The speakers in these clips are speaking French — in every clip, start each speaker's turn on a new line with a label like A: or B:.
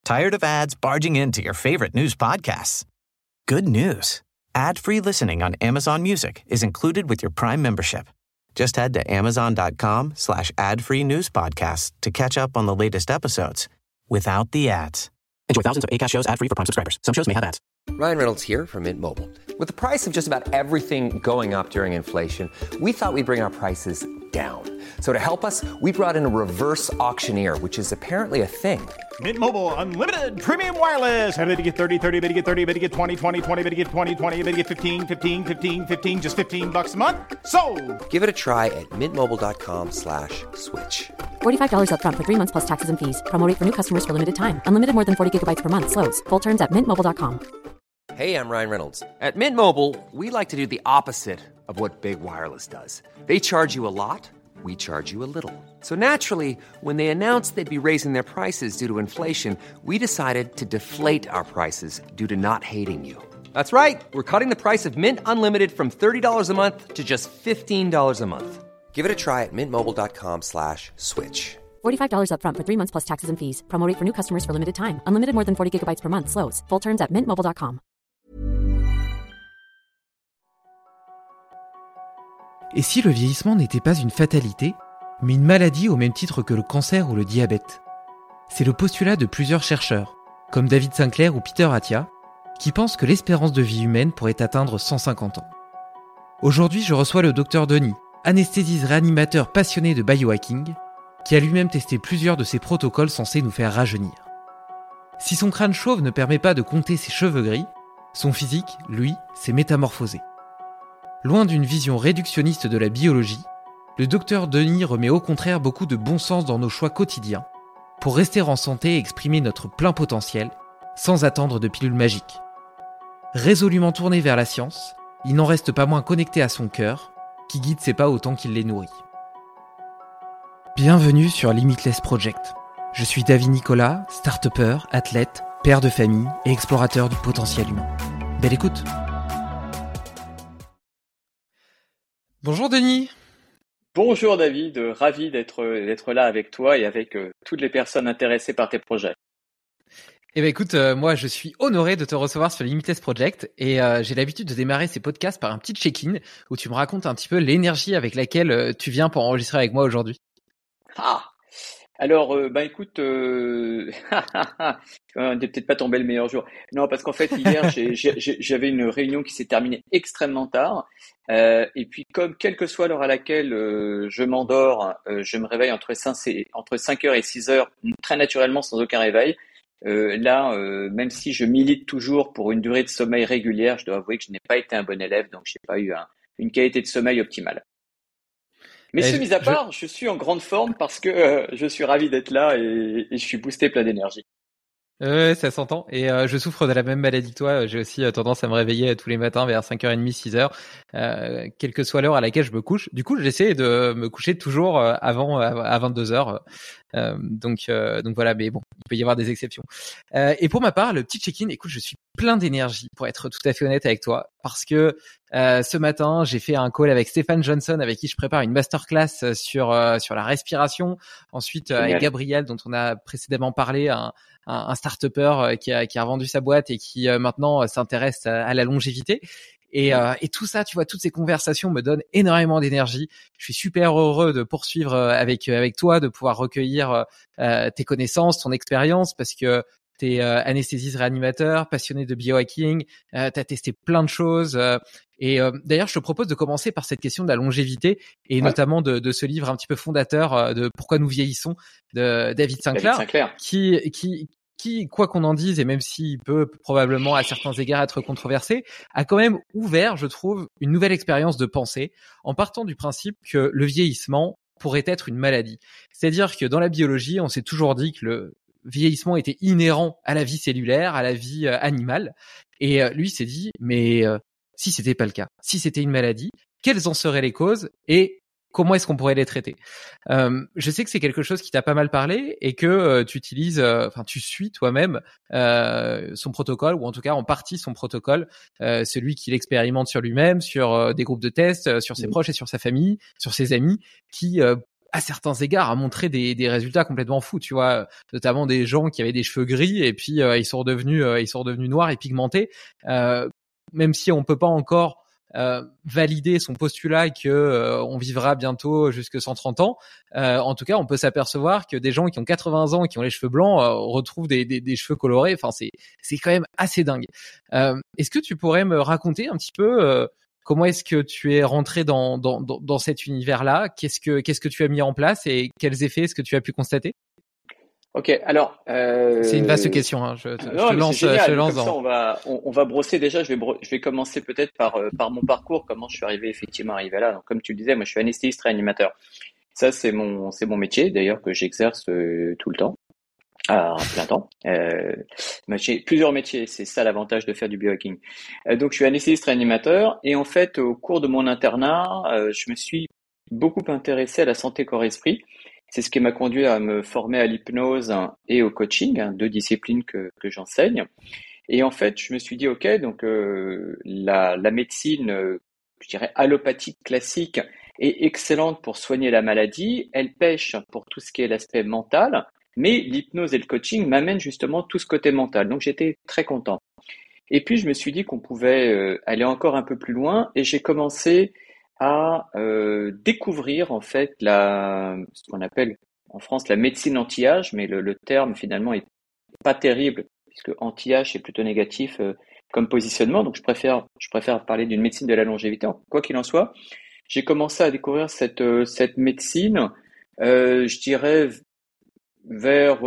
A: Tired of ads barging into your favorite news podcasts? Good news. Ad-free listening on Amazon Music is included with your Prime membership. Just head to amazon.com/ad-free news podcasts to catch up on the latest episodes without the ads. Enjoy thousands of Acast shows ad-free for Prime subscribers. Some shows may have ads.
B: Ryan Reynolds here from Mint Mobile. With the price of just about everything going up during inflation, we thought we'd bring our prices down. So to help us, we brought in a reverse auctioneer, which is apparently a thing.
C: Mint Mobile Unlimited Premium Wireless. How to get 30, 30, bit to get 30, bit to get 20, 20, 20, bit to get 20, 20, bit to get 15, 15, 15, 15, just $15 a month? Sold!
B: Give it a try at mintmobile.com/switch.
D: $45 up front for 3 months plus taxes and fees. Promo rate for new customers for limited time. Unlimited more than 40 gigabytes per month. Slows full terms at mintmobile.com.
B: Hey, I'm Ryan Reynolds. At Mint Mobile, we like to do the opposite of what Big Wireless does. They charge you a lot. We charge you a little. So naturally, when they announced they'd be raising their prices due to inflation, we decided to deflate our prices due to not hating you. That's right. We're cutting the price of Mint Unlimited from $30 a month to just $15 a month. Give it a try at mintmobile.com/switch.
D: $45 up front for 3 months plus taxes and fees. Promo rate for new customers for limited time. Unlimited more than 40 gigabytes per month. Slows full terms at mintmobile.com.
E: Et si le vieillissement n'était pas une fatalité, mais une maladie au même titre que le cancer ou le diabète? C'est le postulat de plusieurs chercheurs, comme David Sinclair ou Peter Attia, qui pensent que l'espérance de vie humaine pourrait atteindre 150 ans. Aujourd'hui, je reçois le Dr Denis, anesthésiste réanimateur passionné de biohacking, qui a lui-même testé plusieurs de ces protocoles censés nous faire rajeunir. Si son crâne chauve ne permet pas de compter ses cheveux gris, son physique, lui, s'est métamorphosé. Loin d'une vision réductionniste de la biologie, le docteur Denis remet au contraire beaucoup de bon sens dans nos choix quotidiens pour rester en santé et exprimer notre plein potentiel sans attendre de pilule magique. Résolument tourné vers la science, il n'en reste pas moins connecté à son cœur, qui guide ses pas autant qu'il les nourrit. Bienvenue sur Limitless Project. Je suis David Nicolas, start-upper, athlète, père de famille et explorateur du potentiel humain. Belle écoute! Bonjour Denis.
F: Bonjour David, ravi d'être là avec toi et avec toutes les personnes intéressées par tes projets.
E: Eh ben écoute, moi je suis honoré de te recevoir sur Limitless Project et j'ai l'habitude de démarrer ces podcasts par un petit check-in où tu me racontes un petit peu l'énergie avec laquelle tu viens pour enregistrer avec moi aujourd'hui.
F: Ah, alors écoute, on n'est peut-être pas tombé le meilleur jour. Non, parce qu'en fait hier j'avais une réunion qui s'est terminée extrêmement tard. Et puis comme quelle que soit l'heure à laquelle je m'endors, je me réveille entre 5h et 6h, très naturellement sans aucun réveil. Même si je milite toujours pour une durée de sommeil régulière, je dois avouer que je n'ai pas été un bon élève, donc j'ai pas eu une qualité de sommeil optimale. Mais ce mis à part, je suis en grande forme parce que je suis ravi d'être là et je suis boosté plein d'énergie.
E: Ça s'entend. Et je souffre de la même maladie que toi. J'ai aussi tendance à me réveiller tous les matins vers 5h30, 6h, quelle que soit l'heure à laquelle je me couche. Du coup, j'essaie de me coucher toujours à 22h. Donc voilà, mais bon, il peut y avoir des exceptions. Et pour ma part, le petit check-in, écoute, je suis plein d'énergie pour être tout à fait honnête avec toi, parce que ce matin, j'ai fait un call avec Stéphane Johnson, avec qui je prépare une masterclass sur la respiration. Ensuite, avec Gabriel, dont on a précédemment parlé, un start-upper qui a revendu sa boîte et qui maintenant s'intéresse à la longévité. Et tout ça, tu vois, toutes ces conversations me donnent énormément d'énergie. Je suis super heureux de poursuivre avec toi, de pouvoir recueillir tes connaissances, ton expérience, parce que t'es anesthésiste réanimateur, passionné de biohacking, t'as testé plein de choses. D'ailleurs, je te propose de commencer par cette question de la longévité et notamment de ce livre un petit peu fondateur de Pourquoi nous vieillissons de David Sinclair. Qui, quoi qu'on en dise, et même s'il peut probablement à certains égards être controversé, a quand même ouvert, je trouve, une nouvelle expérience de pensée en partant du principe que le vieillissement pourrait être une maladie. C'est-à-dire que dans la biologie, on s'est toujours dit que le vieillissement était inhérent à la vie cellulaire, à la vie animale. Et lui s'est dit, mais si c'était pas le cas, si c'était une maladie, quelles en seraient les causes et comment est-ce qu'on pourrait les traiter? Je sais que c'est quelque chose qui t'a pas mal parlé et que tu utilises, tu suis toi-même son protocole, ou en tout cas en partie son protocole, celui qu'il expérimente sur lui-même, sur des groupes de tests, sur ses proches et sur sa famille, sur ses amis, qui à certains égards, a montré des résultats complètement fous, tu vois, notamment des gens qui avaient des cheveux gris et puis ils sont devenus noirs et pigmentés. Même si on peut pas encore valider son postulat que on vivra bientôt jusque 130 ans, en tout cas, on peut s'apercevoir que des gens qui ont 80 ans, qui ont les cheveux blancs, retrouvent des cheveux colorés. Enfin, c'est quand même assez dingue. Est-ce que tu pourrais me raconter un petit peu comment est-ce que tu es rentré dans cet univers-là? Qu'est-ce que tu as mis en place et quels effets est-ce que tu as pu constater?
F: Ok, alors
E: c'est une vaste question. Hein. Je
F: non,
E: te
F: mais
E: lance,
F: c'est génial.
E: je te lance
F: Comme ça, on va brosser déjà. Je vais commencer peut-être par mon parcours, comment je suis effectivement arrivé là. Donc, comme tu le disais, moi, je suis anesthésiste réanimateur. Ça, c'est mon métier, d'ailleurs, que j'exerce tout le temps, à plein temps. J'ai plusieurs métiers. C'est ça l'avantage de faire du biohacking. Donc, je suis anesthésiste réanimateur, et en fait, au cours de mon internat, je me suis beaucoup intéressé à la santé corps-esprit. C'est ce qui m'a conduit à me former à l'hypnose et au coaching, deux disciplines que j'enseigne. Et en fait, je me suis dit, ok, donc la médecine, je dirais allopathique classique, est excellente pour soigner la maladie. Elle pêche pour tout ce qui est l'aspect mental, mais l'hypnose et le coaching m'amènent justement tout ce côté mental. Donc j'étais très content. Et puis je me suis dit qu'on pouvait aller encore un peu plus loin, et j'ai commencé à découvrir en fait ce qu'on appelle en France la médecine anti-âge, mais le terme finalement est pas terrible puisque anti-âge c'est plutôt négatif comme positionnement, donc je préfère parler d'une médecine de la longévité. Quoi qu'il en soit, j'ai commencé à découvrir cette médecine, je dirais vers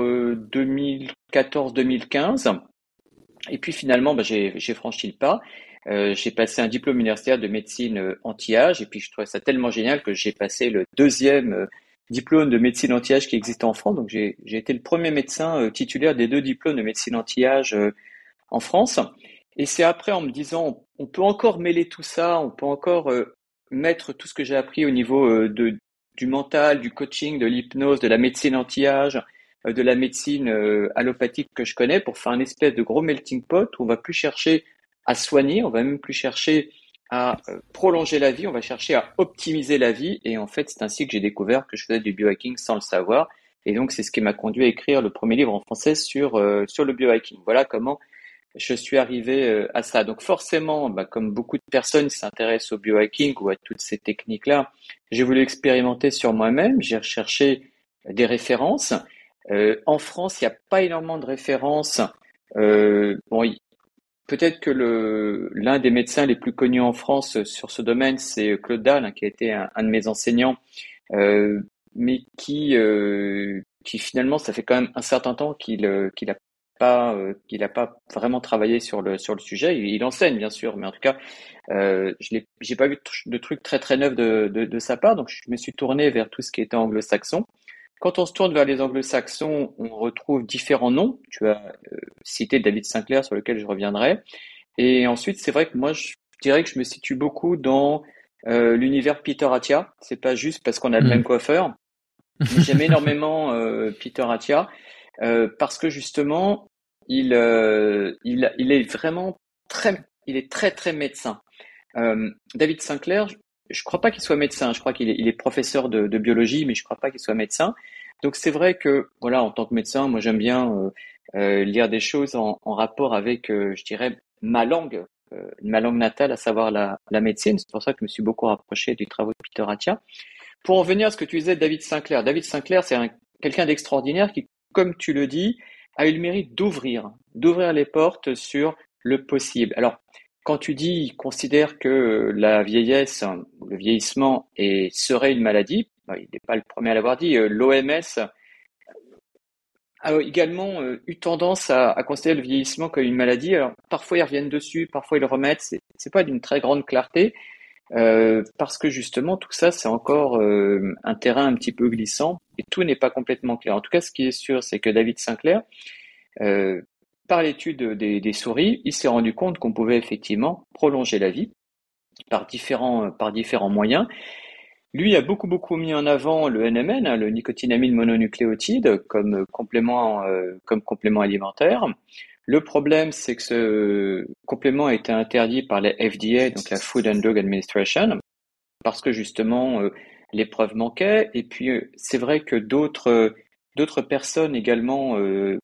F: 2014-2015, et puis finalement j'ai franchi le pas. J'ai passé un diplôme universitaire de médecine anti-âge, et puis je trouvais ça tellement génial que j'ai passé le deuxième diplôme de médecine anti-âge qui existait en France. Donc j'ai été le premier médecin titulaire des deux diplômes de médecine anti-âge en France. Et c'est après en me disant, on peut encore mêler tout ça, on peut encore mettre tout ce que j'ai appris au niveau du mental, du coaching, de l'hypnose, de la médecine anti-âge, de la médecine allopathique que je connais, pour faire un espèce de gros melting pot où on va plus chercher à soigner, on va même plus chercher à prolonger la vie, on va chercher à optimiser la vie. Et en fait, c'est ainsi que j'ai découvert que je faisais du biohacking sans le savoir. Et donc, c'est ce qui m'a conduit à écrire le premier livre en français sur le biohacking. Voilà comment je suis arrivé à ça. Donc forcément, comme beaucoup de personnes qui s'intéressent au biohacking ou à toutes ces techniques-là, j'ai voulu expérimenter sur moi-même. J'ai recherché des références. En France, il n'y a pas énormément de références. Peut-être que l'un des médecins les plus connus en France sur ce domaine, c'est Claude Dalle, qui a été un de mes enseignants, mais qui finalement, ça fait quand même un certain temps qu'il a pas vraiment travaillé sur le sujet. Il enseigne bien sûr, mais en tout cas, j'ai pas vu de trucs très très neufs de sa part. Donc je me suis tourné vers tout ce qui était anglo-saxon. Quand on se tourne vers les anglo-saxons, on retrouve différents noms. Tu as cité David Sinclair, sur lequel je reviendrai. Et ensuite, c'est vrai que moi, je dirais que je me situe beaucoup dans l'univers Peter Attia. C'est pas juste parce qu'on a le même coiffeur. Mais j'aime énormément Peter Attia parce que justement, il est vraiment il est très très médecin. David Sinclair, je crois pas qu'il soit médecin. Je crois qu'il est professeur de biologie, mais je crois pas qu'il soit médecin. Donc c'est vrai que voilà, en tant que médecin, moi j'aime bien lire des choses en rapport avec, je dirais, ma langue natale, à savoir la médecine. C'est pour ça que je me suis beaucoup rapproché du travail de Peter Attia. Pour en venir à ce que tu disais de David Sinclair. David Sinclair, c'est quelqu'un d'extraordinaire qui, comme tu le dis, a eu le mérite d'ouvrir les portes sur le possible. Alors, quand tu dis, il considère que la vieillesse, le vieillissement serait une maladie, il n'est pas le premier à l'avoir dit. L'OMS a également eu tendance à considérer le vieillissement comme une maladie. Alors, parfois ils reviennent dessus, parfois ils le remettent. C'est pas d'une très grande clarté, parce que justement tout ça c'est encore un terrain un petit peu glissant et tout n'est pas complètement clair. En tout cas, ce qui est sûr, c'est que David Sinclair, par l'étude des souris, il s'est rendu compte qu'on pouvait effectivement prolonger la vie par différents moyens. Lui a beaucoup mis en avant le NMN, le nicotinamide mononucléotide, comme complément alimentaire. Le problème, c'est que ce complément a été interdit par la FDA, donc la Food and Drug Administration, parce que justement, les preuves manquaient. Et puis, c'est vrai que d'autres personnes également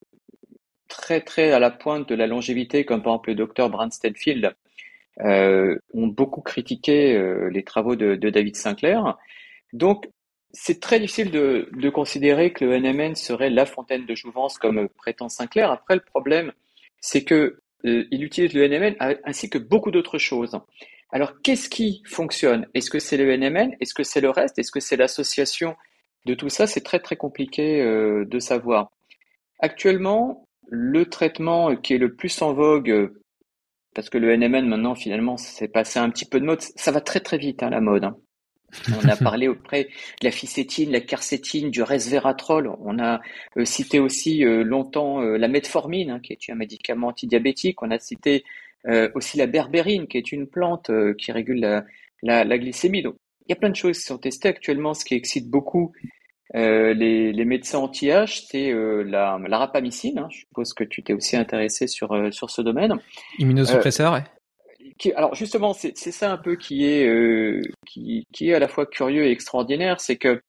F: très très à la pointe de la longévité, comme par exemple le docteur Brand Stanfield, ont beaucoup critiqué les travaux de David Sinclair. Donc, c'est très difficile de considérer que le NMN serait la fontaine de jouvence comme prétend Sinclair. Après, le problème, c'est que il utilise le NMN ainsi que beaucoup d'autres choses. Alors, qu'est-ce qui fonctionne? Est-ce que c'est le NMN? Est-ce que c'est le reste? Est-ce que c'est l'association de tout ça? C'est très très compliqué de savoir. Actuellement, le traitement qui est le plus en vogue, parce que le NMN maintenant finalement c'est passé un petit peu de mode, ça va très très vite la mode. On a parlé auprès de la ficétine, la quercétine, du resveratrol. On a cité aussi longtemps la metformine, qui est un médicament antidiabétique. On a cité aussi la berbérine, qui est une plante qui régule la glycémie. Donc, il y a plein de choses qui sont testées actuellement. Ce qui excite beaucoup les médecins anti-âge, c'est la rapamycine. Je suppose que tu t'es aussi intéressé sur ce domaine.
E: Immunosuppresseur, ouais.
F: Alors justement, c'est ça un peu qui est à la fois curieux et extraordinaire, c'est que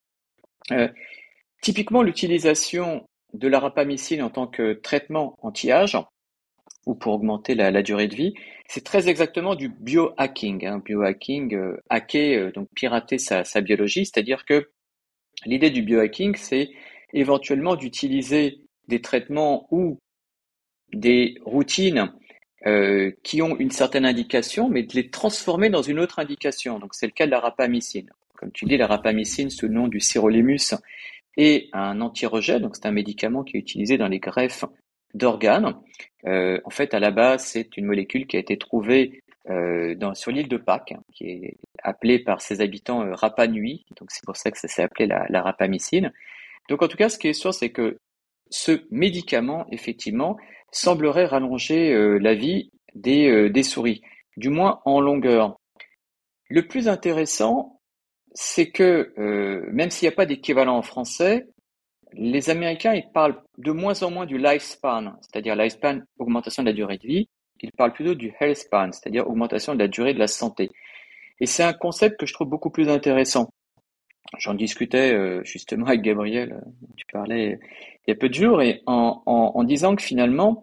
F: typiquement l'utilisation de la rapamycine en tant que traitement anti-âge ou pour augmenter la durée de vie, c'est très exactement du biohacking. Biohacking, hacker, donc pirater sa biologie, c'est-à-dire que l'idée du biohacking, c'est éventuellement d'utiliser des traitements ou des routines qui ont une certaine indication, mais de les transformer dans une autre indication. Donc, c'est le cas de la rapamycine. Comme tu dis, la rapamycine, sous le nom du sirolimus, est un anti-rejet. Donc, c'est un médicament qui est utilisé dans les greffes d'organes. En fait, à la base, c'est une molécule qui a été trouvée sur l'île de Pâques, qui est appelée par ses habitants Rapa Nui. Donc, c'est pour ça que ça s'est appelé la rapamycine. Donc, en tout cas, ce qui est sûr, c'est que ce médicament, effectivement, semblerait rallonger la vie des souris, du moins en longueur. Le plus intéressant, c'est que même s'il n'y a pas d'équivalent en français, les Américains ils parlent de moins en moins du lifespan, c'est-à-dire lifespan, augmentation de la durée de vie, ils parlent plutôt du healthspan, c'est-à-dire augmentation de la durée de la santé. Et c'est un concept que je trouve beaucoup plus intéressant. J'en discutais justement avec Gabriel, tu parlais il y a peu de jours, et en disant que finalement,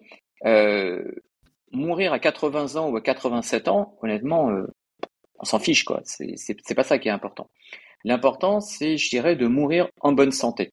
F: mourir à 80 ans ou à 87 ans, honnêtement, on s'en fiche, quoi. C'est pas ça qui est important. L'important, c'est, je dirais, de mourir en bonne santé.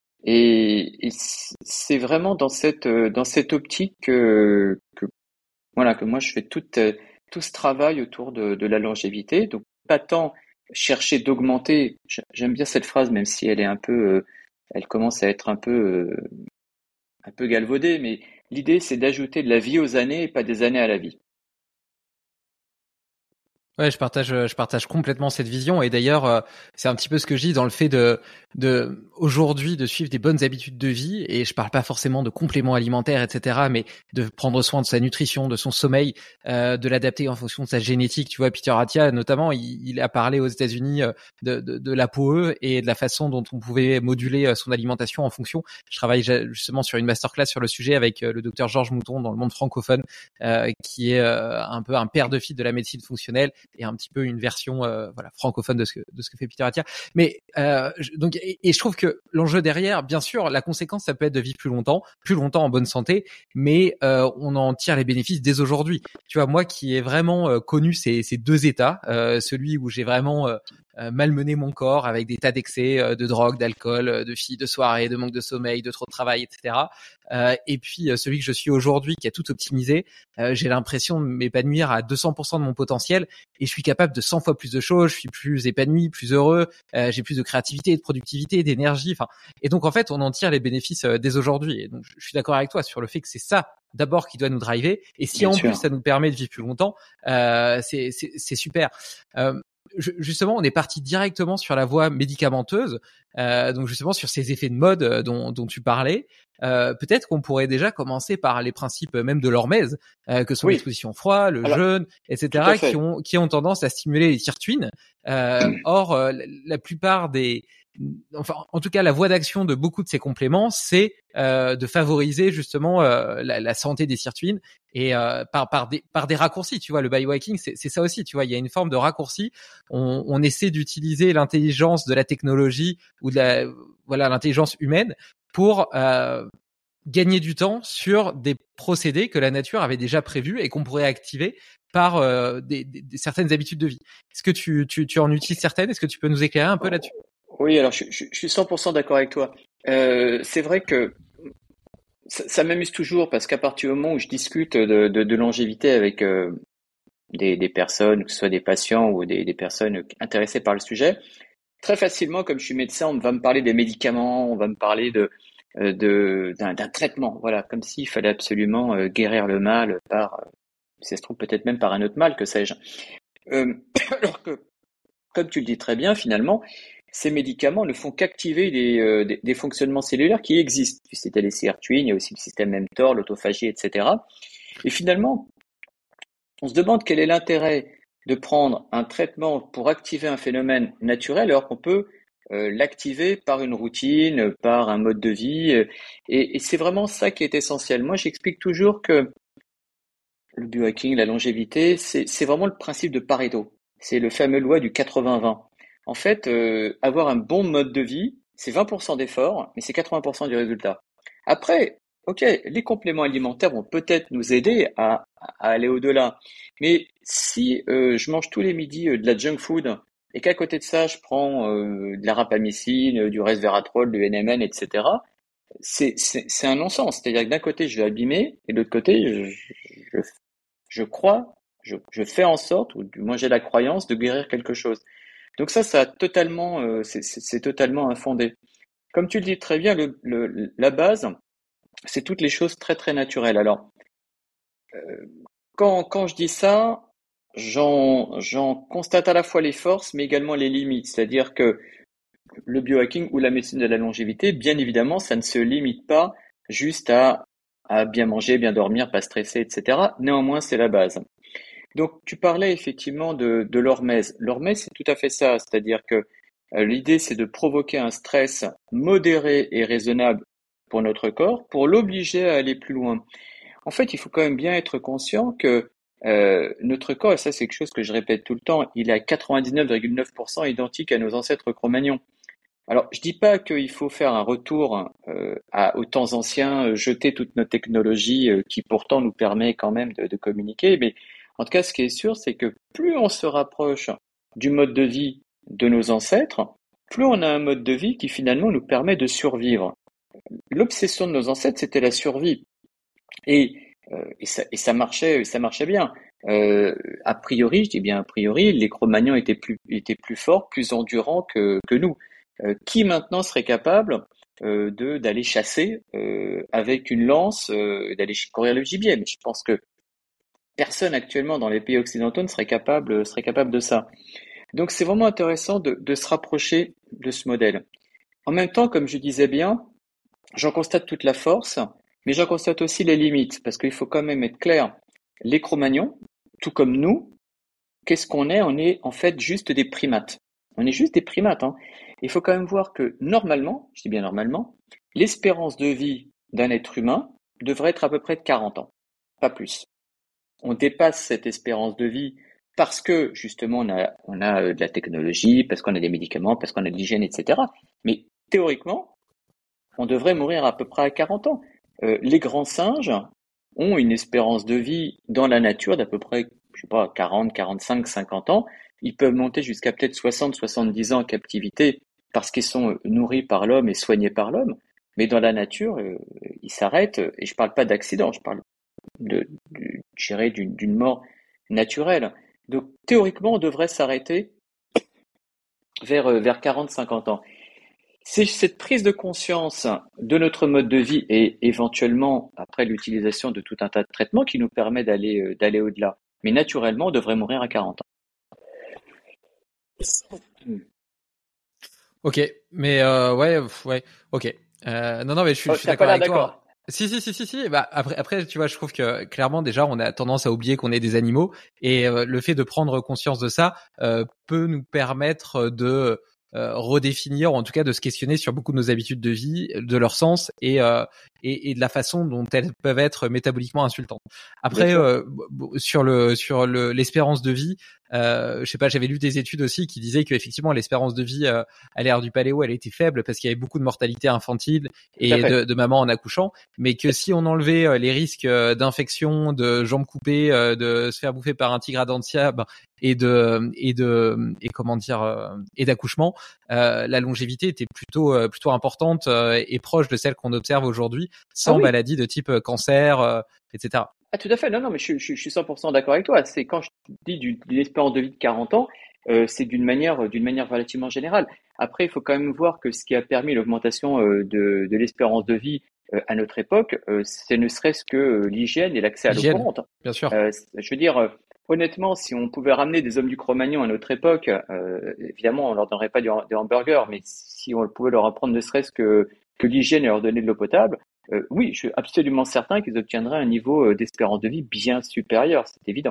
F: Et c'est vraiment dans cette optique que moi je fais tout ce travail autour de la longévité. Donc pas tant chercher d'augmenter. J'aime bien cette phrase, même si elle est un peu, elle commence à être un peu galvaudée, mais l'idée c'est d'ajouter de la vie aux années et pas des années à la vie.
E: Ouais, je partage complètement cette vision, et d'ailleurs c'est un petit peu ce que je dis dans le fait de aujourd'hui de suivre des bonnes habitudes de vie, et je parle pas forcément de compléments alimentaires, etc., mais de prendre soin de sa nutrition, de son sommeil, de l'adapter en fonction de sa génétique. Tu vois, Peter Attia notamment, il a parlé aux États-Unis de l'ApoE et de la façon dont on pouvait moduler son alimentation en fonction. Je travaille justement sur une masterclass sur le sujet avec le docteur Georges Mouton dans le monde francophone, qui est un peu un père de fille de la médecine fonctionnelle, et un petit peu une version francophone de ce que fait Peter Attia. Mais donc je trouve que l'enjeu derrière, bien sûr, la conséquence ça peut être de vivre plus longtemps en bonne santé, mais on en tire les bénéfices dès aujourd'hui. Tu vois, moi qui ai vraiment connu ces deux états, celui où j'ai vraiment malmené mon corps avec des tas d'excès de drogue, d'alcool, de filles, de soirées, de manque de sommeil, de trop de travail, etc. Et puis celui que je suis aujourd'hui, qui a tout optimisé, j'ai l'impression de m'épanouir à 200% de mon potentiel, et je suis capable de 100 fois plus de choses. Je suis plus épanoui, plus heureux, j'ai plus de créativité, de productivité, d'énergie. Et donc en fait, on en tire les bénéfices dès aujourd'hui. Et donc je suis d'accord avec toi sur le fait que c'est ça d'abord qui doit nous driver. Et si bien en sûr. Plus ça nous permet de vivre plus longtemps, c'est super. Justement, on est parti directement sur la voie médicamenteuse, donc justement sur ces effets de mode dont tu parlais. Peut-être qu'on pourrait déjà commencer par les principes même de l'hormèse, que sont l'exposition au froid, le jeûne, etc., qui ont tendance à stimuler les sirtuines. Or, la plupart des enfin, en tout cas, la voie d'action de beaucoup de ces compléments, c'est de favoriser justement la santé des sirtuines et par des raccourcis. Tu vois, le biohacking, c'est ça aussi. Tu vois, il y a une forme de raccourci. On essaie d'utiliser l'intelligence de la technologie ou de l'intelligence humaine pour gagner du temps sur des procédés que la nature avait déjà prévus et qu'on pourrait activer par certaines habitudes de vie. Est-ce que tu en utilises certaines? Est-ce que tu peux nous éclairer un peu là-dessus?
F: Oui, alors je suis 100% d'accord avec toi. C'est vrai que ça m'amuse toujours parce qu'à partir du moment où je discute de longévité avec des personnes, que ce soit des patients ou des personnes intéressées par le sujet, très facilement, comme je suis médecin, on va me parler des médicaments, on va me parler d'un traitement, voilà, comme s'il fallait absolument guérir le mal par, si ça se trouve peut-être même par un autre mal, que sais-je. Alors que, comme tu le dis très bien, finalement, ces médicaments ne font qu'activer des fonctionnements cellulaires qui existent. Tu citais les sirtuines, il y a aussi le système mTOR, l'autophagie, etc. Et finalement, on se demande quel est l'intérêt de prendre un traitement pour activer un phénomène naturel alors qu'on peut l'activer par une routine, par un mode de vie. Et c'est vraiment ça qui est essentiel. Moi, j'explique toujours que le biohacking, la longévité, c'est vraiment le principe de Pareto. C'est le fameux loi du 80-20. En fait, avoir un bon mode de vie, c'est 20% d'effort, mais c'est 80% du résultat. Après, ok, les compléments alimentaires vont peut-être nous aider à aller au-delà. Mais si je mange tous les midis de la junk food et qu'à côté de ça, je prends de la rapamycine, du resveratrol, du NMN, etc., c'est un non-sens. C'est-à-dire que d'un côté, je vais abîmer, et de l'autre côté, je crois, je fais en sorte, ou du moins j'ai la croyance, de guérir quelque chose. Donc ça a totalement, c'est totalement infondé. Comme tu le dis très bien, la base, c'est toutes les choses très très naturelles. Alors, quand je dis ça, j'en constate à la fois les forces, mais également les limites. C'est-à-dire que le biohacking ou la médecine de la longévité, bien évidemment, ça ne se limite pas juste à bien manger, bien dormir, pas stresser, etc. Néanmoins, c'est la base. Donc, tu parlais effectivement de l'hormèse. L'hormèse, c'est tout à fait ça. C'est-à-dire que l'idée, c'est de provoquer un stress modéré et raisonnable pour notre corps, pour l'obliger à aller plus loin. En fait, il faut quand même bien être conscient que notre corps, et ça c'est quelque chose que je répète tout le temps, il est à 99,9% identique à nos ancêtres Cro-Magnons. Alors, je dis pas qu'il faut faire un retour aux temps anciens, jeter toute notre technologie qui pourtant nous permet quand même de communiquer, mais en tout cas, ce qui est sûr, c'est que plus on se rapproche du mode de vie de nos ancêtres, plus on a un mode de vie qui finalement nous permet de survivre. L'obsession de nos ancêtres, c'était la survie. Et ça marchait bien. A priori, je dis bien a priori, les Cro-Magnons étaient plus forts, plus endurants que nous. Qui maintenant serait capable d'aller chasser avec une lance, d'aller courir le gibier? Mais je pense que personne actuellement dans les pays occidentaux ne serait capable de ça. Donc c'est vraiment intéressant de se rapprocher de ce modèle. En même temps, comme je disais bien, j'en constate toute la force, mais j'en constate aussi les limites, parce qu'il faut quand même être clair. Les Cro-Magnons, tout comme nous, qu'est-ce qu'on est? On est en fait juste des primates. On est juste des primates, hein. Il faut quand même voir que normalement, je dis bien normalement, l'espérance de vie d'un être humain devrait être à peu près de 40 ans, pas plus. On dépasse cette espérance de vie parce que justement on a de la technologie, parce qu'on a des médicaments, parce qu'on a de l'hygiène, etc. Mais théoriquement, on devrait mourir à peu près à 40 ans. Les grands singes ont une espérance de vie dans la nature d'à peu près, je sais pas, 40, 45, 50 ans. Ils peuvent monter jusqu'à peut-être 60, 70 ans en captivité parce qu'ils sont nourris par l'homme et soignés par l'homme. Mais dans la nature, ils s'arrêtent. Et je parle pas d'accident, je parle d'une mort naturelle. Donc théoriquement, on devrait s'arrêter vers 40, 50 ans. C'est cette prise de conscience de notre mode de vie et éventuellement après l'utilisation de tout un tas de traitements qui nous permet d'aller au-delà. Mais naturellement, on devrait mourir à 40 ans.
E: Ok, mais ouais, ok. Non, mais je suis d'accord avec toi. Si. Bah après, tu vois, je trouve que clairement déjà, on a tendance à oublier qu'on est des animaux et le fait de prendre conscience de ça peut nous permettre de redéfinir, ou en tout cas de se questionner sur beaucoup de nos habitudes de vie, de leur sens et de la façon dont elles peuvent être métaboliquement insultantes. Après, sur l'espérance de vie, je sais pas, j'avais lu des études aussi qui disaient qu'effectivement l'espérance de vie à l'ère du paléo, elle était faible parce qu'il y avait beaucoup de mortalité infantile et de mamans en accouchant, mais que si on enlevait les risques d'infection, de jambes coupées, de se faire bouffer par un tigre à dents de sciabe et d'accouchement, la longévité était plutôt importante et proche de celle qu'on observe aujourd'hui, sans maladies de type cancer, etc.
F: Ah, tout à fait. Non, mais je suis 100% d'accord avec toi. C'est quand je dis d'une espérance de vie de 40 ans, c'est d'une manière relativement générale. Après, il faut quand même voir que ce qui a permis l'augmentation de l'espérance de vie à notre époque, c'est ne serait-ce que l'hygiène et l'accès à l'eau courante.
E: Bien sûr.
F: Je veux dire, honnêtement, si on pouvait ramener des hommes du Cro-Magnon à notre époque, évidemment, on leur donnerait pas des hamburgers, mais si on pouvait leur apprendre ne serait-ce que l'hygiène et leur donner de l'eau potable, oui, je suis absolument certain qu'ils obtiendraient un niveau d'espérance de vie bien supérieur, c'est évident.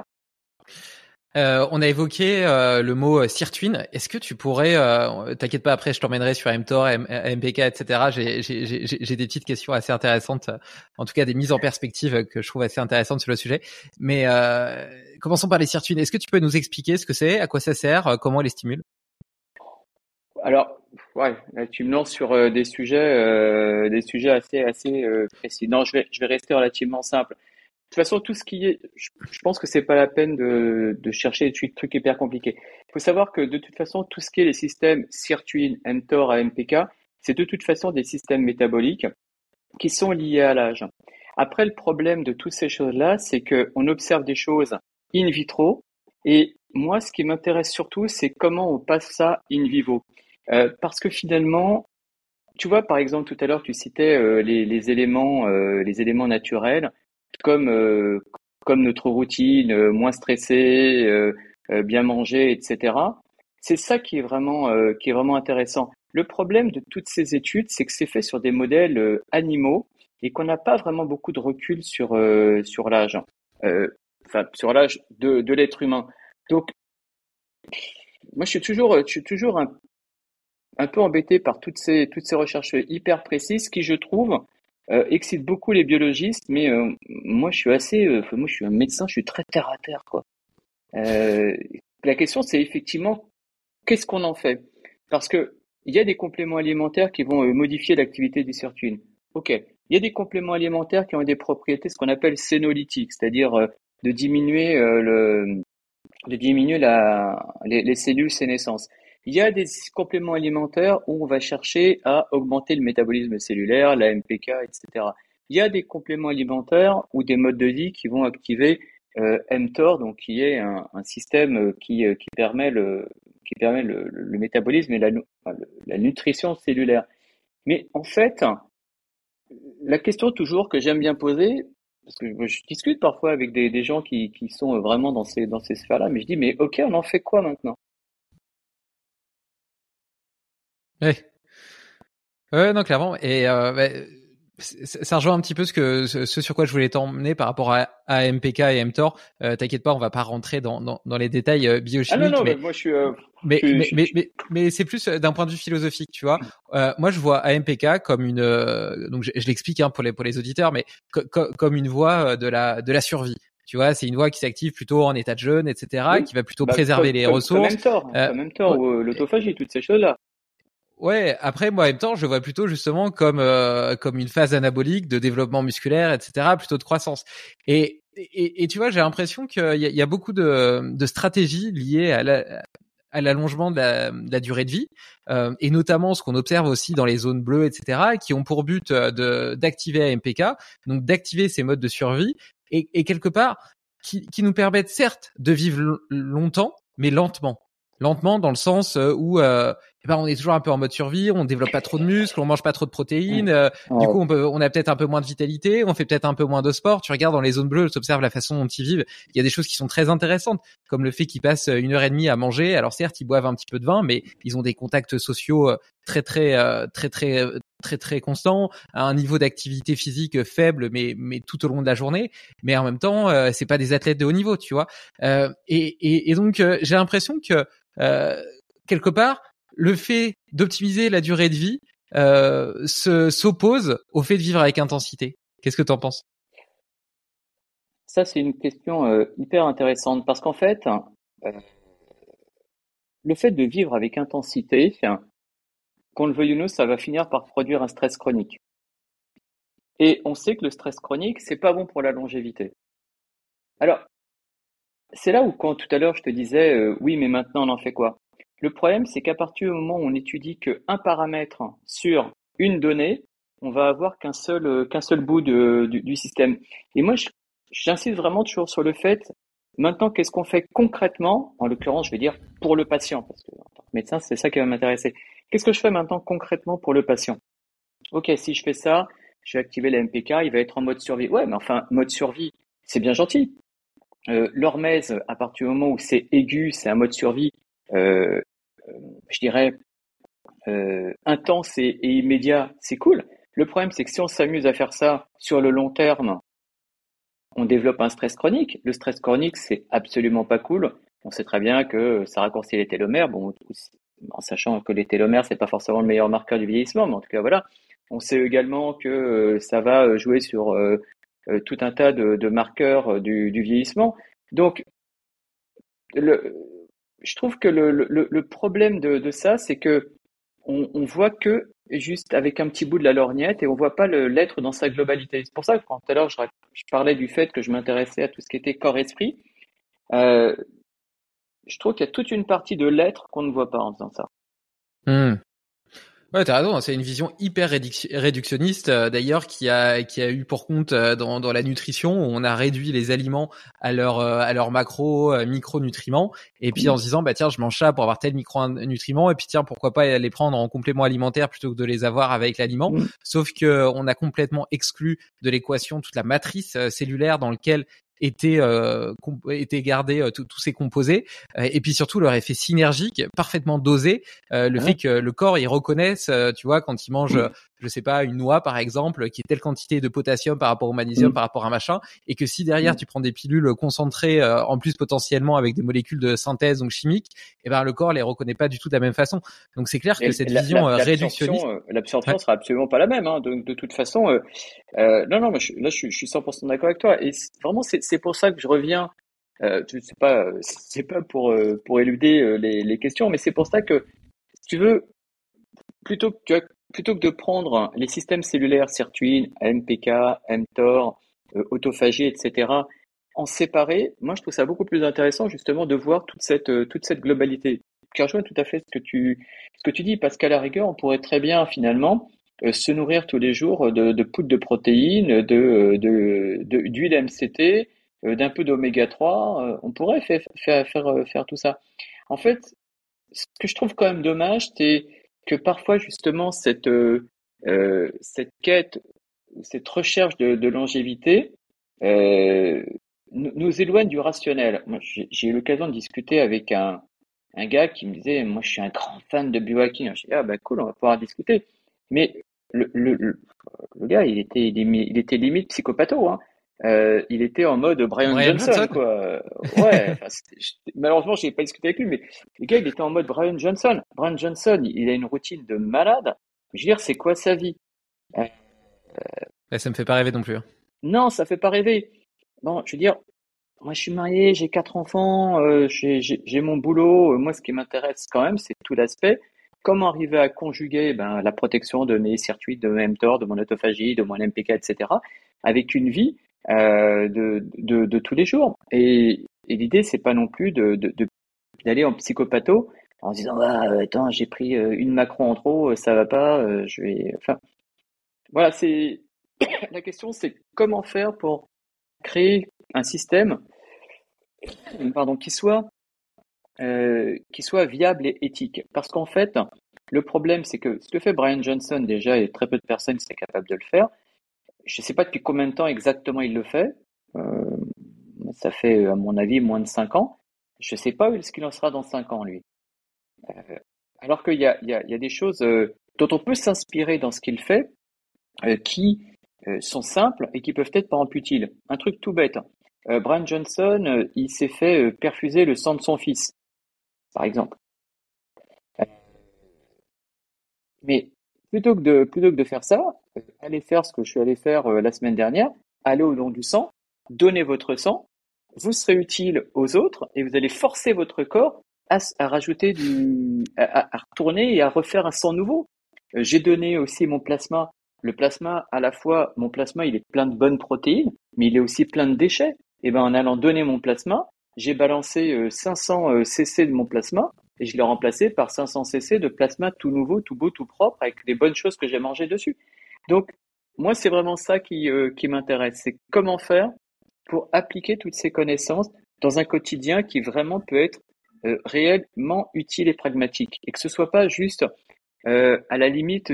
E: On a évoqué le mot sirtuine. Est-ce que tu pourrais, t'inquiète pas, après je t'emmènerai sur mTOR, MPK, etc. J'ai des petites questions assez intéressantes, en tout cas des mises en perspective que je trouve assez intéressantes sur le sujet. Mais commençons par les sirtuines. Est-ce que tu peux nous expliquer ce que c'est, à quoi ça sert, comment elle les stimule?
F: Alors, ouais, là, tu me lances sur des sujets assez précis. Non, je vais rester relativement simple. De toute façon, tout ce qui est, je pense que c'est pas la peine de chercher des trucs hyper compliqués. Il faut savoir que de toute façon, tout ce qui est les systèmes sirtuine, mTOR, AMPK, c'est de toute façon des systèmes métaboliques qui sont liés à l'âge. Après, le problème de toutes ces choses-là, c'est que on observe des choses in vitro, et moi, ce qui m'intéresse surtout, c'est comment on passe ça in vivo. Parce que finalement, tu vois, par exemple, tout à l'heure, tu citais les éléments naturels, comme notre routine, moins stressée, bien manger, etc. C'est ça qui est vraiment intéressant. Le problème de toutes ces études, c'est que c'est fait sur des modèles animaux et qu'on n'a pas vraiment beaucoup de recul sur l'âge, sur l'âge de l'être humain. Donc, moi, je suis toujours un peu embêté par toutes ces recherches hyper précises qui, je trouve, excitent beaucoup les biologistes, mais moi je suis un médecin, je suis très terre à terre, quoi. La question, c'est effectivement qu'est-ce qu'on en fait? Parce que il y a des compléments alimentaires qui vont modifier l'activité des sirtuines. Ok. Il y a des compléments alimentaires qui ont des propriétés, ce qu'on appelle sénolytiques, c'est-à-dire de diminuer les cellules sénescence. Il y a des compléments alimentaires où on va chercher à augmenter le métabolisme cellulaire, la MPK, etc. Il y a des compléments alimentaires ou des modes de vie qui vont activer mTOR, donc qui est un système qui permet le métabolisme et la nutrition cellulaire. Mais en fait, la question toujours que j'aime bien poser, parce que je discute parfois avec des gens qui sont vraiment dans ces sphères-là, mais je dis, mais ok, on en fait quoi maintenant?
E: Ouais, non, clairement. Et ça rejoint un petit peu ce sur quoi je voulais t'emmener par rapport à MPK et mTOR. T'inquiète pas, on va pas rentrer dans les détails biochimiques.
F: Ah non, mais moi je suis.
E: Mais c'est plus d'un point de vue philosophique, tu vois. Moi, je vois AMPK comme une, donc je l'explique pour les auditeurs, mais comme une voie de la survie. Tu vois, c'est une voie qui s'active plutôt en état de jeûne, etc.,
F: Oui.
E: qui va plutôt préserver les ressources.
F: Comme mTOR ou l'autophagie, toutes ces choses-là.
E: Ouais, après moi en même temps, je vois plutôt justement comme une phase anabolique de développement musculaire, etc., plutôt de croissance. Et tu vois, j'ai l'impression qu'il y a beaucoup de stratégies liées à l'allongement de la durée de vie, et notamment ce qu'on observe aussi dans les zones bleues, etc., qui ont pour but d'activer AMPK, donc d'activer ces modes de survie, et quelque part qui nous permettent certes de vivre longtemps, mais lentement dans le sens où on est toujours un peu en mode survie, on développe pas trop de muscles, on mange pas trop de protéines, du coup on a peut-être un peu moins de vitalité, on fait peut-être un peu moins de sport. Tu regardes dans les zones bleues, tu observes la façon dont ils vivent, il y a des choses qui sont très intéressantes, comme le fait qu'ils passent 1h30 à manger. Alors certes, ils boivent un petit peu de vin, mais ils ont des contacts sociaux très constants, à un niveau d'activité physique faible, mais tout au long de la journée. Mais en même temps, c'est pas des athlètes de haut niveau, tu vois. Et donc j'ai l'impression que quelque part, le fait d'optimiser la durée de vie s'oppose au fait de vivre avec intensité. Qu'est-ce que tu en penses?
F: Ça, c'est une question hyper intéressante parce qu'en fait, le fait de vivre avec intensité, qu'on le veuille ou non, ça va finir par produire un stress chronique. Et on sait que le stress chronique, c'est pas bon pour la longévité. Alors, c'est là où quand tout à l'heure je te disais, oui, mais maintenant on en fait quoi? Le problème, c'est qu'à partir du moment où on étudie qu'un paramètre sur une donnée, on va avoir qu'un seul bout du système. Et moi, j'insiste vraiment toujours sur le fait, maintenant, qu'est-ce qu'on fait concrètement? En l'occurrence, je vais dire pour le patient, parce que en tant que médecin, c'est ça qui va m'intéresser. Qu'est-ce que je fais maintenant concrètement pour le patient? Ok, si je fais ça, je vais activer la MPK, il va être en mode survie. Ouais, mais enfin, mode survie, c'est bien gentil. L'hormèse, à partir du moment où c'est aigu, c'est un mode survie, euh, je dirais, intense et immédiat, c'est cool. Le problème, c'est que si on s'amuse à faire ça sur le long terme, on développe un stress chronique. Le stress chronique, c'est absolument pas cool. On sait très bien que ça raccourcit les télomères, bon, en sachant que les télomères, c'est pas forcément le meilleur marqueur du vieillissement, mais en tout cas, voilà. On sait également que ça va jouer sur tout un tas de marqueurs du vieillissement. Donc, je trouve que le problème de ça, c'est que on voit que juste avec un petit bout de la lorgnette et on voit pas l'être dans sa globalité. C'est pour ça que quand tout à l'heure je parlais du fait que je m'intéressais à tout ce qui était corps-esprit, euh, je trouve qu'il y a toute une partie de l'être qu'on ne voit pas en faisant ça.
E: Ouais, t'as raison. C'est une vision hyper réductionniste, d'ailleurs, qui a eu pour compte dans la nutrition, où on a réduit les aliments à leur macro, micronutriments, et puis en se disant, bah tiens, je mange ça pour avoir tel micronutriments, et puis tiens, pourquoi pas les prendre en complément alimentaire plutôt que de les avoir avec l'aliment. Sauf que on a complètement exclu de l'équation toute la matrice cellulaire dans lequel étaient gardés tous ces composés, et puis surtout leur effet synergique parfaitement dosé, le fait que le corps il reconnaisse, tu vois, quand il mange je sais pas, une noix par exemple qui est telle quantité de potassium par rapport au magnésium par rapport à machin, et que si derrière tu prends des pilules concentrées en plus potentiellement avec des molécules de synthèse donc chimiques, et ben le corps les reconnaît pas du tout de la même façon. Donc c'est clair que cette vision réductionniste,
F: l'absorption sera absolument pas la même, hein. Donc de toute façon, non, mais je suis 100% d'accord avec toi. Et vraiment, c'est pour ça que je reviens. C'est pas pour éluder les questions, mais c'est pour ça que, si tu veux, plutôt que de prendre les systèmes cellulaires, sirtuine, MPK, mTOR, autophagie, etc., en séparer, moi je trouve ça beaucoup plus intéressant justement de voir toute cette globalité. Qui rejoint tout à fait ce que tu dis, parce qu'à la rigueur, on pourrait très bien finalement se nourrir tous les jours de poudre de protéines, d'huile MCT, d'un peu d'oméga 3. On pourrait faire tout ça. En fait, ce que je trouve quand même dommage, c'est que parfois justement cette quête, cette recherche de longévité nous éloigne du rationnel. Moi, j'ai eu l'occasion de discuter avec un gars qui me disait, moi je suis un grand fan de biohacking. Je dis, ah bah cool, on va pouvoir discuter. Mais le gars, il était limite psychopatho, hein. Il était en mode Brian Johnson, quoi. Ouais, enfin, malheureusement, j'ai pas discuté avec lui, mais le gars, il était en mode Brian Johnson. Brian Johnson, il a une routine de malade. Je veux dire, c'est quoi sa vie?
E: ça me fait pas rêver non plus.
F: Non, ça fait pas rêver. Bon, je veux dire, moi, je suis marié, j'ai 4 enfants, j'ai mon boulot. Moi, ce qui m'intéresse quand même, c'est tout l'aspect. Comment arriver à conjuguer la protection de mes circuits, de mes mTOR, de mon autophagie, de mon MPK, etc., avec une vie de tous les jours. Et l'idée, c'est pas non plus d'aller en psychopatho en se disant, attends, j'ai pris une macro en trop, ça va pas, je vais. Enfin, voilà, c'est la question, c'est comment faire pour créer un système, qui soit viable et éthique. Parce qu'en fait, le problème, c'est que ce que fait Brian Johnson déjà, et très peu de personnes seraient capables de le faire. Je ne sais pas depuis combien de temps exactement il le fait. Ça fait, à mon avis, moins de 5 ans. Je ne sais pas où est-ce qu'il en sera dans 5 ans, lui. Alors qu'il y a des choses dont on peut s'inspirer dans ce qu'il fait, qui sont simples et qui peuvent être par exemple utiles. Un truc tout bête. Brian Johnson, il s'est fait perfuser le sang de son fils, par exemple. Mais plutôt que de faire ça, allez faire ce que je suis allé faire la semaine dernière, allez au don du sang, donnez votre sang, vous serez utile aux autres et vous allez forcer votre corps à rajouter à retourner et à refaire un sang nouveau. J'ai donné aussi mon plasma. Le plasma, à la fois, mon plasma, il est plein de bonnes protéines, mais il est aussi plein de déchets. Et ben, en allant donner mon plasma, j'ai balancé 500 cc de mon plasma et je l'ai remplacé par 500 cc de plasma tout nouveau, tout beau, tout propre, avec les bonnes choses que j'ai mangées dessus. Donc, moi, c'est vraiment ça qui m'intéresse. C'est comment faire pour appliquer toutes ces connaissances dans un quotidien qui vraiment peut être réellement utile et pragmatique. Et que ce soit pas juste à la limite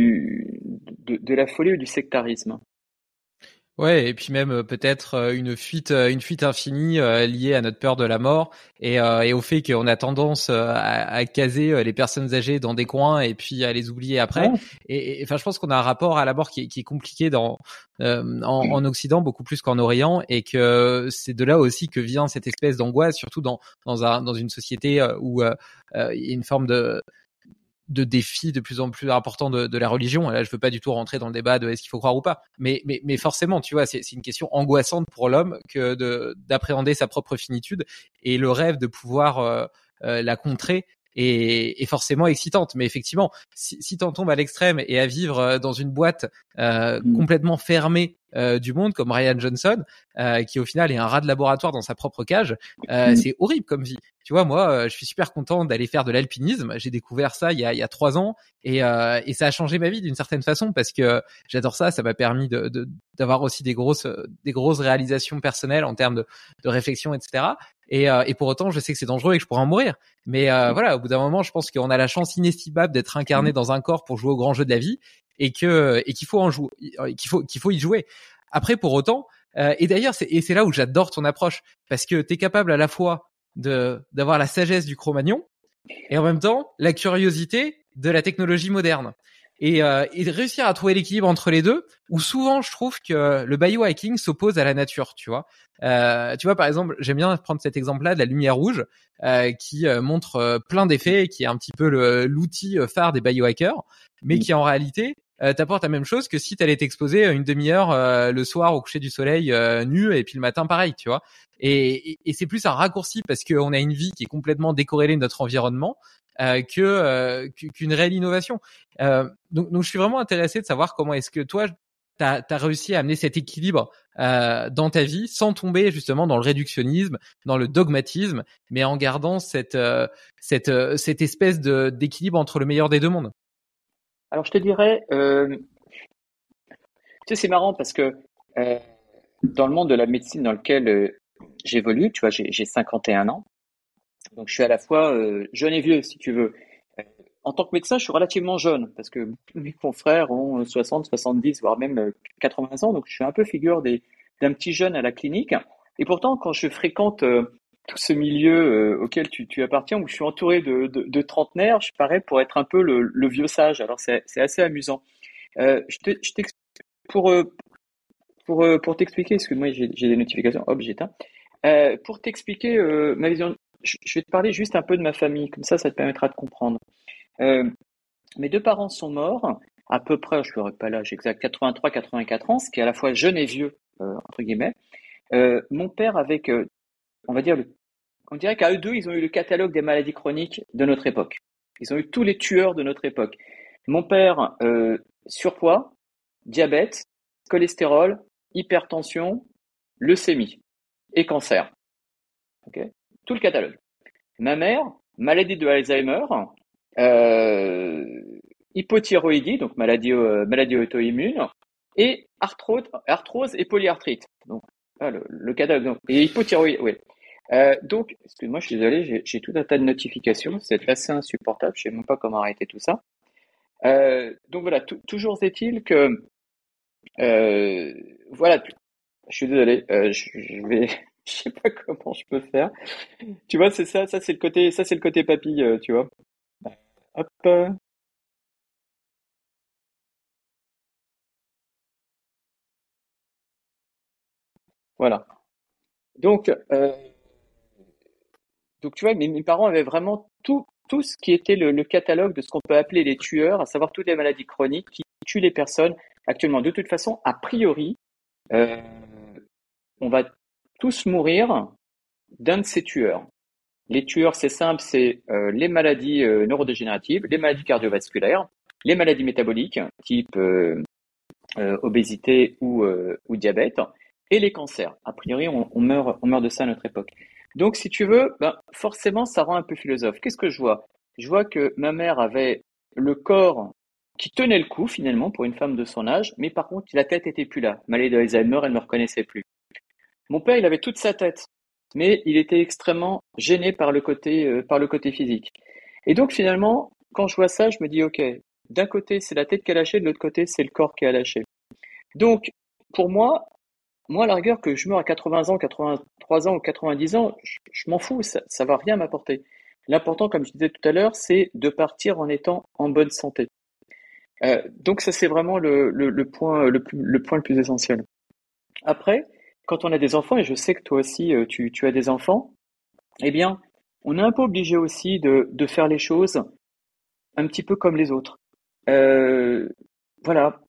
F: de la folie ou du sectarisme.
E: Ouais, et puis même peut-être une fuite infinie liée à notre peur de la mort et au fait qu'on a tendance à caser les personnes âgées dans des coins et puis à les oublier après.
F: Ouais.
E: Et enfin, je pense qu'on a un rapport à la mort qui est compliqué en Occident beaucoup plus qu'en Orient, et que c'est de là aussi que vient cette espèce d'angoisse, surtout dans une société où il y a une forme de défis de plus en plus importants de la religion. Et là, je veux pas du tout rentrer dans le débat de est-ce qu'il faut croire ou pas. Mais forcément, tu vois, c'est une question angoissante pour l'homme que d'appréhender sa propre finitude, et le rêve de pouvoir la contrer est forcément excitante. Mais effectivement, si t'en tombes à l'extrême et à vivre dans une boîte complètement fermée du monde comme Ryan Johnson, qui au final est un rat de laboratoire dans sa propre cage, c'est horrible comme vie. Tu vois, moi, je suis super content d'aller faire de l'alpinisme. J'ai découvert ça il y a 3 ans, et ça a changé ma vie d'une certaine façon, parce que j'adore ça. Ça m'a permis d'avoir aussi des grosses réalisations personnelles en termes de réflexion, etc. Et pour autant, je sais que c'est dangereux et que je pourrais en mourir. Mais voilà, au bout d'un moment, je pense qu'on a la chance inestimable d'être incarné dans un corps pour jouer au grand jeu de la vie, et qu'il faut en jouer, qu'il faut y jouer. Après, pour autant, et d'ailleurs, c'est là où j'adore ton approche, parce que t'es capable à la fois d'avoir la sagesse du Cro-Magnon et en même temps la curiosité de la technologie moderne, et de réussir à trouver l'équilibre entre les deux, où souvent je trouve que le biohacking s'oppose à la nature, tu vois. Tu vois, par exemple, j'aime bien prendre cet exemple-là de la lumière rouge, qui montre plein d'effets, et qui est un petit peu l'outil phare des biohackers, mais qui en réalité t'apporte la même chose que si t'allais t'exposer une demi-heure le soir au coucher du soleil nu, et puis le matin pareil, tu vois. Et c'est plus un raccourci parce qu'on a une vie qui est complètement décorrélée de notre environnement qu'une réelle innovation. Donc je suis vraiment intéressé de savoir comment est-ce que toi t'as réussi à amener cet équilibre dans ta vie sans tomber justement dans le réductionnisme, dans le dogmatisme, mais en gardant cette espèce d'équilibre entre le meilleur des deux mondes.
F: Alors je te dirais, tu sais, c'est marrant parce que euh, dans le monde de la médecine dans lequel j'évolue, tu vois, j'ai 51 ans, donc je suis à la fois jeune et vieux, si tu veux. Euh, En tant que médecin, je suis relativement jeune parce que mes confrères ont 60, 70, voire même 80 ans, donc je suis un peu figure d'un petit jeune à la clinique. Et pourtant, quand je fréquente tout ce milieu auquel tu appartiens, où je suis entouré de trentenaires, je parais pour être un peu le vieux sage. Alors c'est assez amusant. Je t'explique pour t'expliquer, parce que moi j'ai des notifications, hop, j'éteins. Pour t'expliquer ma vision, je vais te parler juste un peu de ma famille, comme ça te permettra de comprendre. Euh, Mes deux parents sont morts, à peu près, je ne ferai pas l'âge exact, 83-84 ans, ce qui est à la fois jeune et vieux, entre guillemets. Mon père avec, on va dire, on dirait qu'à eux deux, ils ont eu le catalogue des maladies chroniques de notre époque. Ils ont eu tous les tueurs de notre époque. Mon père, surpoids, diabète, cholestérol, hypertension, leucémie et cancer. Ok, tout le catalogue. Ma mère, maladie de Alzheimer, euh, hypothyroïdie, donc maladie auto-immune, et arthrose et polyarthrite. Donc, le catalogue. Donc, et hypothyroïdie, oui. Donc, excuse-moi, je suis désolé, j'ai tout un tas de notifications, c'est assez insupportable, je sais même pas comment arrêter tout ça. Donc voilà, toujours est-il que, voilà, je suis désolé, je vais, je sais pas comment je peux faire. Tu vois, c'est ça, ça c'est le côté papille, tu vois. Hop, voilà. Donc, donc tu vois, mes parents avaient vraiment tout. tout ce qui était le catalogue de ce qu'on peut appeler les tueurs, à savoir toutes les maladies chroniques qui tuent les personnes actuellement. De toute façon, a priori, on va tous mourir d'un de ces tueurs. Les tueurs, c'est simple, c'est les maladies neurodégénératives, les maladies cardiovasculaires, les maladies métaboliques, type obésité ou diabète, et les cancers. A priori, on meurt de ça à notre époque. Donc, si tu veux, forcément, ça rend un peu philosophe. Qu'est-ce que je vois? Je vois que ma mère avait le corps qui tenait le coup, finalement, pour une femme de son âge, mais par contre, la tête était plus là. Maladie d'Alzheimer, elle ne me reconnaissait plus. Mon père, il avait toute sa tête, mais il était extrêmement gêné par le côté physique. Et donc, finalement, quand je vois ça, je me dis, OK, d'un côté, c'est la tête qui a lâché, de l'autre côté, c'est le corps qui a lâché. Donc, pour moi, à la rigueur, que je meure à 80 ans, 83 ans ou 90 ans, je m'en fous, ça va rien m'apporter. L'important, comme je disais tout à l'heure, c'est de partir en étant en bonne santé. Donc ça, c'est vraiment le point le plus essentiel. Après, quand on a des enfants, et je sais que toi aussi, tu as des enfants, eh bien, on est un peu obligé aussi de faire les choses un petit peu comme les autres. Voilà.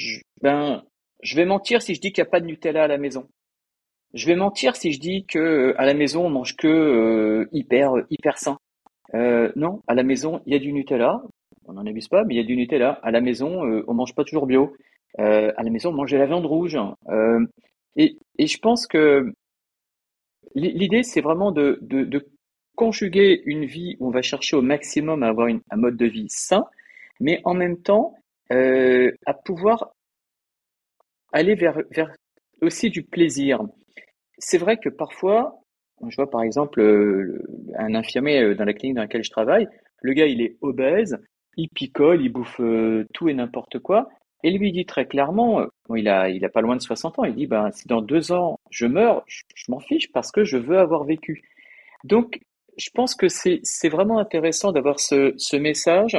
F: Je vais mentir si je dis qu'il n'y a pas de Nutella à la maison. Je vais mentir si je dis que à la maison on mange que hyper sain. Non, à la maison il y a du Nutella. On n'en abuse pas, mais il y a du Nutella. À la maison, on mange pas toujours bio. À la maison, on mange de la viande rouge. Et je pense que l'idée, c'est vraiment de conjuguer une vie où on va chercher au maximum à avoir un mode de vie sain, mais en même temps à pouvoir aller vers aussi du plaisir. C'est vrai que parfois, je vois par exemple un infirmier dans la clinique dans laquelle je travaille, le gars il est obèse, il picole, il bouffe tout et n'importe quoi, et lui il dit très clairement, il a pas loin de 60 ans, il dit si dans 2 ans je meurs, je m'en fiche parce que je veux avoir vécu. Donc je pense que c'est vraiment intéressant d'avoir ce message,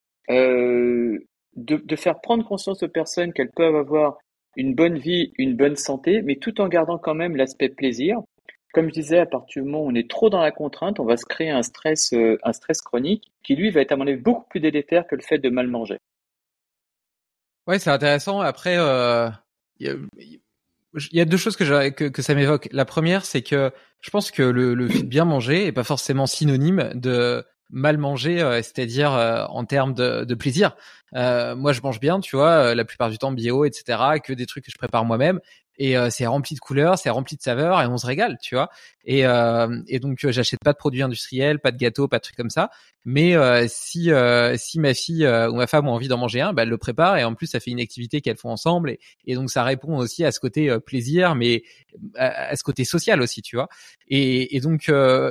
F: de faire prendre conscience aux personnes qu'elles peuvent avoir une bonne vie, une bonne santé, mais tout en gardant quand même l'aspect plaisir. Comme je disais, à partir du moment où on est trop dans la contrainte, on va se créer un stress chronique qui, lui, va être à mon avis beaucoup plus délétère que le fait de mal manger.
E: Ouais, c'est intéressant. Après, il y a deux choses que ça m'évoque. La première, c'est que je pense que le fait de bien manger est pas forcément synonyme de mal manger, c'est-à-dire en termes de plaisir. Moi, je mange bien, tu vois, la plupart du temps bio, etc., que des trucs que je prépare moi-même. Et c'est rempli de couleurs, c'est rempli de saveurs et on se régale, tu vois. Et donc j'achète pas de produits industriels, pas de gâteaux, pas de trucs comme ça. Mais si ma fille ou ma femme ont envie d'en manger un, elle le prépare et en plus ça fait une activité qu'elles font ensemble et donc ça répond aussi à ce côté plaisir, mais à ce côté social aussi, tu vois. Et donc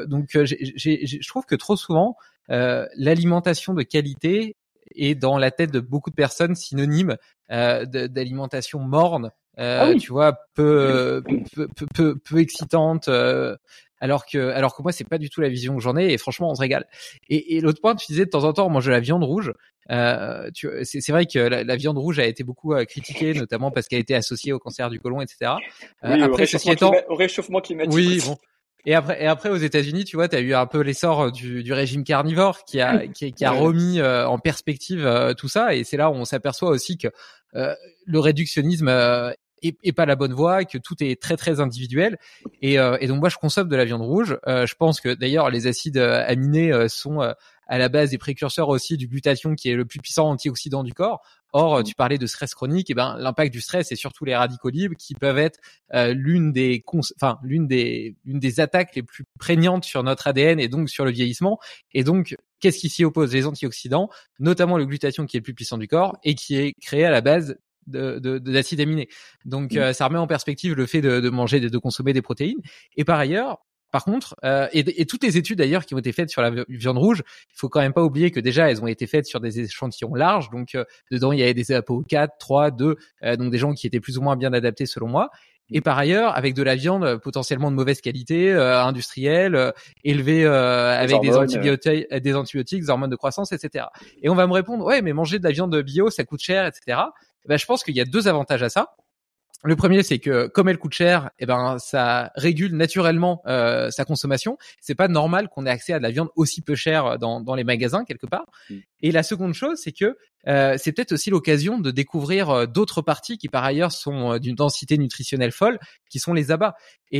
E: je trouve que trop souvent l'alimentation de qualité est dans la tête de beaucoup de personnes synonyme d'alimentation morne.
F: Oui.
E: Tu vois, peu excitante, alors que moi c'est pas du tout la vision que j'en ai et franchement on se régale. Et l'autre point, tu disais de temps en temps on mange de la viande rouge. C'est vrai que la viande rouge a été beaucoup critiquée, notamment parce qu'elle a été associée au cancer du côlon, etc.
F: Oui,
E: après ceci étant,
F: au réchauffement climatique.
E: oui,
F: aussi.
E: bon. Et après aux États-Unis, tu vois, t'as eu un peu l'essor du régime carnivore qui a remis en perspective tout ça, et c'est là où on s'aperçoit aussi que le réductionnisme est pas la bonne voie, que tout est très très individuel, et donc moi je consomme de la viande rouge. Je pense que d'ailleurs les acides aminés sont à la base des précurseurs aussi du glutathion, qui est le plus puissant antioxydant du corps. Or, tu parlais de stress chronique, et l'impact du stress, c'est surtout les radicaux libres qui peuvent être l'une des attaques les plus prégnantes sur notre ADN et donc sur le vieillissement. Et donc, qu'est-ce qui s'y oppose? Les antioxydants, notamment le glutathion qui est le plus puissant du corps et qui est créé à la base d'acides aminés. Donc, ça remet en perspective le fait de manger, de consommer des protéines. Et par ailleurs, par contre, et toutes les études d'ailleurs qui ont été faites sur la viande rouge, il faut quand même pas oublier que déjà elles ont été faites sur des échantillons larges, donc dedans il y avait des APO 4, 3, 2, donc des gens qui étaient plus ou moins bien adaptés selon moi. Et par ailleurs, avec de la viande potentiellement de mauvaise qualité, industrielle, élevée avec des antibiotiques, des hormones de croissance, etc. Et on va me répondre, ouais, mais manger de la viande bio, ça coûte cher, etc. Je pense qu'il y a deux avantages à ça. Le premier, c'est que comme elle coûte cher, eh ben ça régule naturellement sa consommation. C'est pas normal qu'on ait accès à de la viande aussi peu chère dans les magasins quelque part. Et la seconde chose, c'est que c'est peut-être aussi l'occasion de découvrir d'autres parties qui par ailleurs sont d'une densité nutritionnelle folle, qui sont les abats.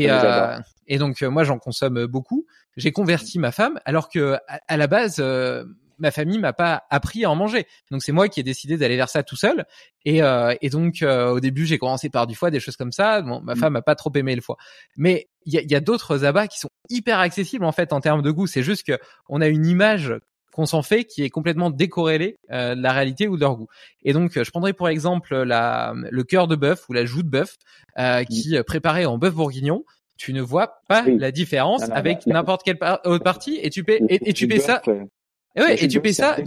E: Et donc moi j'en consomme beaucoup. J'ai converti ma femme, alors que à la base ma famille m'a pas appris à en manger. Donc c'est moi qui ai décidé d'aller vers ça tout seul. Et donc au début j'ai commencé par du foie, des choses comme ça. Bon, ma femme a pas trop aimé le foie. Mais il y a d'autres abats qui sont hyper accessibles en fait en termes de goût. C'est juste que on a une image qu'on s'en fait qui est complètement décorrélée de la réalité ou de leur goût. Et donc je prendrais pour exemple le cœur de bœuf ou la joue de bœuf qui préparé en bœuf bourguignon. Tu ne vois pas la différence avec n'importe quelle autre partie et tu paies ça. Et ouais, et tu payes ça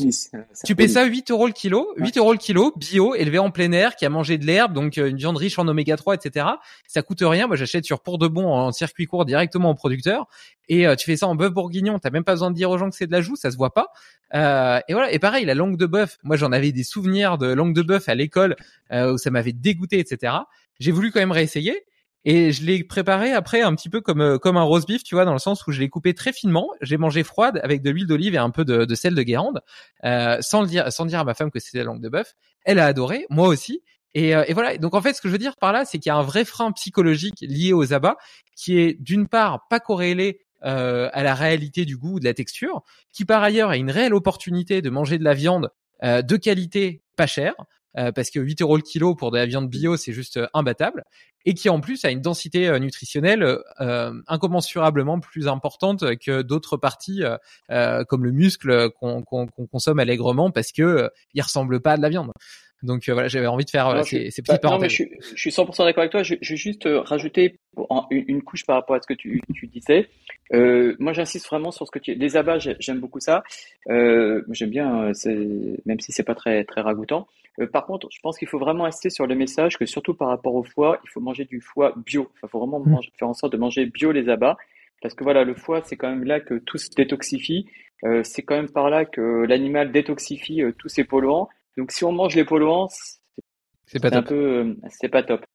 E: 8 € le kilo, 8 € le kilo, bio, élevé en plein air, qui a mangé de l'herbe, donc une viande riche en oméga 3, etc. Ça coûte rien. Moi, j'achète sur Pour de Bon en circuit court directement au producteur. Et tu fais ça en bœuf bourguignon. T'as même pas besoin de dire aux gens que c'est de la joue, ça se voit pas. Et voilà. Et pareil, la langue de bœuf. Moi, j'en avais des souvenirs de langue de bœuf à l'école où ça m'avait dégoûté, etc. J'ai voulu quand même réessayer. Et je l'ai préparé après un petit peu comme un roast beef, tu vois, dans le sens où je l'ai coupé très finement. J'ai mangé froide avec de l'huile d'olive et un peu de sel de Guérande, sans dire à ma femme que c'était la langue de bœuf. Elle a adoré, moi aussi. Et voilà. Donc en fait, ce que je veux dire par là, c'est qu'il y a un vrai frein psychologique lié aux abats, qui est d'une part pas corrélé à la réalité du goût ou de la texture, qui par ailleurs a une réelle opportunité de manger de la viande de qualité pas chère. Parce que 8 € le kilo pour de la viande bio, c'est juste imbattable, et qui en plus a une densité nutritionnelle incommensurablement plus importante que d'autres parties comme le muscle qu'on consomme allègrement parce que il ressemble pas à de la viande. Donc voilà, j'avais envie de faire ces petites parenthèses.
F: Non, mais je suis 100% d'accord avec toi. Je vais juste rajouter une couche par rapport à ce que tu disais. Moi, j'insiste vraiment sur ce que les abats. J'aime beaucoup ça. J'aime bien, même si c'est pas très très ragoûtant. Par contre, je pense qu'il faut vraiment insister sur le message que surtout par rapport au foie, il faut manger du foie bio. Enfin, faut vraiment faire en sorte de manger bio les abats, parce que voilà, le foie, c'est quand même là que tout se détoxifie. C'est quand même par là que l'animal détoxifie tous ses polluants. Donc, si on mange les polluants,
E: c'est pas top.
F: C'est pas top.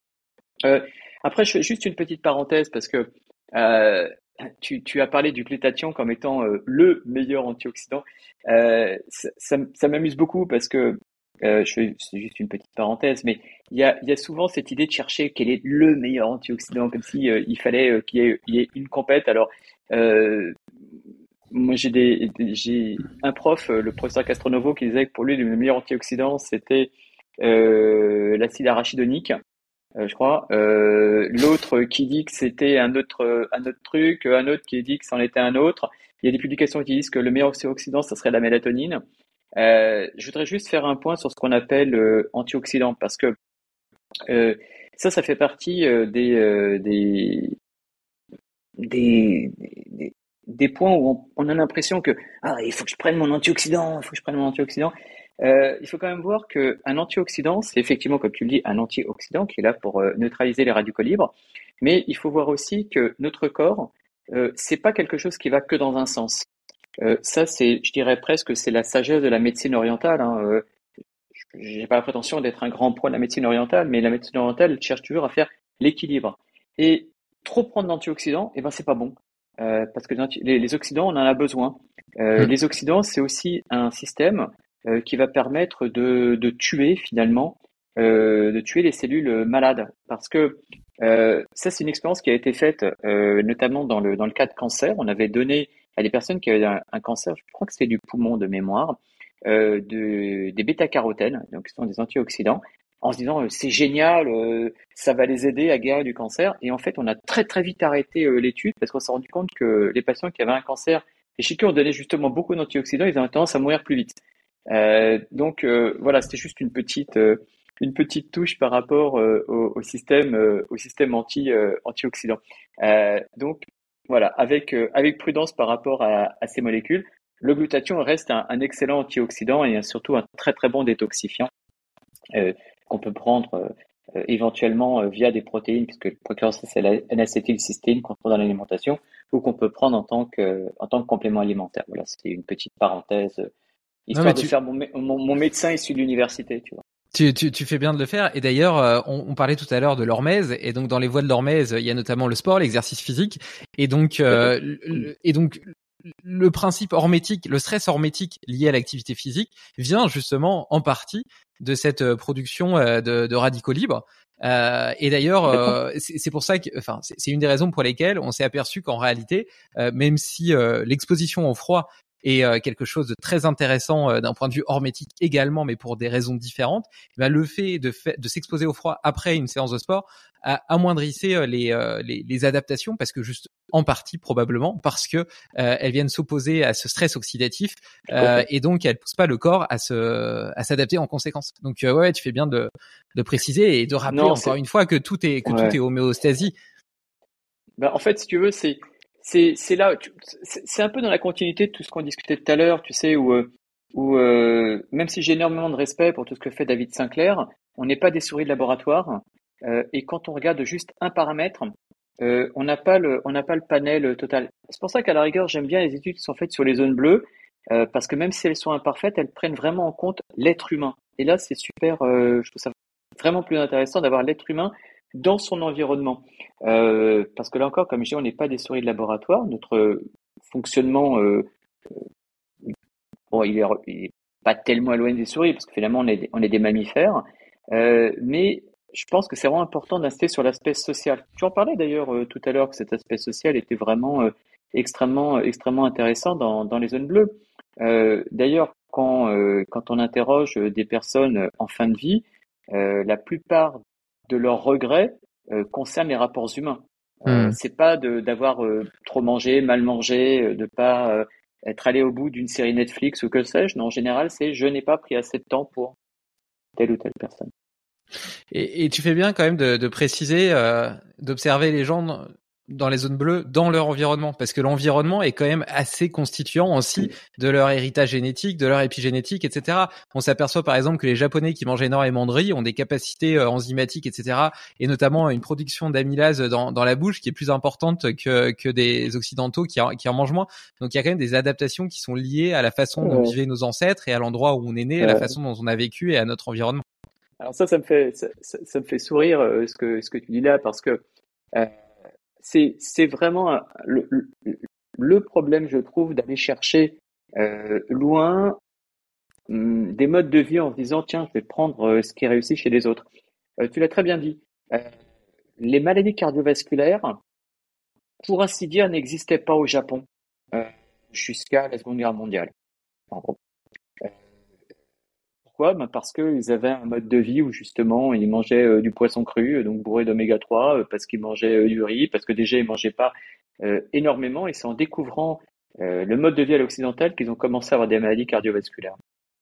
F: Après, je fais juste une petite parenthèse parce que tu as parlé du glutathion comme étant le meilleur antioxydant. Ça m'amuse beaucoup parce que c'est juste une petite parenthèse, mais il y a souvent cette idée de chercher quel est le meilleur antioxydant, comme si il fallait qu'il y ait une compète. Alors, moi j'ai un prof, le professeur Castronovo, qui disait que pour lui le meilleur antioxydant c'était l'acide arachidonique, je crois. L'autre qui dit que c'était un autre truc, un autre qui dit que c'en était un autre. Il y a des publications qui disent que le meilleur antioxydant, ça serait la mélatonine. Je voudrais juste faire un point sur ce qu'on appelle antioxydant, parce que ça fait partie des points où on a l'impression que il faut que je prenne mon antioxydant, il faut quand même voir que un antioxydant, c'est effectivement, comme tu le dis, un antioxydant qui est là pour neutraliser les radicaux libres, mais il faut voir aussi que notre corps, c'est pas quelque chose qui va que dans un sens. Ça, je dirais presque, c'est la sagesse de la médecine orientale. J'ai pas la prétention d'être un grand pro de la médecine orientale, mais la médecine orientale cherche toujours à faire l'équilibre. Et trop prendre d'antioxydants, c'est pas bon. Parce que les oxydants, on en a besoin. Les oxydants, c'est aussi un système qui va permettre de tuer finalement, de tuer les cellules malades. Parce que ça, c'est une expérience qui a été faite notamment dans le cas de cancer. On avait donné à des personnes qui avaient un cancer, je crois que c'était du poumon de mémoire, des bêta-carotènes, donc qui sont des antioxydants, en se disant c'est génial, ça va les aider à guérir du cancer. Et en fait, on a très très vite arrêté l'étude parce qu'on s'est rendu compte que les patients qui avaient un cancer et chez qui on donnait justement beaucoup d'antioxydants, ils avaient tendance à mourir plus vite. Donc voilà, c'était juste une petite touche par rapport au système antioxydant. Donc voilà, avec prudence par rapport à ces molécules. Le glutathion reste un excellent antioxydant et surtout un très très bon détoxifiant qu'on peut prendre éventuellement via des protéines, puisque le précurseur c'est la N-acétylcystéine qu'on trouve dans l'alimentation, ou qu'on peut prendre en tant que complément alimentaire. Voilà, c'est une petite parenthèse histoire de faire mon médecin issu de l'université, tu vois.
E: Tu fais bien de le faire. Et d'ailleurs, on parlait tout à l'heure de l'hormèse. Et donc, dans les voies de l'hormèse, il y a notamment le sport, l'exercice physique. Et donc, le principe hormétique, le stress hormétique lié à l'activité physique vient justement en partie de cette production de radicaux libres. Et d'ailleurs, c'est pour ça que, enfin, c'est une des raisons pour lesquelles on s'est aperçu qu'en réalité, même si l'exposition au froid est quelque chose de très intéressant d'un point de vue hormétique également, mais pour des raisons différentes, le fait de s'exposer au froid après une séance de sport amoindrissait les adaptations, parce que juste en partie probablement parce que elles viennent s'opposer à ce stress oxydatif et donc elles poussent pas le corps à s'adapter en conséquence. Donc ouais, tu fais bien de préciser et de rappeler encore une fois que tout est homéostasie.
F: Ben, en fait, si tu veux, c'est là, c'est un peu dans la continuité de tout ce qu'on discutait tout à l'heure, tu sais, où même si j'ai énormément de respect pour tout ce que fait David Sinclair, on n'est pas des souris de laboratoire, et quand on regarde juste un paramètre, on n'a pas le panel total. C'est pour ça qu'à la rigueur, j'aime bien les études qui sont faites sur les zones bleues, parce que même si elles sont imparfaites, elles prennent vraiment en compte l'être humain. Et là, c'est super, je trouve ça vraiment plus intéressant d'avoir l'être humain dans son environnement. Parce que là encore, comme je dis, on n'est pas des souris de laboratoire. Notre fonctionnement, bon, il est pas tellement éloigné des souris, parce que finalement, on est des mammifères. Mais je pense que c'est vraiment important d'insister sur l'aspect social. Tu en parlais d'ailleurs tout à l'heure, que cet aspect social était vraiment extrêmement intéressant dans les zones bleues. D'ailleurs, quand on interroge des personnes en fin de vie, la plupart de leurs regrets concernent les rapports humains. C'est pas d'avoir trop mangé, mal mangé, de pas être allé au bout d'une série Netflix ou que sais-je. Non, en général, c'est je n'ai pas pris assez de temps pour telle ou telle personne.
E: Et tu fais bien quand même de préciser, d'observer les gens dans les zones bleues, dans leur environnement, parce que l'environnement est quand même assez constituant aussi de leur héritage génétique, de leur épigénétique, etc. On s'aperçoit par exemple que les Japonais qui mangent énormément de riz ont des capacités enzymatiques, etc., et notamment une production d'amylase dans la bouche qui est plus importante que des Occidentaux qui en mangent moins. Donc il y a quand même des adaptations qui sont liées à la façon dont vivaient nos ancêtres et à l'endroit où on est né, à la façon dont on a vécu et à notre environnement.
F: Alors ça me fait sourire ce que tu dis là, parce que c'est vraiment le problème, je trouve, d'aller chercher loin des modes de vie en se disant tiens, je vais prendre ce qui réussit chez les autres. Tu l'as très bien dit. Les maladies cardiovasculaires, pour ainsi dire, n'existaient pas au Japon jusqu'à la Seconde Guerre mondiale. En gros. Pourquoi? Parce qu'ils avaient un mode de vie où justement ils mangeaient du poisson cru, donc bourré d'oméga 3, parce qu'ils mangeaient du riz, parce que déjà ils mangeaient pas énormément, et c'est en découvrant le mode de vie à l'occidental qu'ils ont commencé à avoir des maladies cardiovasculaires.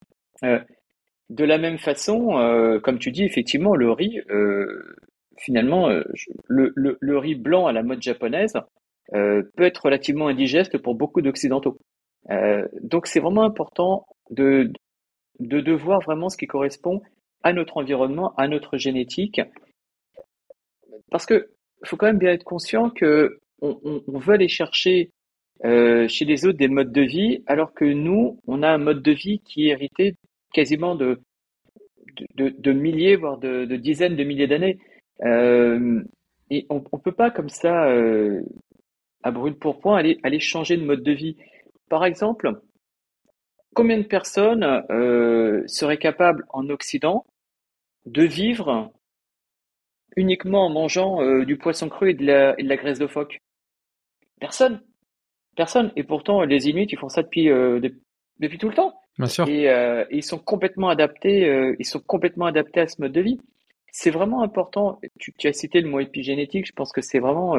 F: De la même façon, comme tu dis, effectivement, le riz, finalement, le riz blanc à la mode japonaise peut être relativement indigeste pour beaucoup d'occidentaux. Donc c'est vraiment important de voir vraiment ce qui correspond à notre environnement, à notre génétique. Parce que faut quand même bien être conscient que on veut aller chercher chez les autres des modes de vie, alors que nous, on a un mode de vie qui est hérité quasiment de milliers, voire de dizaines de milliers d'années. Et on peut pas comme ça, à brûle-pourpoint, aller changer de mode de vie. Par exemple, combien de personnes seraient capables en Occident de vivre uniquement en mangeant du poisson cru et de la graisse de phoque? Personne. Personne. Et pourtant, les Inuits, ils font ça depuis tout le temps.
E: Bien sûr.
F: Et ils sont complètement adaptés. Ils sont complètement adaptés à ce mode de vie. C'est vraiment important. Tu as cité le mot épigénétique. Je pense que c'est vraiment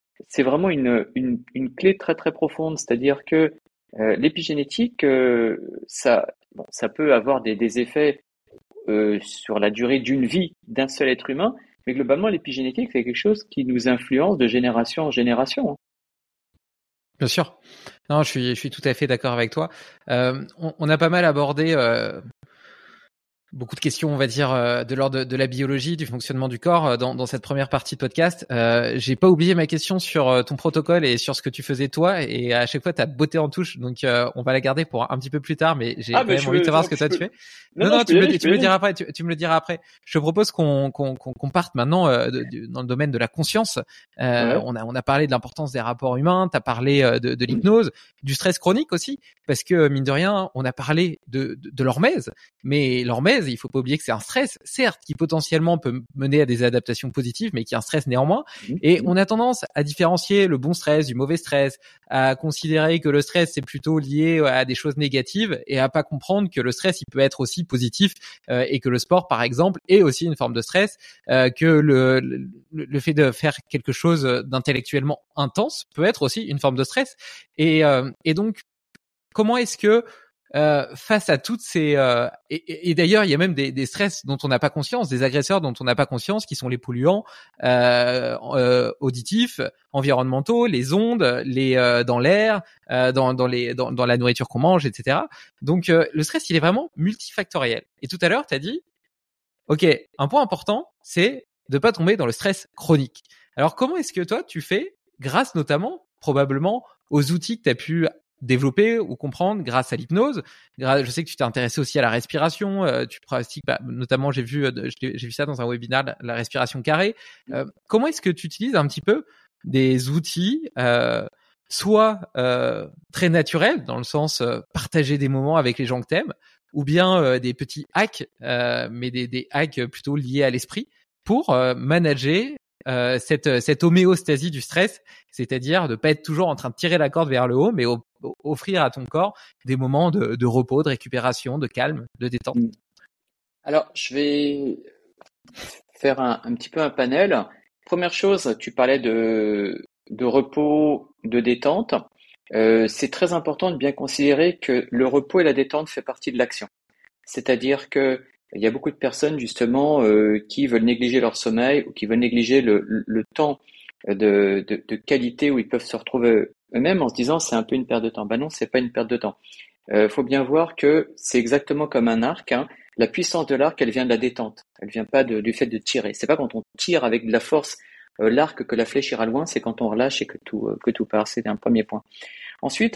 F: une clé très très profonde. C'est-à-dire que l'épigénétique, ça peut avoir des effets sur la durée d'une vie d'un seul être humain, mais globalement, l'épigénétique, c'est quelque chose qui nous influence de génération en génération.
E: Bien sûr. Non, je suis tout à fait d'accord avec toi. On a pas mal abordé Beaucoup de questions, on va dire, de l'ordre de la biologie, du fonctionnement du corps dans cette première partie de podcast. J'ai pas oublié ma question sur ton protocole et sur ce que tu faisais toi. Et à chaque fois, t'as botté en touche. Donc, on va la garder pour un petit peu plus tard. Mais j'ai quand même envie de savoir ce que toi tu fais. Non, tu me le diras après. Tu me le diras après. Je te propose qu'on parte maintenant dans le domaine de la conscience.
F: Ouais.
E: On a parlé de l'importance des rapports humains. T'as parlé de l'hypnose, du stress chronique aussi, parce que mine de rien, on a parlé de l'hormèse. Mais l'hormèse, il faut pas oublier que c'est un stress, certes, qui potentiellement peut mener à des adaptations positives, mais qui est un stress néanmoins. Et on a tendance à différencier le bon stress du mauvais stress, à considérer que le stress c'est plutôt lié à des choses négatives et à pas comprendre que le stress il peut être aussi positif et que le sport par exemple est aussi une forme de stress, que le fait de faire quelque chose d'intellectuellement intense peut être aussi une forme de stress. Et donc comment est-ce que face à toutes ces et d'ailleurs il y a même des stress dont on n'a pas conscience, des agresseurs dont on n'a pas conscience, qui sont les polluants auditifs, environnementaux, les ondes, les dans l'air, dans la nourriture qu'on mange, etc. Donc le stress il est vraiment multifactoriel. Et tout à l'heure tu as dit ok, un point important c'est de pas tomber dans le stress chronique. Alors comment est-ce que toi tu fais, grâce notamment probablement aux outils que tu as pu développer ou comprendre grâce à l'hypnose. Je sais que tu t'es intéressé aussi à la respiration, tu pratiques notamment j'ai vu ça dans un webinaire, la respiration carrée. Comment est-ce que tu utilises un petit peu des outils soit très naturels dans le sens partager des moments avec les gens que t'aimes, ou bien des petits hacks, mais des hacks plutôt liés à l'esprit pour manager cette homéostasie du stress, c'est-à-dire de pas être toujours en train de tirer la corde vers le haut, mais offrir à ton corps des moments de repos, de récupération, de calme, de détente.
F: Alors, je vais faire un petit peu un panel. Première chose, tu parlais de repos, de détente. C'est très important de bien considérer que le repos et la détente fait partie de l'action. C'est-à-dire que il y a beaucoup de personnes justement qui veulent négliger leur sommeil ou qui veulent négliger le temps de qualité où ils peuvent se retrouver eux-mêmes en se disant c'est un peu une perte de temps. Ben non, c'est pas une perte de temps. Faut bien voir que c'est exactement comme un arc, hein. La puissance de l'arc, elle vient de la détente. Elle vient pas du fait de tirer. C'est pas quand on tire avec de la force l'arc que la flèche ira loin, c'est quand on relâche et que tout part. C'est un premier point. Ensuite,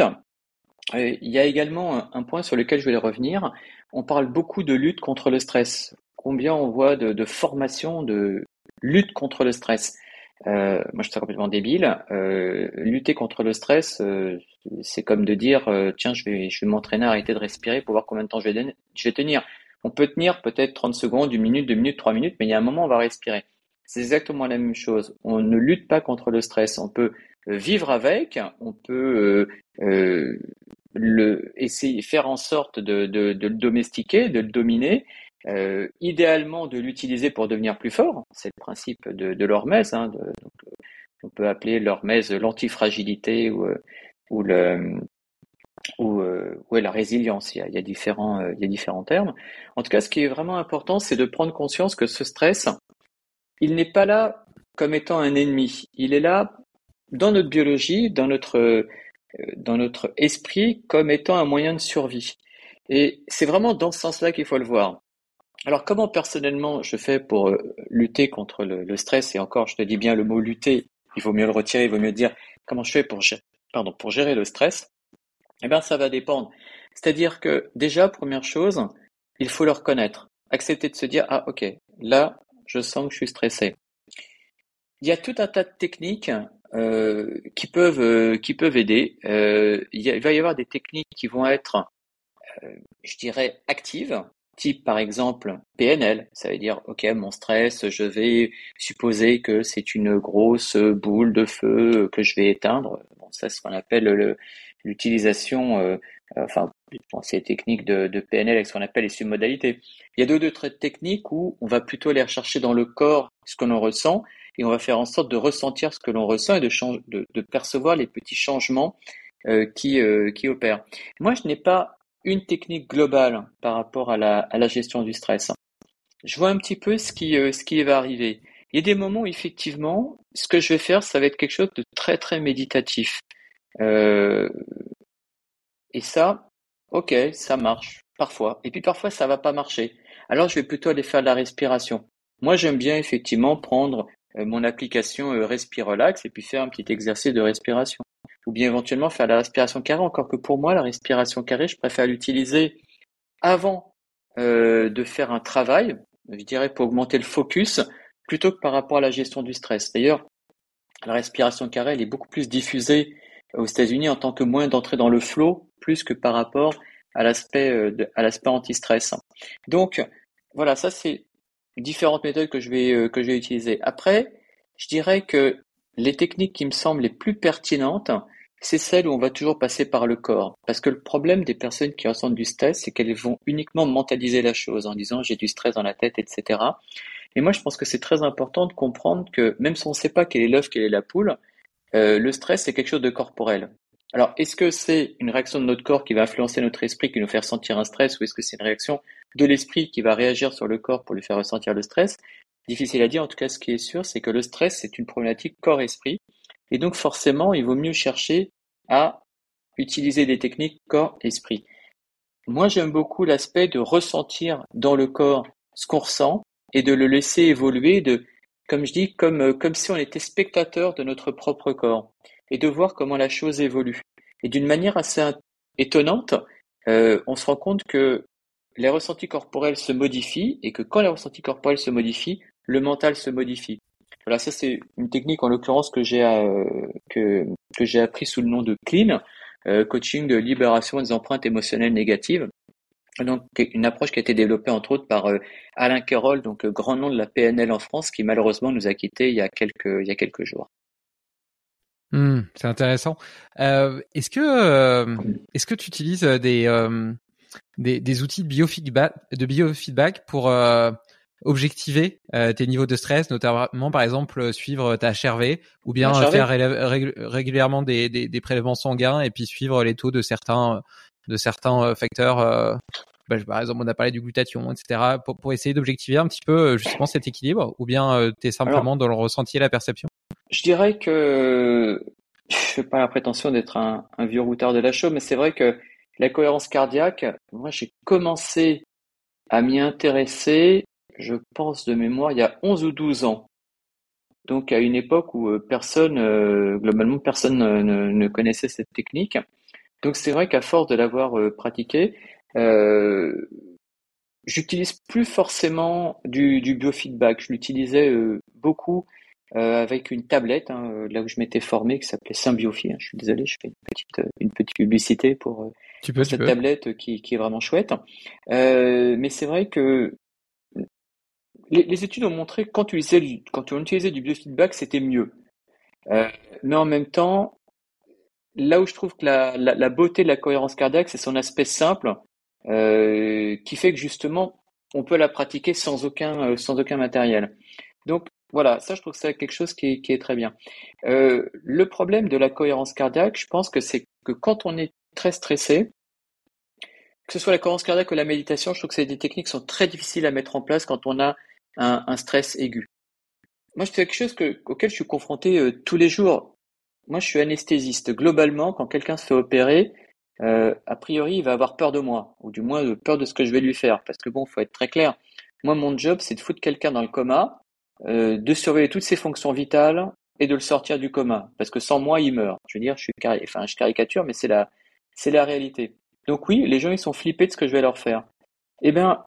F: il y a également un point sur lequel je voulais revenir. On parle beaucoup de lutte contre le stress. Combien on voit de formations de lutte contre le stress. Moi, je trouve ça complètement débile. Lutter contre le stress, c'est comme de dire, tiens, je vais m'entraîner à arrêter de respirer pour voir combien de temps je vais tenir. On peut tenir peut-être 30 secondes, 1 minute, 2 minutes, 3 minutes, mais il y a un moment, on va respirer. C'est exactement la même chose. On ne lutte pas contre le stress. On peut vivre avec, on peut essayer, faire en sorte de le domestiquer, de le dominer, idéalement de l'utiliser pour devenir plus fort. C'est le principe de l'hormèse, hein, on peut appeler l'hormèse l'antifragilité ou la résilience. Il y a différents termes. En tout cas, ce qui est vraiment important, c'est de prendre conscience que ce stress, il n'est pas là comme étant un ennemi. Il est là dans notre biologie, dans notre esprit, comme étant un moyen de survie. Et c'est vraiment dans ce sens-là qu'il faut le voir. Alors, comment personnellement je fais pour lutter contre le stress? Et encore, je te dis bien le mot lutter, il vaut mieux le retirer, il vaut mieux dire comment je fais pour gérer le stress. Eh bien, ça va dépendre. C'est-à-dire que déjà, première chose, il faut le reconnaître. Accepter de se dire, ah ok, là, je sens que je suis stressé. Il y a tout un tas de techniques qui peuvent aider. Il va y avoir des techniques qui vont être, je dirais, actives, type par exemple PNL. Ça veut dire, ok, mon stress, je vais supposer que c'est une grosse boule de feu que je vais éteindre. Bon, ça, c'est ce qu'on appelle l'utilisation, ces techniques de PNL avec ce qu'on appelle les submodalités. Il y a d'autres techniques où on va plutôt aller rechercher dans le corps ce que l'on ressent et on va faire en sorte de ressentir ce que l'on ressent et de percevoir les petits changements qui opèrent. Moi, je n'ai pas une technique globale par rapport à la gestion du stress. Je vois un petit peu ce qui va arriver. Il y a des moments où effectivement, ce que je vais faire, ça va être quelque chose de très très méditatif. Et ça, ok, ça marche parfois. Et puis parfois, ça va pas marcher. alors je vais plutôt aller faire de la respiration. Moi, j'aime bien effectivement prendre mon application Respirelax et puis faire un petit exercice de respiration. Ou bien éventuellement faire la respiration carrée, encore que pour moi, la respiration carrée, je préfère l'utiliser avant de faire un travail, je dirais pour augmenter le focus, plutôt que par rapport à la gestion du stress. D'ailleurs, la respiration carrée, elle est beaucoup plus diffusée aux États-Unis en tant que moyen d'entrer dans le flow, plus que par rapport à l'aspect anti-stress. Donc, voilà, ça c'est différentes méthodes que je vais utiliser. Après, je dirais que les techniques qui me semblent les plus pertinentes, c'est celles où on va toujours passer par le corps. Parce que le problème des personnes qui ressentent du stress, c'est qu'elles vont uniquement mentaliser la chose en disant j'ai du stress dans la tête, etc. Et moi, je pense que c'est très important de comprendre que même si on ne sait pas quel est l'œuf, quelle est la poule, le stress, c'est quelque chose de corporel. Alors, est-ce que c'est une réaction de notre corps qui va influencer notre esprit, qui nous fait ressentir un stress, ou est-ce que c'est une réaction de l'esprit qui va réagir sur le corps pour lui faire ressentir le stress? Difficile à dire. En tout cas, ce qui est sûr, c'est que le stress, c'est une problématique corps-esprit. Et donc, forcément, il vaut mieux chercher à utiliser des techniques corps-esprit. Moi, j'aime beaucoup l'aspect de ressentir dans le corps ce qu'on ressent et de le laisser évoluer, comme je dis, comme si on était spectateur de notre propre corps et de voir comment la chose évolue. Et d'une manière assez étonnante, on se rend compte que les ressentis corporels se modifient et que quand les ressentis corporels se modifient, le mental se modifie. Voilà, ça c'est une technique en l'occurrence que j'ai appris sous le nom de CLEAN, coaching de libération des empreintes émotionnelles négatives. Donc une approche qui a été développée entre autres par Alain Carroll, donc grand nom de la PNL en France, qui malheureusement nous a quittés il y a quelques jours.
E: C'est intéressant. Est-ce que tu utilises des outils de biofeedback pour objectiver tes niveaux de stress, notamment par exemple suivre ta HRV ou bien faire régulièrement des prélèvements sanguins et puis suivre les taux de certains facteurs. Par exemple, on a parlé du glutathion, etc. pour essayer d'objectiver un petit peu justement cet équilibre, ou bien t'es simplement dans le ressenti et la perception?
F: Je dirais que je n'ai pas la prétention d'être un vieux routard de la show, mais c'est vrai que la cohérence cardiaque, moi j'ai commencé à m'y intéresser, je pense de mémoire, il y a 11 ou 12 ans. Donc à une époque où globalement personne ne connaissait cette technique. Donc c'est vrai qu'à force de l'avoir pratiqué, j'utilise plus forcément du biofeedback. Je l'utilisais beaucoup avec une tablette, là où je m'étais formé, qui s'appelait Symbiofi. Je suis désolé, je fais une petite publicité pour cette tablette qui est vraiment chouette. Mais c'est vrai que les études ont montré que quand on utilisait du biofeedback, c'était mieux. Mais en même temps, là où je trouve que la beauté de la cohérence cardiaque, c'est son aspect simple, qui fait que justement, on peut la pratiquer sans aucun matériel. Donc voilà, ça je trouve que c'est quelque chose qui est très bien. Le problème de la cohérence cardiaque, je pense que c'est que quand on est très stressé, que ce soit la cohérence cardiaque ou la méditation, je trouve que c'est des techniques qui sont très difficiles à mettre en place quand on a un stress aigu. Moi, c'est quelque chose auquel je suis confronté tous les jours. Moi, je suis anesthésiste. Globalement, quand quelqu'un se fait opérer, a priori, il va avoir peur de moi, ou du moins peur de ce que je vais lui faire. Parce que bon, faut être très clair. Moi, mon job, c'est de foutre quelqu'un dans le coma, de surveiller toutes ses fonctions vitales et de le sortir du coma. Parce que sans moi, il meurt. Je veux dire, je caricature, mais c'est la réalité. Donc oui, les gens, ils sont flippés de ce que je vais leur faire. Eh bien,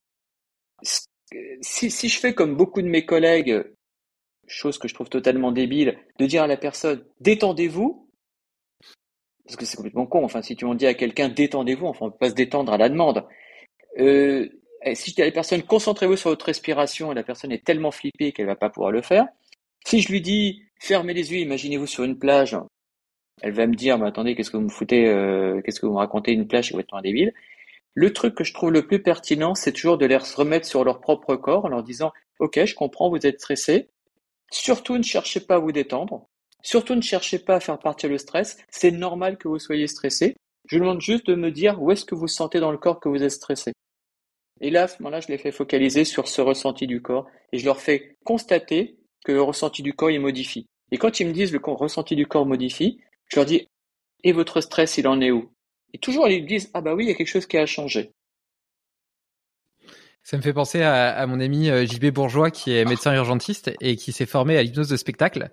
F: si je fais comme beaucoup de mes collègues, chose que je trouve totalement débile, de dire à la personne « détendez-vous », parce que c'est complètement con, enfin si tu en dis à quelqu'un « détendez-vous », enfin on peut pas se détendre à la demande. Si je dis à la personne « concentrez-vous sur votre respiration », et la personne est tellement flippée qu'elle va pas pouvoir le faire. Si je lui dis « fermez les yeux, imaginez-vous sur une plage », elle va me dire « mais attendez, qu'est-ce que vous me foutez, qu'est-ce que vous me racontez, une plage, c'est complètement débile ». Le truc que je trouve le plus pertinent, c'est toujours de les remettre sur leur propre corps en leur disant « ok, je comprends, vous êtes stressé ». Surtout ne cherchez pas à vous détendre, surtout ne cherchez pas à faire partir le stress, c'est normal que vous soyez stressé. Je vous demande juste de me dire où est-ce que vous sentez dans le corps que vous êtes stressé. Et là, à ce moment-là, je les fais focaliser sur ce ressenti du corps et je leur fais constater que le ressenti du corps, il modifie. Et quand ils me disent le ressenti du corps modifie, je leur dis « et votre stress, il en est où ?» Et toujours, ils me disent « ah bah oui, il y a quelque chose qui a changé ».
E: Ça me fait penser à mon ami JB Bourgeois qui est médecin urgentiste et qui s'est formé à l'hypnose de spectacle.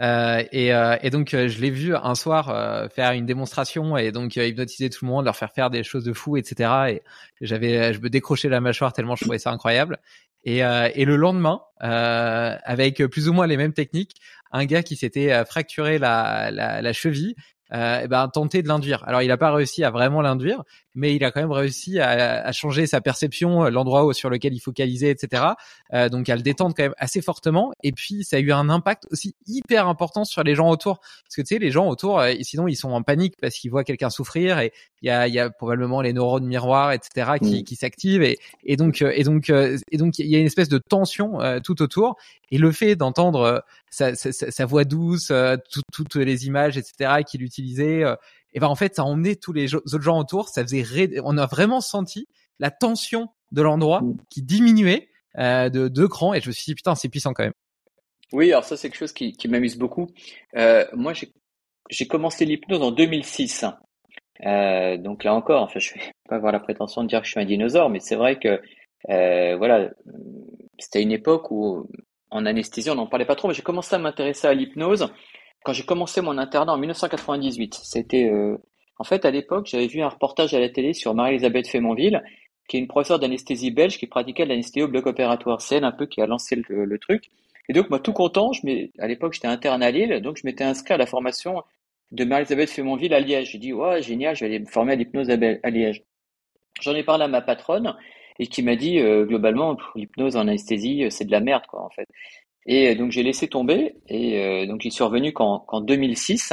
E: Et donc je l'ai vu un soir faire une démonstration et donc hypnotiser tout le monde, leur faire des choses de fou, etc. Et je me décrochais la mâchoire tellement je trouvais ça incroyable. Et le lendemain, avec plus ou moins les mêmes techniques, un gars qui s'était fracturé la cheville. Tenter de l'induire. Alors il n'a pas réussi à vraiment l'induire, mais il a quand même réussi à changer sa perception, l'endroit sur lequel il focalisait, etc. Donc à le détendre quand même assez fortement. Et puis ça a eu un impact aussi hyper important sur les gens autour, parce que tu sais, les gens autour, sinon ils sont en panique parce qu'ils voient quelqu'un souffrir et il y a probablement les neurones miroirs, etc. qui s'activent et donc il y a une espèce de tension tout autour. Et le fait d'entendre sa voix douce, toutes les images, etc. qu'il utilisait, et en fait, ça a emmené tous les autres gens autour. Ça faisait, on a vraiment senti la tension de l'endroit qui diminuait de 2 crans. Et je me suis dit putain, c'est puissant quand même.
F: Oui, alors ça c'est quelque chose qui m'amuse beaucoup. Moi, j'ai commencé l'hypnose en 2006. Donc là encore, enfin, je vais pas avoir la prétention de dire que je suis un dinosaure, mais c'est vrai que voilà, c'était une époque où en anesthésie, on n'en parlait pas trop, mais j'ai commencé à m'intéresser à l'hypnose quand j'ai commencé mon internat en 1998. C'était, en fait, à l'époque, j'avais vu un reportage à la télé sur Marie-Elisabeth Fémonville, qui est une professeure d'anesthésie belge qui pratiquait l'anesthésie au bloc opératoire. C'est elle un peu qui a lancé le truc. Et donc, moi, tout content, à l'époque, j'étais interne à Lille, donc je m'étais inscrit à la formation de Marie-Elisabeth Fémonville à Liège. J'ai dit, ouais, génial, je vais aller me former à l'hypnose à Liège. J'en ai parlé à ma patronne et qui m'a dit globalement l'hypnose en anesthésie c'est de la merde quoi en fait. Et donc j'ai laissé tomber et donc j'y suis revenu qu'en 2006.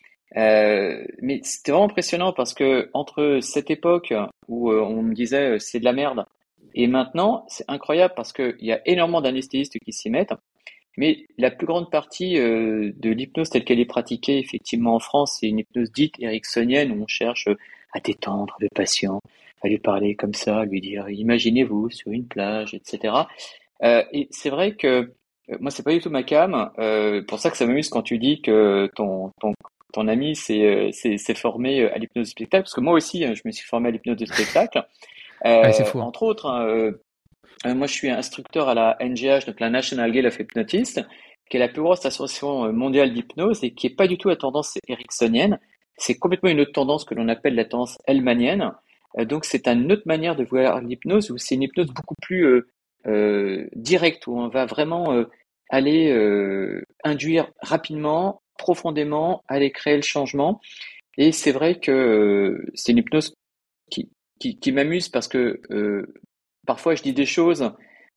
F: Mais c'était vraiment impressionnant parce que entre cette époque où on me disait c'est de la merde et maintenant c'est incroyable parce que il y a énormément d'anesthésistes qui s'y mettent. Mais la plus grande partie de l'hypnose telle qu'elle est pratiquée effectivement en France, c'est une hypnose dite ericksonienne où on cherche à détendre le patient, à lui parler comme ça, à lui dire imaginez-vous sur une plage, etc. Et c'est vrai que moi c'est pas du tout ma came. Pour ça que ça m'amuse quand tu dis que ton ami s'est formé à l'hypnose du spectacle, parce que moi aussi je me suis formé à l'hypnose du spectacle.
E: Ouais, c'est fou.
F: Entre autres. Moi, je suis instructeur à la NGH, donc la National Guild of Hypnotists, qui est la plus grosse association mondiale d'hypnose et qui est pas du tout à tendance ericksonienne. C'est complètement une autre tendance que l'on appelle la tendance hellmanienne. Donc, c'est une autre manière de voir l'hypnose où c'est une hypnose beaucoup plus directe, où on va vraiment aller induire rapidement, profondément, aller créer le changement. Et c'est vrai que c'est une hypnose qui m'amuse parce que parfois je dis des choses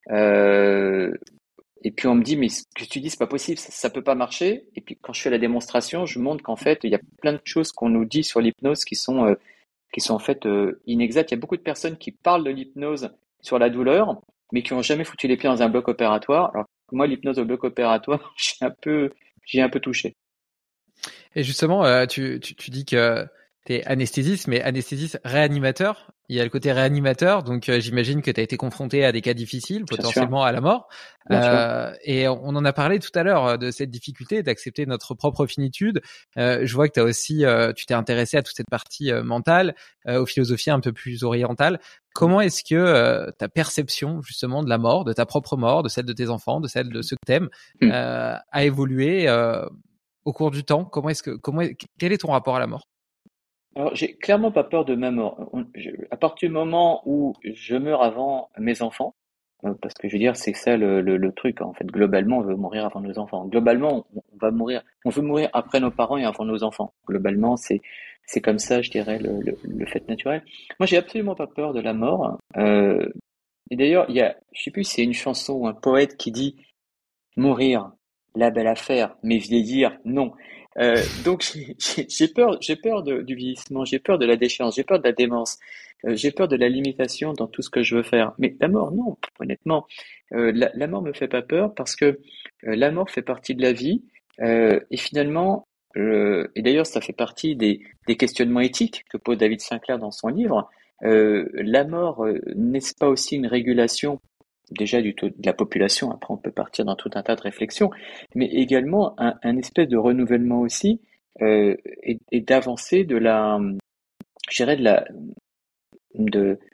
F: et puis on me dit mais ce que tu dis c'est pas possible, ça peut pas marcher. Et puis quand je fais la démonstration, je montre qu'en fait il y a plein de choses qu'on nous dit sur l'hypnose qui sont en fait inexactes. Il y a beaucoup de personnes qui parlent de l'hypnose sur la douleur, mais qui ont jamais foutu les pieds dans un bloc opératoire. Alors que moi l'hypnose au bloc opératoire, j'ai un peu touché.
E: Et justement, tu dis que t'es anesthésiste, mais anesthésiste réanimateur. Il y a le côté réanimateur, donc j'imagine que tu as été confronté à des cas difficiles, potentiellement à la mort. Et on en a parlé tout à l'heure de cette difficulté d'accepter notre propre finitude. Je vois que t'as aussi, tu t'es intéressé à toute cette partie mentale, aux philosophies un peu plus orientales. Comment est-ce que ta perception justement de la mort, de ta propre mort, de celle de tes enfants, de celle de ceux que t'aimes, a évolué au cours du temps? Quel est ton rapport à la mort?
F: Alors, j'ai clairement pas peur de ma mort. À partir du moment où je meurs avant mes enfants, parce que je veux dire, c'est ça le truc. En fait, globalement, on veut mourir avant nos enfants. Globalement, on veut mourir après nos parents et avant nos enfants. Globalement, c'est comme ça, je dirais, le fait naturel. Moi, j'ai absolument pas peur de la mort. Et d'ailleurs, je sais plus si c'est une chanson ou un poète qui dit mourir, la belle affaire, mais vieillir, non. Donc j'ai peur du vieillissement, j'ai peur de la déchéance, j'ai peur de la démence, j'ai peur de la limitation dans tout ce que je veux faire. Mais la mort, non, honnêtement, la mort me fait pas peur parce que la mort fait partie de la vie et finalement, et d'ailleurs ça fait partie des questionnements éthiques que pose David Sinclair dans son livre. La mort n'est-ce pas aussi une régulation déjà du taux de la population, après on peut partir dans tout un tas de réflexions, mais également un espèce de renouvellement aussi et d'avancée de la, je dirais de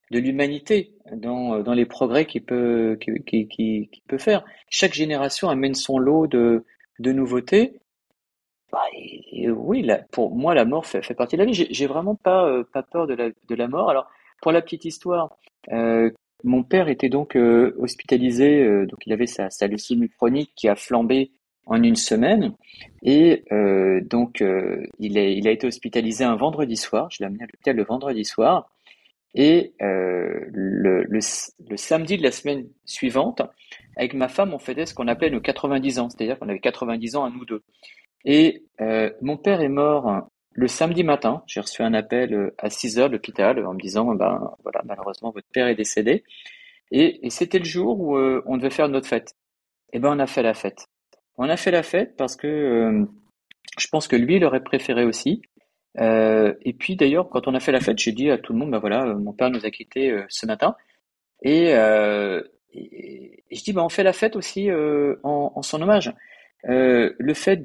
F: de l'humanité dans les progrès qu'il peut faire. Chaque génération amène son lot de nouveautés. Bah, et oui, pour moi, la mort fait partie de la vie. J'ai vraiment pas peur de la mort. Alors, pour la petite histoire, mon père était donc hospitalisé, donc il avait sa leucémie chronique qui a flambé en une semaine. Et donc, il a été hospitalisé un vendredi soir. Je l'ai amené à l'hôpital le vendredi soir. Et le samedi de la semaine suivante, avec ma femme, on fêtait ce qu'on appelait nos 90 ans. C'est-à-dire qu'on avait 90 ans à nous deux. Et mon père est mort le samedi matin. J'ai reçu un appel à 6 heures de l'hôpital en me disant, ben voilà, malheureusement votre père est décédé. Et c'était le jour où on devait faire notre fête. Et ben on a fait la fête. On a fait la fête parce que je pense que lui, il aurait préféré aussi. Et puis d'ailleurs, quand on a fait la fête, j'ai dit à tout le monde, ben voilà, mon père nous a quittés ce matin. Et, je dis, ben on fait la fête aussi en son hommage. Le fait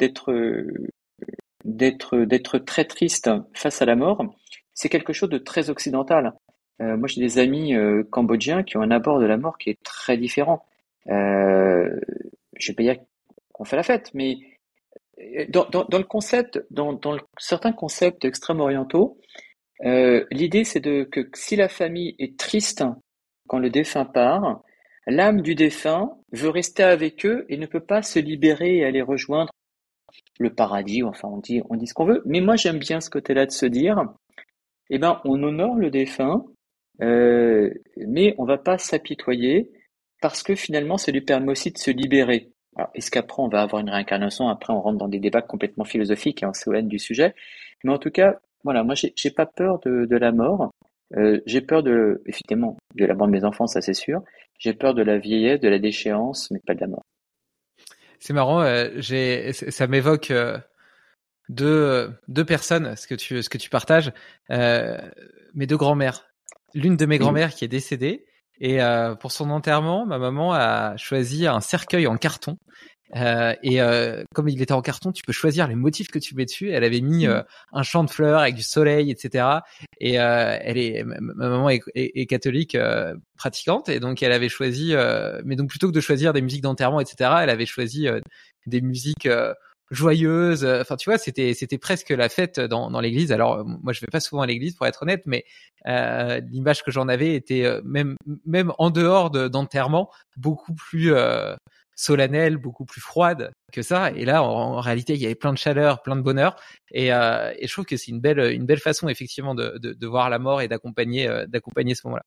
F: d'être très triste face à la mort, c'est quelque chose de très occidental. Moi, j'ai des amis cambodgiens qui ont un abord de la mort qui est très différent. Je vais pas dire qu'on fait la fête, mais dans le concept, certains concepts extrême-orientaux, l'idée c'est que si la famille est triste quand le défunt part, l'âme du défunt veut rester avec eux et ne peut pas se libérer et aller rejoindre le paradis, enfin on dit ce qu'on veut, mais moi j'aime bien ce côté-là de se dire, eh ben on honore le défunt, mais on va pas s'apitoyer parce que finalement ça lui permet aussi de se libérer. Alors, est-ce qu'après on va avoir une réincarnation? Après on rentre dans des débats complètement philosophiques et on s'éloigne du sujet, mais en tout cas, voilà, moi j'ai pas peur de la mort. J'ai peur effectivement, de la mort de mes enfants, ça c'est sûr. J'ai peur de la vieillesse, de la déchéance, mais pas de la mort.
E: C'est marrant, ça m'évoque deux personnes, ce que tu partages, mes deux grands-mères. L'une de mes grand-mères qui est décédée, et pour son enterrement, ma maman a choisi un cercueil en carton. Comme il était en carton, tu peux choisir les motifs que tu mets dessus. Elle avait mis un champ de fleurs avec du soleil, etc. Et ma maman est catholique pratiquante, et donc elle avait choisi, mais donc plutôt que de choisir des musiques d'enterrement, etc., elle avait choisi des musiques joyeuses. Enfin, tu vois, c'était presque la fête dans l'église. Alors moi, je vais pas souvent à l'église pour être honnête, mais l'image que j'en avais était même en dehors d'enterrement beaucoup plus solennelle, beaucoup plus froide que ça. Et là, en réalité, il y avait plein de chaleur, plein de bonheur. Et je trouve que c'est une belle façon, effectivement, de voir la mort et d'accompagner ce moment-là.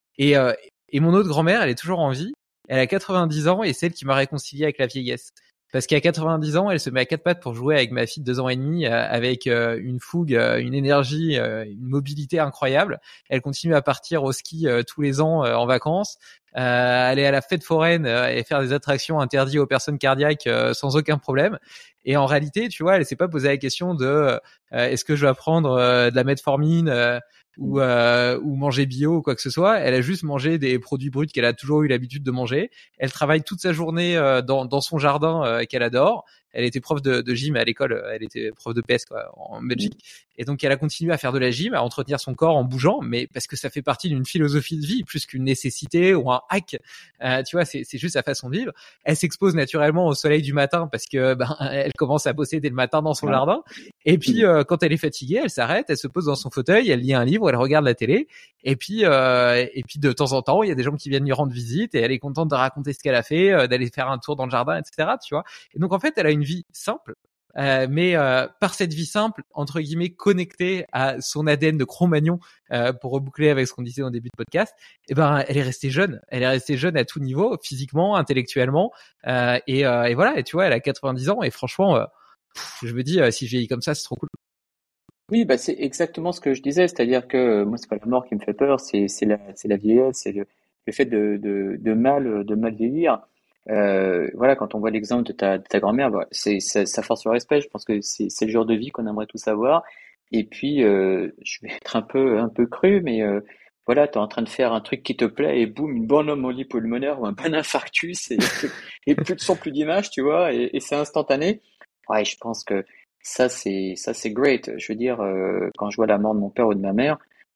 E: Et mon autre grand-mère, elle est toujours en vie. Elle a 90 ans et c'est elle qui m'a réconcilié avec la vieillesse. Parce qu'à 90 ans, elle se met à quatre pattes pour jouer avec ma fille de 2 ans et demi, avec une fougue, une énergie, une mobilité incroyable. Elle continue à partir au ski tous les ans en vacances, aller à la fête foraine et faire des attractions interdites aux personnes cardiaques sans aucun problème. Et en réalité, tu vois, elle s'est pas posé la question de est-ce que je vais prendre de la metformine ou manger bio ou quoi que ce soit. Elle a juste mangé des produits bruts qu'elle a toujours eu l'habitude de manger. Elle travaille toute sa journée dans son jardin qu'elle adore. Elle était prof de gym à l'école, elle était prof de PS quoi, en Belgique. Et donc elle a continué à faire de la gym, à entretenir son corps en bougeant, mais parce que ça fait partie d'une philosophie de vie plus qu'une nécessité ou un hack. Tu vois, c'est juste sa façon de vivre. Elle s'expose naturellement au soleil du matin parce que elle commence à bosser dès le matin dans son jardin. Et puis quand elle est fatiguée, elle s'arrête, elle se pose dans son fauteuil, elle lit un livre, elle regarde la télé. Et puis de temps en temps, il y a des gens qui viennent lui rendre visite et elle est contente de raconter ce qu'elle a fait, d'aller faire un tour dans le jardin, etc. Tu vois. Et donc en fait, elle a une vie simple, mais par cette vie simple, entre guillemets, connectée à son ADN de Cro-Magnon, pour reboucler avec ce qu'on disait au début de podcast, et elle est restée jeune. Elle est restée jeune à tout niveau, physiquement, intellectuellement, et voilà. Et tu vois, elle a 90 ans et franchement, je me dis, si je vieillis comme ça, c'est trop cool.
F: Oui, bah c'est exactement ce que je disais, c'est-à-dire que moi c'est pas la mort qui me fait peur, c'est la vieillesse, c'est le fait de mal vieillir. Voilà, quand on voit l'exemple de ta grand-mère, bah, ça force le respect. Je pense que c'est le genre de vie qu'on aimerait tous avoir. Et puis je vais être un peu cru, mais voilà, t'es en train de faire un truc qui te plaît et boum, une bonne embolie pulmonaire ou un bon infarctus et plus de son, plus d'image, tu vois, et c'est instantané. Ouais, je pense que ça c'est great. Je veux dire, quand je vois la mort de mon père ou de ma mère,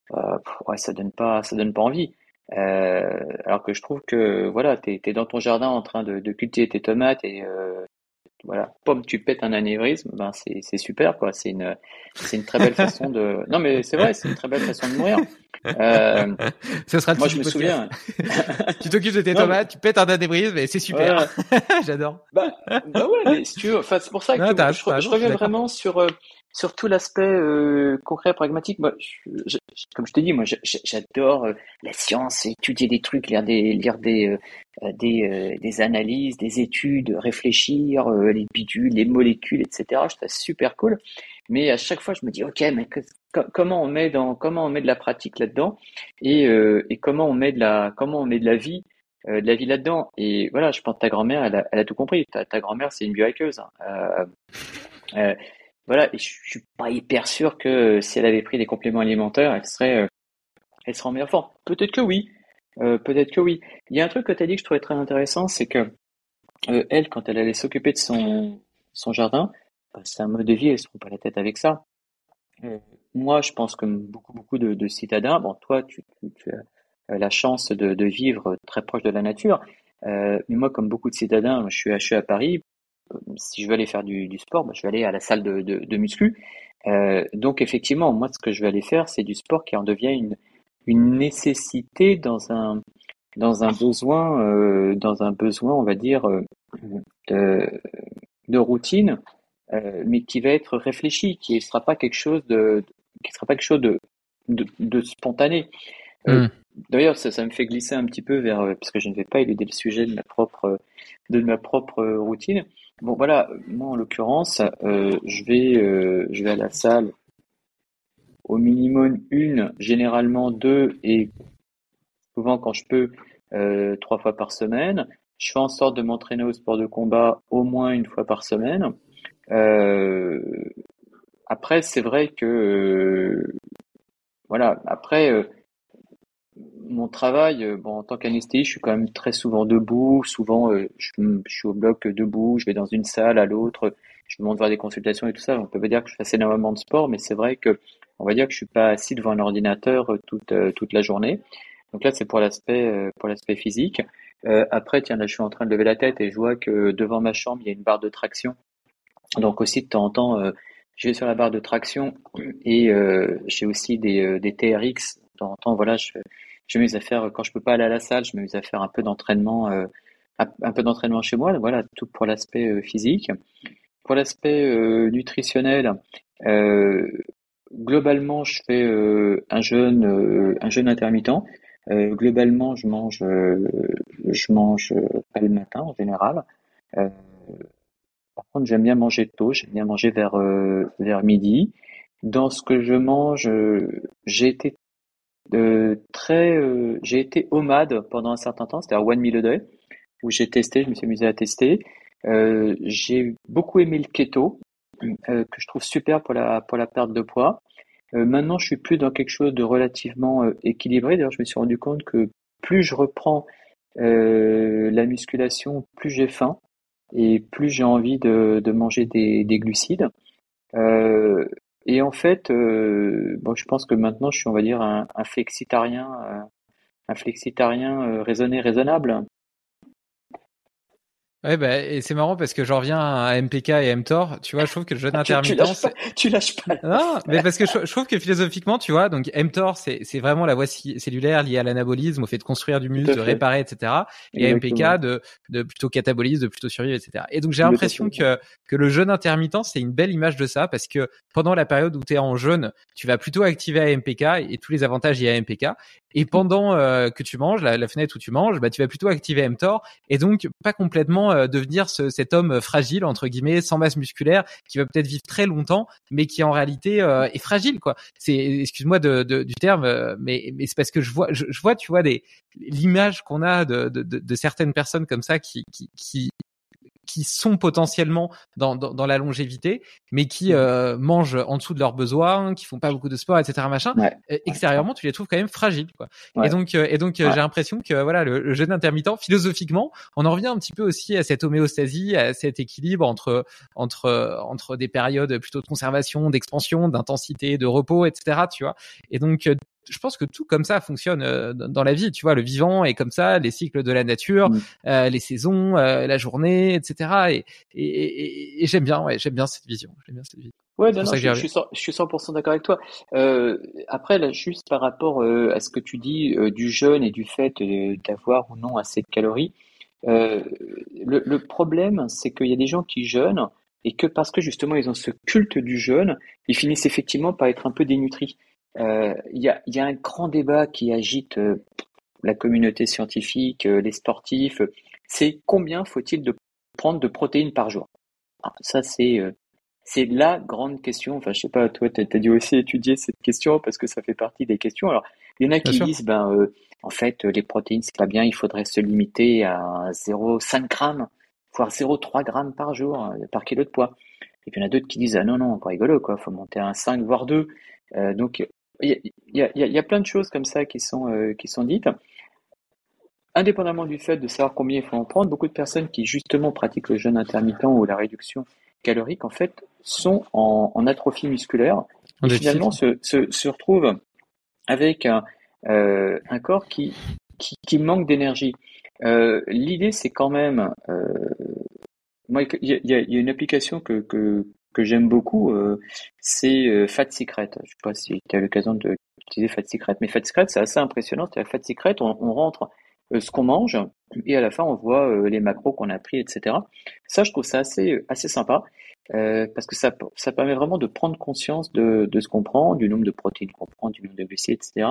F: ouais, ça donne pas envie. Alors que je trouve que voilà, t'es dans ton jardin en train de cultiver tes tomates et voilà, pomme, tu pètes un anévrisme, ben c'est super quoi. C'est une très belle façon de. Non mais c'est vrai, c'est une très belle façon de mourir. Euh,
E: Ce sera le
F: Moi
E: titre
F: je me
E: du podcast.
F: souviens.
E: Tu t'occupes de tes
F: Non,
E: tomates, tu pètes un anévrisme et c'est super.
F: voilà.
E: J'adore.
F: Bah ouais, mais si tu veux, enfin, c'est pour ça
E: Non,
F: que
E: t'as
F: je
E: raison, je suis
F: reviens
E: d'accord.
F: vraiment sur tout l'aspect concret, pragmatique. Moi, comme je te dis, moi, j'adore la science, étudier des trucs, lire des analyses, des études, réfléchir, les bidules, les molécules, etc. Je trouve ça super cool. Mais à chaque fois, je me dis, ok, mais comment on met de la pratique là-dedans et comment on met de la vie là-dedans. Et voilà, je pense que ta grand-mère, elle a tout compris. Ta grand-mère, c'est une biohackeuse, hein. Euh, voilà, et je suis pas hyper sûr que si elle avait pris des compléments alimentaires, elle serait en meilleure forme. Peut-être que oui. Peut-être que oui. Il y a un truc que tu as dit que je trouvais très intéressant, c'est que elle, quand elle allait s'occuper de son jardin, bah, c'est un mode de vie, elle se prend pas la tête avec ça. Euh, Moi, je pense comme beaucoup de citadins, bon, toi, tu as la chance de vivre très proche de la nature. Mais moi, comme beaucoup de citadins, je suis à Paris. Si je veux aller faire du sport, bah, je vais aller à la salle de muscu. Donc, effectivement, moi, ce que je vais aller faire, c'est du sport qui en devient une nécessité dans un besoin, on va dire, de, de routine, mais qui va être réfléchi, qui sera pas quelque chose de spontané. Euh,
E: Hmm.
F: D'ailleurs, ça me fait glisser un petit peu vers, parce que je ne vais pas éluder le sujet de ma propre routine. Bon, voilà, moi en l'occurrence, je vais à la salle au minimum une, généralement deux, et souvent quand je peux, 3 fois par semaine. Je fais en sorte de m'entraîner au sport de combat au moins une fois par semaine. Euh, Après, c'est vrai que, voilà, après, mon travail, bon, en tant qu'anesthésiste, je suis quand même très souvent debout. Souvent, je suis au bloc debout. Je vais dans une salle à l'autre. Je monte voir des consultations et tout ça. On peut pas dire que je fasse énormément de sport, mais c'est vrai que, on va dire que je suis pas assis devant un ordinateur toute la journée. Donc là, c'est pour l'aspect physique. Après, tiens, là, je suis en train de lever la tête et je vois que devant ma chambre, il y a une barre de traction. Donc aussi, de temps en temps, je vais sur la barre de traction et j'ai aussi des TRX. De temps en temps, voilà, je m'amuse à faire, quand je peux pas aller à la salle, je m'amuse à faire un peu d'entraînement chez moi. Voilà, tout pour l'aspect physique. Pour l'aspect nutritionnel, euh, globalement, je fais un jeûne intermittent. Globalement, je mange pas le matin en général. Euh, Par contre, j'aime bien manger tôt, j'aime bien manger vers midi. Dans ce que je mange, j'ai été OMAD pendant un certain temps, c'est-à-dire One Meal a Day, où je me suis amusé à tester. J'ai beaucoup aimé le keto, que je trouve super pour la perte de poids. Maintenant, je suis plus dans quelque chose de relativement équilibré. D'ailleurs, je me suis rendu compte que plus je reprends la musculation, plus j'ai faim et plus j'ai envie de manger des glucides. Euh, et en fait, bon, je pense que maintenant, je suis, on va dire, un flexitarien raisonné, raisonnable.
E: Ouais, bah, et c'est marrant parce que j'en reviens à MPK et mTOR. Tu vois, je trouve que le jeûne
F: Tu
E: intermittent,
F: lâches pas, tu lâches pas
E: non, mais
F: l'affaire.
E: parce que je trouve que philosophiquement, tu vois, donc mTOR, c'est vraiment la voie cellulaire liée à l'anabolisme, au fait de construire du
F: Tout
E: muscle,
F: à
E: de
F: fait,
E: réparer, etc. Et
F: exactement.
E: MPK de plutôt catabolisme, de plutôt survivre, etc. Et donc j'ai
F: Tout à
E: l'impression
F: fait.
E: que le jeûne intermittent, c'est une belle image de ça parce que pendant la période où tu es en jeûne, tu vas plutôt activer à MPK et tous les avantages liés à MPK. Et pendant que tu manges, la fenêtre où tu manges, bah, tu vas plutôt activer mTOR et donc pas complètement devenir cet homme fragile, entre guillemets, sans masse musculaire, qui va peut-être vivre très longtemps, mais qui en réalité est fragile, quoi. C'est, excuse-moi du terme, mais c'est parce que je vois, tu vois, l'image qu'on a de certaines personnes comme ça qui sont potentiellement dans la longévité, mais qui mangent en dessous de leurs besoins, qui font pas beaucoup de sport, etc. machin.
F: Ouais, ouais, c'est vrai.
E: Extérieurement, tu les trouves quand même fragiles, quoi. Et
F: Ouais,
E: donc,
F: ouais.
E: j'ai l'impression que voilà, le jeûne intermittent, philosophiquement, on en revient un petit peu aussi à cette homéostasie, à cet équilibre entre des périodes plutôt de conservation, d'expansion, d'intensité, de repos, etc. Tu vois. Et donc, je pense que tout comme ça fonctionne dans la vie. Tu vois, le vivant est comme ça, les cycles de la nature, les saisons, la journée, etc. Et j'aime bien, j'aime bien cette vision.
F: Ouais, non, je suis 100% d'accord avec toi. Après, là, juste par rapport à ce que tu dis du jeûne et du fait d'avoir ou non assez de calories, le problème, c'est qu'il y a des gens qui jeûnent et que parce que justement ils ont ce culte du jeûne, ils finissent effectivement par être un peu dénutris. Il y a un grand débat qui agite la communauté scientifique, les sportifs, c'est combien faut-il prendre de protéines par jour? Alors, ça, c'est la grande question. Enfin, je sais pas, toi, t'as dû aussi étudier cette question parce que ça fait partie des questions. Alors, il y en a qui disent, en fait, les protéines, c'est pas bien, il faudrait se limiter à 0,5 grammes, voire 0,3 grammes par jour, par kilo de poids. Et puis, il y en a d'autres qui disent, ah non, pas rigolo, quoi, faut monter à 5, voire 2. Donc, il y a plein de choses comme ça qui sont dites. Indépendamment du fait de savoir combien il faut en prendre, beaucoup de personnes qui justement pratiquent le jeûne intermittent ou la réduction calorique, en fait, sont en atrophie musculaire et finalement se retrouvent avec un corps qui manque d'énergie. L'idée, c'est quand même, moi, il y a une application que j'aime beaucoup, c'est Fat Secret. Je sais pas si tu as l'occasion d'utiliser Fat Secret, mais Fat Secret, c'est assez impressionnant. C'est Fat Secret, on rentre ce qu'on mange et à la fin on voit les macros qu'on a pris, etc. Ça, je trouve ça assez sympa parce que ça permet vraiment de prendre conscience de ce qu'on prend, du nombre de protéines qu'on prend, du nombre de glucides, etc.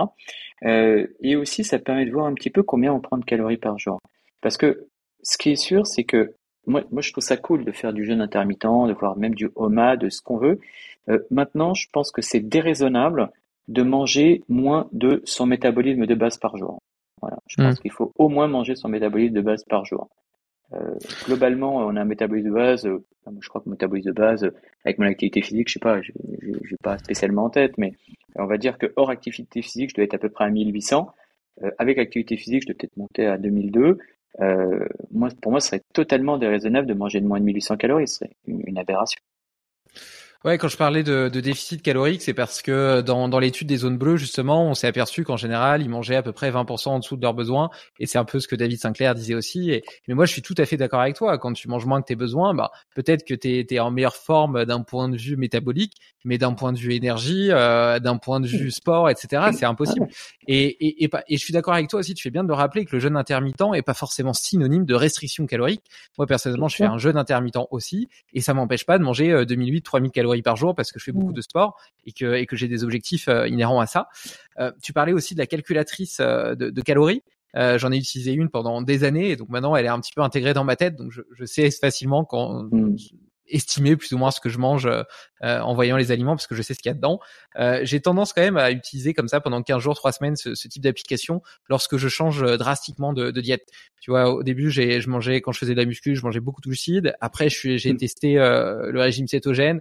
F: Et aussi ça permet de voir un petit peu combien on prend de calories par jour. Parce que ce qui est sûr, c'est que moi je trouve ça cool de faire du jeûne intermittent, de voir même du HOMA, de ce qu'on veut. Maintenant, je pense que c'est déraisonnable de manger moins de son métabolisme de base par jour. Voilà, je pense qu'il faut au moins manger son métabolisme de base par jour. Globalement, on a un métabolisme de base. Je crois que mon métabolisme de base, avec mon activité physique, je sais pas, j'ai pas spécialement en tête, mais on va dire que hors activité physique, je dois être à peu près à 1800. Avec activité physique, je dois peut-être monter à 2002. Pour moi, ce serait totalement déraisonnable de manger de moins de 1800 calories. Ce serait une aberration.
E: Ouais, quand je parlais de déficit calorique, c'est parce que dans l'étude des zones bleues, justement, on s'est aperçu qu'en général, ils mangeaient à peu près 20% en dessous de leurs besoins. Et c'est un peu ce que David Sinclair disait aussi. Mais moi, je suis tout à fait d'accord avec toi. Quand tu manges moins que tes besoins, peut-être que t'es en meilleure forme d'un point de vue métabolique, mais d'un point de vue énergie, d'un point de vue sport, etc., c'est impossible. Et je suis d'accord avec toi aussi. Tu fais bien de le rappeler que le jeûne intermittent est pas forcément synonyme de restriction calorique. Moi, personnellement, je fais un jeûne intermittent aussi, et ça m'empêche pas de manger 2008-3000 calories par jour parce que je fais beaucoup de sport et que j'ai des objectifs inhérents à ça. Tu parlais aussi de la calculatrice de calories. J'en ai utilisé une pendant des années et donc maintenant elle est un petit peu intégrée dans ma tête, donc je sais facilement estimer plus ou moins ce que je mange en voyant les aliments parce que je sais ce qu'il y a dedans. J'ai tendance quand même à utiliser comme ça pendant 15 jours, 3 semaines ce type d'application lorsque je change drastiquement de diète. Tu vois, au début, je mangeais, quand je faisais de la muscu, je mangeais beaucoup de glucides. Après, j'ai testé le régime cétogène.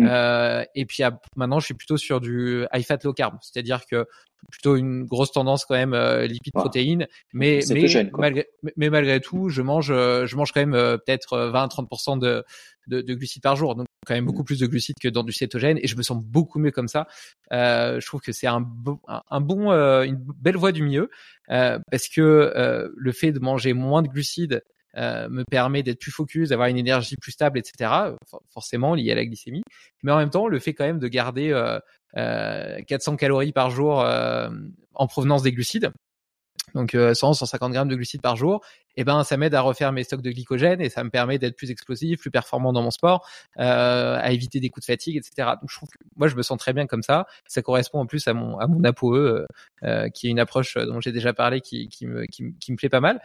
E: Et puis maintenant, je suis plutôt sur du high fat low carb, c'est-à-dire que plutôt une grosse tendance quand même lipides protéines, mais malgré tout, je mange quand même peut-être 20-30% de glucides par jour, donc quand même beaucoup plus de glucides que dans du cétogène, et je me sens beaucoup mieux comme ça. Je trouve que c'est une belle voie du milieu parce que le fait de manger moins de glucides me permet d'être plus focus, d'avoir une énergie plus stable, etc. Forcément lié à la glycémie, mais en même temps le fait quand même de garder 400 calories par jour en provenance des glucides, donc 100-150 grammes de glucides par jour, et ça m'aide à refaire mes stocks de glycogène et ça me permet d'être plus explosif, plus performant dans mon sport, à éviter des coups de fatigue, etc. Donc je trouve que moi je me sens très bien comme ça. Ça correspond en plus à mon ApoE, qui est une approche dont j'ai déjà parlé, qui me plaît pas mal.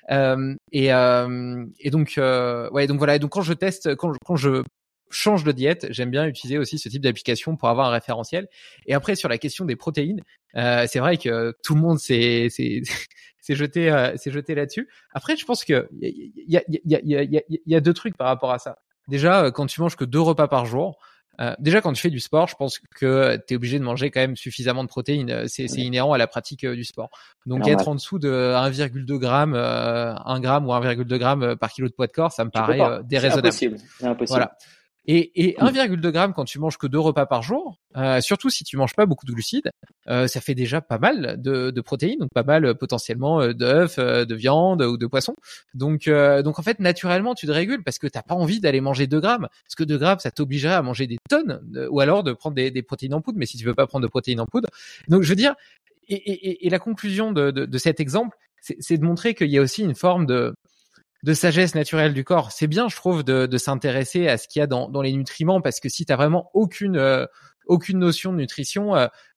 E: Et donc voilà. Et donc quand je teste, quand je change de diète, j'aime bien utiliser aussi ce type d'application pour avoir un référentiel. Et après, sur la question des protéines, c'est vrai que tout le monde s'est jeté là-dessus. Après, je pense que il y a deux trucs par rapport à ça. Déjà, quand tu manges que 2 repas par jour, déjà quand tu fais du sport, je pense que tu es obligé de manger quand même suffisamment de protéines. C'est inhérent à la pratique du sport. Donc être en dessous de 1,2 g, 1 gramme ou 1,2 g par kilo de poids de corps, ça me paraît déraisonnable.
F: C'est impossible.
E: Voilà. Et 1,2 g quand tu manges que 2 repas par jour, surtout si tu manges pas beaucoup de glucides, ça fait déjà pas mal de protéines, donc pas mal potentiellement d'œufs, de viande ou de poisson. Donc en fait naturellement tu te régules parce que t'as pas envie d'aller manger 2 grammes, parce que 2 grammes ça t'obligerait à manger des tonnes, ou alors de prendre des protéines en poudre. Mais si tu veux pas prendre de protéines en poudre, donc je veux dire, et la conclusion de cet exemple, c'est de montrer qu'il y a aussi une forme de sagesse naturelle du corps. C'est bien, je trouve, de s'intéresser à ce qu'il y a dans les nutriments, parce que si t'as vraiment aucune notion de nutrition,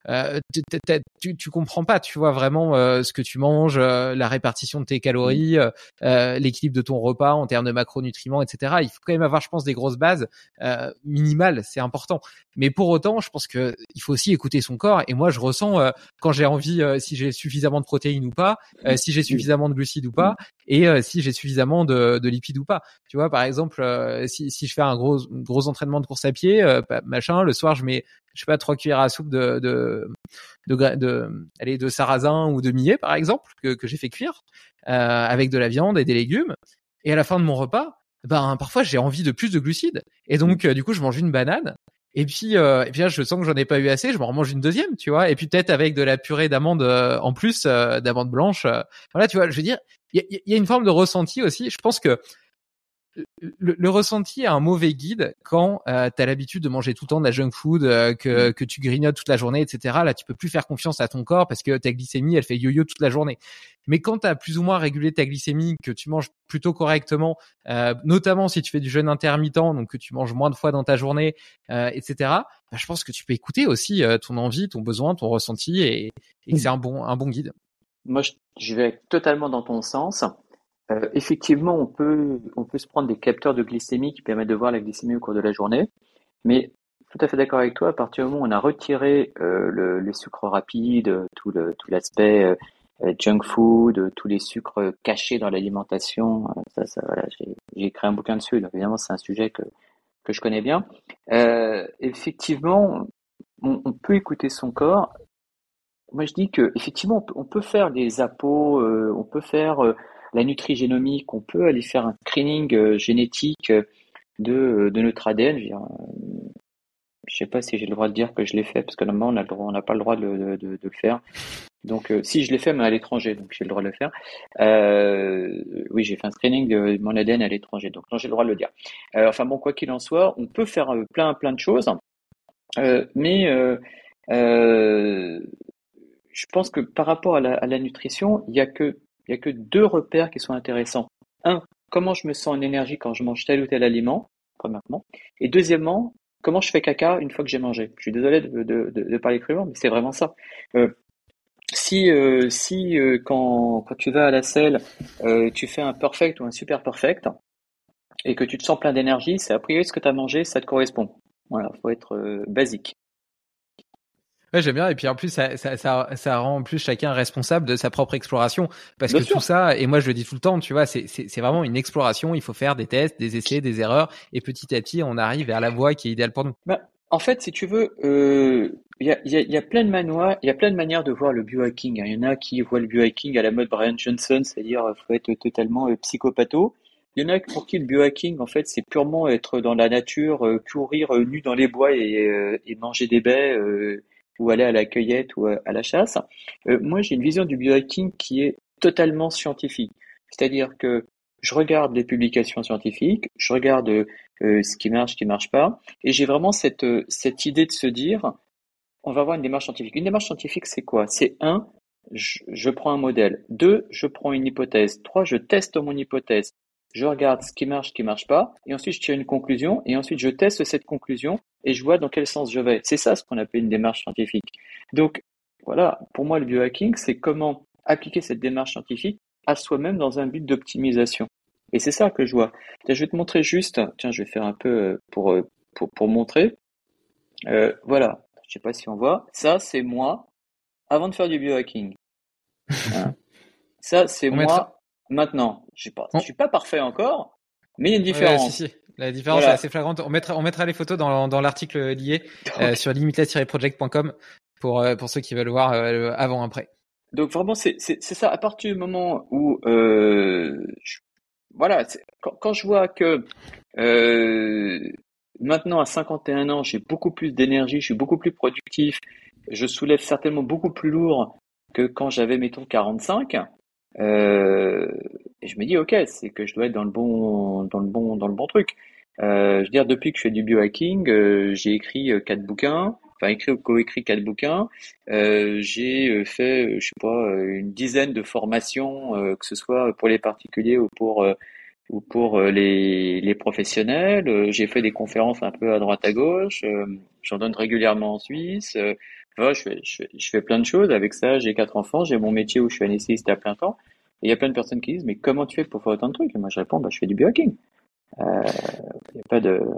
E: tu comprends pas, tu vois vraiment ce que tu manges, la répartition de tes calories, l'équilibre de ton repas en termes de macronutriments, etc. Il faut quand même avoir, je pense, des grosses bases minimales, c'est important. Mais pour autant, je pense que il faut aussi écouter son corps. Et moi, je ressens quand j'ai envie, si j'ai suffisamment de protéines ou pas, si j'ai suffisamment de glucides ou pas, et si j'ai suffisamment de lipides ou pas. Tu vois, par exemple, si je fais un gros entraînement de course à pied, le soir, je mets, je sais pas, 3 cuillères à soupe de sarrasin ou de millet, par exemple, que j'ai fait cuire, avec de la viande et des légumes. Et à la fin de mon repas, parfois j'ai envie de plus de glucides. Et donc, du coup, je mange une banane. Et puis là, je sens que j'en ai pas eu assez, je m'en remange une deuxième, tu vois. Et puis peut-être avec de la purée d'amandes en plus, d'amandes blanches. Voilà, tu vois, je veux dire, il y a une forme de ressenti aussi. Je pense que le ressenti est un mauvais guide quand t'as l'habitude de manger tout le temps de la junk food, que tu grignotes toute la journée, etc. Là, tu peux plus faire confiance à ton corps parce que ta glycémie, elle fait yo-yo toute la journée. Mais quand t'as plus ou moins régulé ta glycémie, que tu manges plutôt correctement, notamment si tu fais du jeûne intermittent, donc que tu manges moins de fois dans ta journée, etc. Je pense que tu peux écouter aussi ton envie, ton besoin, ton ressenti, et que c'est un bon guide.
F: Moi, je vais totalement dans ton sens. Effectivement, on peut se prendre des capteurs de glycémie qui permettent de voir la glycémie au cours de la journée. Mais tout à fait d'accord avec toi, à partir du moment où on a retiré les sucres rapides, tout l'aspect junk food, tous les sucres cachés dans l'alimentation, voilà, j'ai écrit un bouquin dessus, donc évidemment c'est un sujet que je connais bien. Effectivement, on peut écouter son corps. Moi, je dis que effectivement, on peut faire des appos, on peut faire la nutrigénomique, on peut aller faire un screening génétique de notre ADN. Je sais pas si j'ai le droit de dire que je l'ai fait, parce que normalement, on n'a pas le droit de le faire. Donc, si je l'ai fait, mais à l'étranger, donc j'ai le droit de le faire. Oui, j'ai fait un screening de mon ADN à l'étranger, donc non, j'ai le droit de le dire. Enfin bon, quoi qu'il en soit, on peut faire plein de choses, mais je pense que par rapport à la nutrition, il y a que deux repères qui sont intéressants. Un, comment je me sens en énergie quand je mange tel ou tel aliment, premièrement. Et deuxièmement, comment je fais caca une fois que j'ai mangé. Je suis désolé de parler crûment, mais c'est vraiment ça. Si quand tu vas à la selle, tu fais un perfect ou un super perfect, et que tu te sens plein d'énergie, c'est a priori ce que tu as mangé, ça te correspond. Voilà, faut être basique.
E: Ouais, j'aime bien. Et puis en plus, ça rend en plus chacun responsable de sa propre exploration, parce
F: Bien
E: que
F: sûr.
E: tout ça, et moi je le dis tout le temps, tu vois, c'est vraiment une exploration. Il faut faire des tests, des essais, des erreurs, et petit à petit, on arrive vers la voie qui est idéale pour nous.
F: En fait, si tu veux, il y a plein de manières de voir le biohacking. Il y en a qui voient le biohacking à la mode Brian Johnson, c'est-à-dire faut être totalement psychopatho. Il y en a pour qui le biohacking, en fait, c'est purement être dans la nature, courir nu dans les bois et manger des baies, ou aller à la cueillette ou à la chasse. Moi, j'ai une vision du biohacking qui est totalement scientifique. C'est-à-dire que je regarde les publications scientifiques, je regarde ce qui marche pas, et j'ai vraiment cette idée de se dire, on va avoir une démarche scientifique. Une démarche scientifique, c'est quoi? C'est un, je prends un modèle. Deux, je prends une hypothèse. Trois, je teste mon hypothèse. Je regarde ce qui marche pas, et ensuite je tire une conclusion, et ensuite je teste cette conclusion, et je vois dans quel sens je vais. C'est ça ce qu'on appelle une démarche scientifique. Donc, voilà, pour moi, le biohacking, c'est comment appliquer cette démarche scientifique à soi-même dans un but d'optimisation. Et c'est ça que je vois. Je vais te montrer juste, tiens, je vais faire un peu pour montrer. Voilà, je sais pas si on voit. Ça, c'est moi avant de faire du biohacking. Hein. Ça, c'est moi maintenant. Je suis pas parfait encore, mais il y a une différence.
E: Ouais, si. La différence est assez flagrante. On mettra les photos dans l'article lié sur limitless-project.com pour ceux qui veulent voir avant-après.
F: Donc vraiment, c'est ça. À partir du moment où voilà, quand je vois que maintenant à 51 ans, j'ai beaucoup plus d'énergie, je suis beaucoup plus productif, je soulève certainement beaucoup plus lourd que quand j'avais, mettons, 45. Et je me dis, ok, c'est que je dois être dans le bon truc. Je veux dire, depuis que je fais du biohacking, j'ai écrit 4 bouquins, enfin coécrit 4 bouquins. J'ai fait, je sais pas, une dizaine de formations, que ce soit pour les particuliers ou pour les professionnels. J'ai fait des conférences un peu à droite à gauche. J'en donne régulièrement en Suisse. Voilà, je fais plein de choses. Avec ça, j'ai 4 enfants. J'ai mon métier où je suis anesthésiste à plein temps. Et il y a plein de personnes qui disent, mais comment tu fais pour faire autant de trucs? Et moi, je réponds, bah, je fais du biohacking. Il n'y a pas de,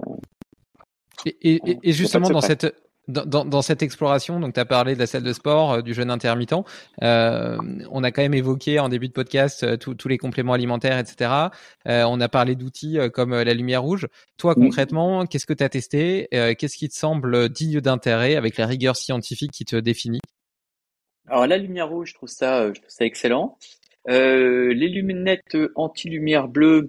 E: Et
F: y a pas de
E: justement,
F: secret.
E: dans cette exploration, donc tu as parlé de la salle de sport, du jeûne intermittent. On a quand même évoqué en début de podcast tous les compléments alimentaires, etc. On a parlé d'outils comme la lumière rouge. Toi, concrètement, qu'est-ce que tu as testé? Qu'est-ce qui te semble digne d'intérêt avec la rigueur scientifique qui te définit?
F: Alors, la lumière rouge, je trouve ça excellent. Les lunettes anti-lumière bleue,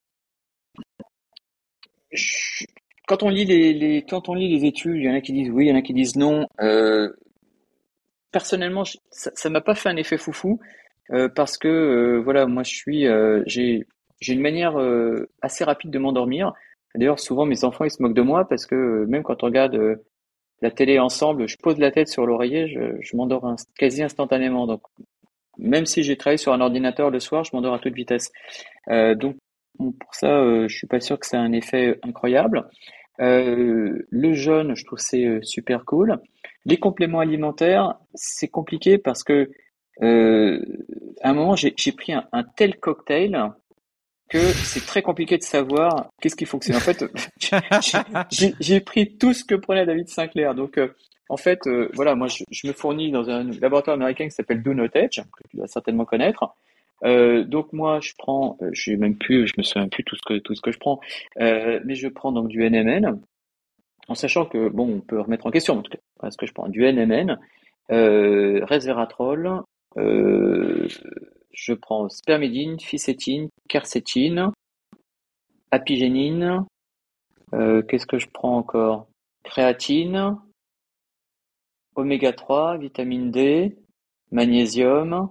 F: je- quand on lit quand on lit les études, il y en a qui disent oui, il y en a qui disent non. Personnellement, ça m'a pas fait un effet foufou parce que voilà, moi j'ai une manière assez rapide de m'endormir. D'ailleurs, souvent mes enfants ils se moquent de moi parce que même quand on regarde la télé ensemble, je pose la tête sur l'oreiller, je m'endors quasi instantanément. Donc même si j'ai travaillé sur un ordinateur le soir, je m'endors à toute vitesse. Donc bon, pour ça, je suis pas sûr que ça a un effet incroyable. Le jeûne, je trouve c'est super cool. Les compléments alimentaires, c'est compliqué parce que euh, à un moment j'ai pris un tel cocktail que c'est très compliqué de savoir qu'est-ce qui fonctionne. En fait, j'ai pris tout ce que prenait David Sinclair. Donc en fait, voilà, moi je me fournis dans un laboratoire américain qui s'appelle Do Not Edge, que tu dois certainement connaître. Donc moi je prends, je me souviens plus tout ce que je prends, mais je prends donc du NMN. En sachant que, bon, on peut remettre en question, en tout cas, parce que je prends du NMN, resveratrol, euh, je prends spermidine, ficétine, quercétine, apigénine, qu'est-ce que je prends encore? Créatine, oméga 3, vitamine D, magnésium,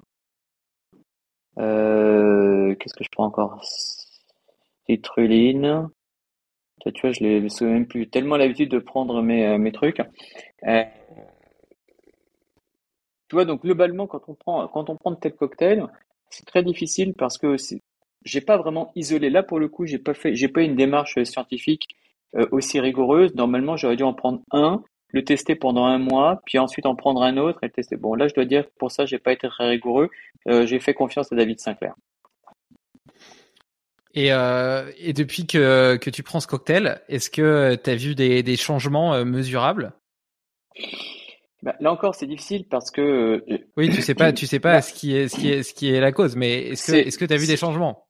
F: qu'est-ce que je prends encore? Citrulline. Tu vois, je me souviens même plus. Tellement l'habitude de prendre mes trucs. Euh, Tu vois, donc globalement, quand on prend de tels cocktails, c'est très difficile parce que j'ai pas vraiment isolé. Là, pour le coup, j'ai pas une démarche scientifique aussi rigoureuse. Normalement, j'aurais dû en prendre un, le tester pendant un mois, puis ensuite en prendre un autre et le tester. Bon, là, je dois dire que pour ça, j'ai pas été très rigoureux. J'ai fait confiance à David Sinclair.
E: Et depuis que tu prends ce cocktail, est-ce que tu as vu des changements mesurables?
F: Bah, là encore, c'est difficile parce que
E: Oui, tu sais pas
F: bah,
E: ce qui est la cause, mais
F: c'est
E: est-ce que tu as vu des changements?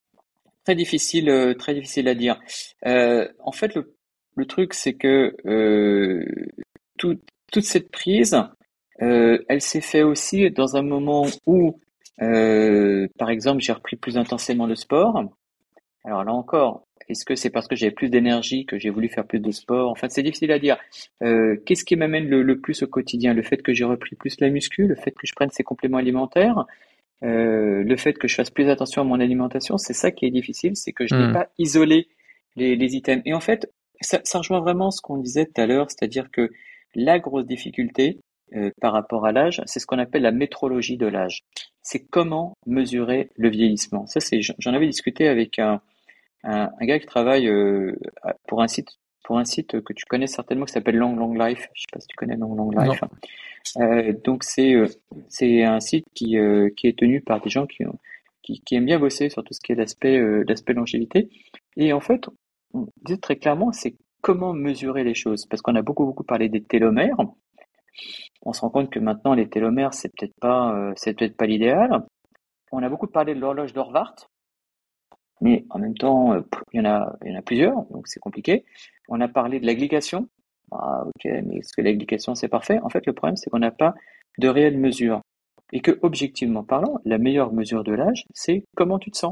F: très difficile à dire. En fait, le truc, c'est que tout- toute cette prise, elle s'est fait aussi dans un moment où, par exemple, j'ai repris plus intensément le sport. Alors là encore, est-ce que c'est parce que j'avais plus d'énergie que j'ai voulu faire plus de sport? Enfin, c'est difficile à dire. Qu'est-ce qui m'amène le plus au quotidien? Le fait que j'ai repris plus la muscu, le fait que je prenne ces compléments alimentaires, le fait que je fasse plus attention à mon alimentation, c'est ça qui est difficile, c'est que je n'ai
E: Hmm.
F: pas isolé les items. Et en fait, ça rejoint vraiment ce qu'on disait tout à l'heure, c'est-à-dire que la grosse difficulté par rapport à l'âge, c'est ce qu'on appelle la métrologie de l'âge. C'est comment mesurer le vieillissement. Ça, j'en avais discuté avec un gars qui travaille pour un site que tu connais certainement qui s'appelle Long Long Life. Je sais pas si tu connais Long Long
E: Non.
F: Life. Donc c'est un site qui est tenu par des gens qui aiment bien bosser sur tout ce qui est l'aspect longévité. Et en fait, on dit très clairement, c'est comment mesurer les choses. Parce qu'on a beaucoup parlé des télomères. On se rend compte que maintenant les télomères c'est peut-être pas l'idéal. On a beaucoup parlé de l'horloge d'Orvart, mais en même temps, il y en a plusieurs, donc c'est compliqué. On a parlé de la glycation. Ah, ok, mais est-ce que la glycation c'est parfait? En fait, le problème c'est qu'on n'a pas de réelle mesure. Et que, objectivement parlant, la meilleure mesure de l'âge, c'est comment tu te sens.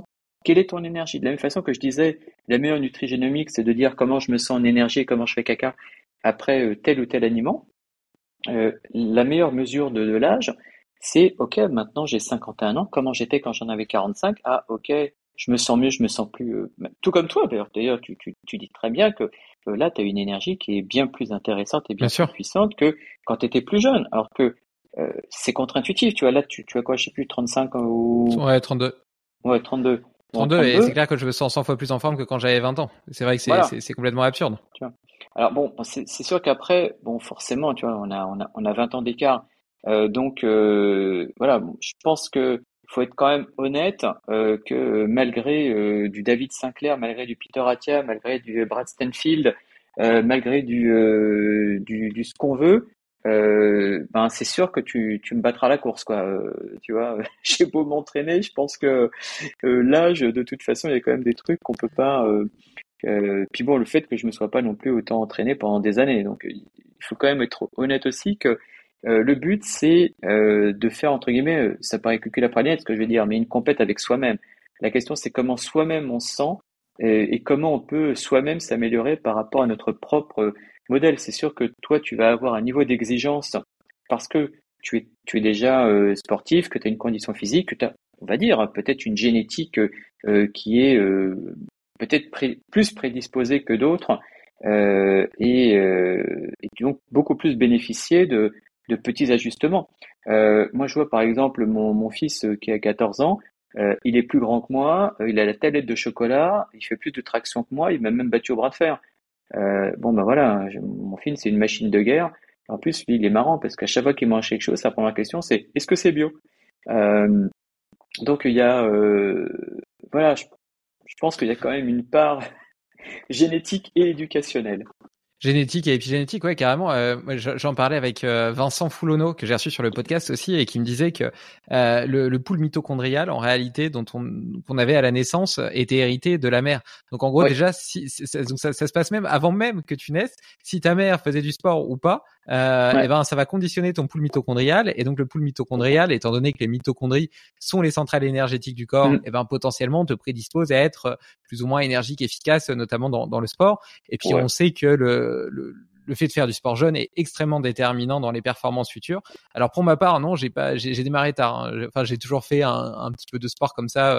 F: quelle est ton énergie? De la même façon que je disais, la meilleure nutrigénomique, c'est de dire comment je me sens en énergie et comment je fais caca après tel ou tel aliment. La meilleure mesure de l'âge, c'est OK, maintenant j'ai 51 ans, comment j'étais quand j'en avais 45? Ah, OK, je me sens mieux, je me sens plus. Tout comme toi, d'ailleurs. D'ailleurs, tu dis très bien que là, tu as une énergie qui est bien plus intéressante et bien
E: Bien
F: plus
E: sûr.
F: puissante que quand tu étais plus jeune. Alors que c'est contre-intuitif, tu vois. Là, tu as quoi, je sais plus, 35 ou.
E: Ouais, 32.
F: Ouais, 32. Bon,
E: 32, et c'est
F: 32,
E: clair que je me sens 100 fois plus en forme que quand j'avais 20 ans. C'est vrai que
F: voilà.
E: c'est complètement absurde.
F: Tu vois. Alors bon, c'est sûr qu'après, bon, forcément, tu vois, on a 20 ans d'écart. Donc voilà, bon, je pense que faut être quand même honnête que malgré du David Sinclair, malgré du Peter Attia, malgré du Brad Stanfield, malgré du ce qu'on veut, ben c'est sûr que tu me battras la course, quoi. Tu vois, j'ai beau m'entraîner, je pense que l'âge, de toute façon, il y a quand même des trucs qu'on peut pas. Puis bon, le fait que je me sois pas non plus autant entraîné pendant des années. Donc, il faut quand même être honnête aussi que le but, c'est de faire, entre guillemets, ça paraît cucul à pralinette, ce que je vais dire, mais une compète avec soi-même. La question, c'est comment soi-même on se sent et comment on peut soi-même s'améliorer par rapport à notre propre modèle. C'est sûr que toi, tu vas avoir un niveau d'exigence parce que tu es déjà sportif, que tu as une condition physique, que tu as, on va dire, peut-être une génétique qui est peut-être plus prédisposés que d'autres et donc beaucoup plus bénéficier de petits ajustements. Moi, je vois par exemple mon fils qui a 14 ans, il est plus grand que moi, il a la tablette de chocolat, il fait plus de traction que moi, il m'a même battu au bras de fer. Bon, ben voilà, mon fils, c'est une machine de guerre. En plus, lui, il est marrant parce qu'à chaque fois qu'il mange quelque chose, sa première question, c'est est-ce que c'est bio? Euh, donc, il y a, voilà, je pense qu'il y a quand même une part génétique et éducationnelle.
E: Génétique et épigénétique, ouais, carrément. Moi, j'en parlais avec Vincent Foulonneau, que j'ai reçu sur le podcast aussi, et qui me disait que le pool mitochondrial, en réalité, qu'on avait à la naissance, était hérité de la mère. Donc, en gros,
F: Oui,
E: déjà, donc ça se passe même avant même que tu naisses. Si ta mère faisait du sport ou pas, et
F: ouais.
E: ben, ça va conditionner ton pool mitochondrial. Et donc, le pool mitochondrial, étant donné que les mitochondries sont les centrales énergétiques du corps,
F: Mm.
E: et ben, potentiellement, te prédispose à être plus ou moins énergique, efficace, notamment dans le sport. Et puis,
F: Ouais.
E: on sait que le fait de faire du sport jeune est extrêmement déterminant dans les performances futures. Alors pour ma part, non, j'ai démarré tard. Hein. Enfin, j'ai toujours fait un petit peu de sport comme ça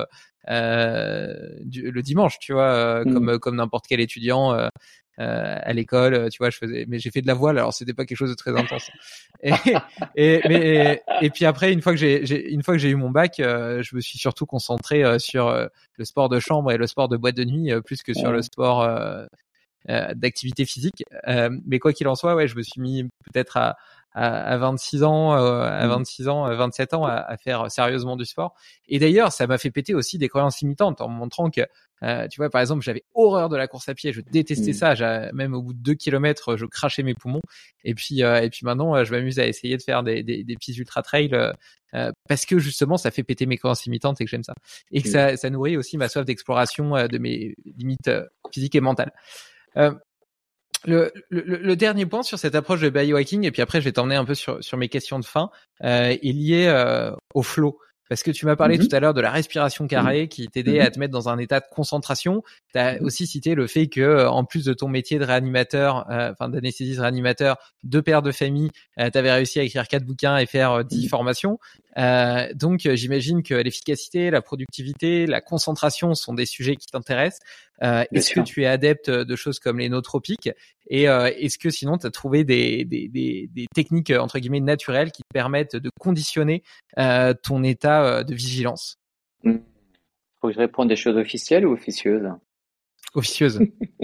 E: le dimanche, tu vois,
F: Mm.
E: comme n'importe quel étudiant. À l'école, tu vois, mais j'ai fait de la voile, alors c'était pas quelque chose de très intense. Et, et puis après, une fois que j'ai eu mon bac, je me suis surtout concentré sur le sport de chambre et le sport de boîte de nuit, plus que sur le
F: Ouais.
E: sport d'activité physique. Mais quoi qu'il en soit, ouais, je me suis mis peut-être à 26 ans, à
F: Mm.
E: 26 ans, 27 ans à faire sérieusement du sport. Et d'ailleurs, ça m'a fait péter aussi des croyances limitantes en me montrant que, tu vois, par exemple, j'avais horreur de la course à pied, je détestais
F: Mm.
E: ça. Même au bout de 2 kilomètres, je crachais mes poumons. Et puis maintenant, je m'amuse à essayer de faire des petits ultra trails. Parce que justement, ça fait péter mes croyances limitantes et que j'aime ça. Et que
F: Mm.
E: ça nourrit aussi ma soif d'exploration de mes limites physiques et mentales. Euh, le dernier point sur cette approche de biohacking, et puis après je vais t'emmener un peu sur mes questions de fin, est lié au flow. Parce que tu m'as parlé tout
F: Mhm.
E: à l'heure de la respiration carrée qui t'aidait à
F: Mhm.
E: te mettre dans un état de concentration. Tu as
F: Mhm.
E: aussi cité le fait que, en plus de ton métier de réanimateur, enfin d'anesthésiste réanimateur, de père de famille, tu avais réussi à écrire 4 bouquins et faire 10
F: Mhm.
E: formations. Donc j'imagine que l'efficacité, la productivité, la concentration sont des sujets qui t'intéressent.
F: Bien
E: Est-ce que
F: sûr.
E: tu es adepte de choses comme les nootropiques et est-ce que sinon tu as trouvé des techniques entre guillemets naturelles qui te permettent de conditionner ton état de vigilance
F: Mm. Faut que je réponde des choses officielles ou officieuses?
E: officieuse?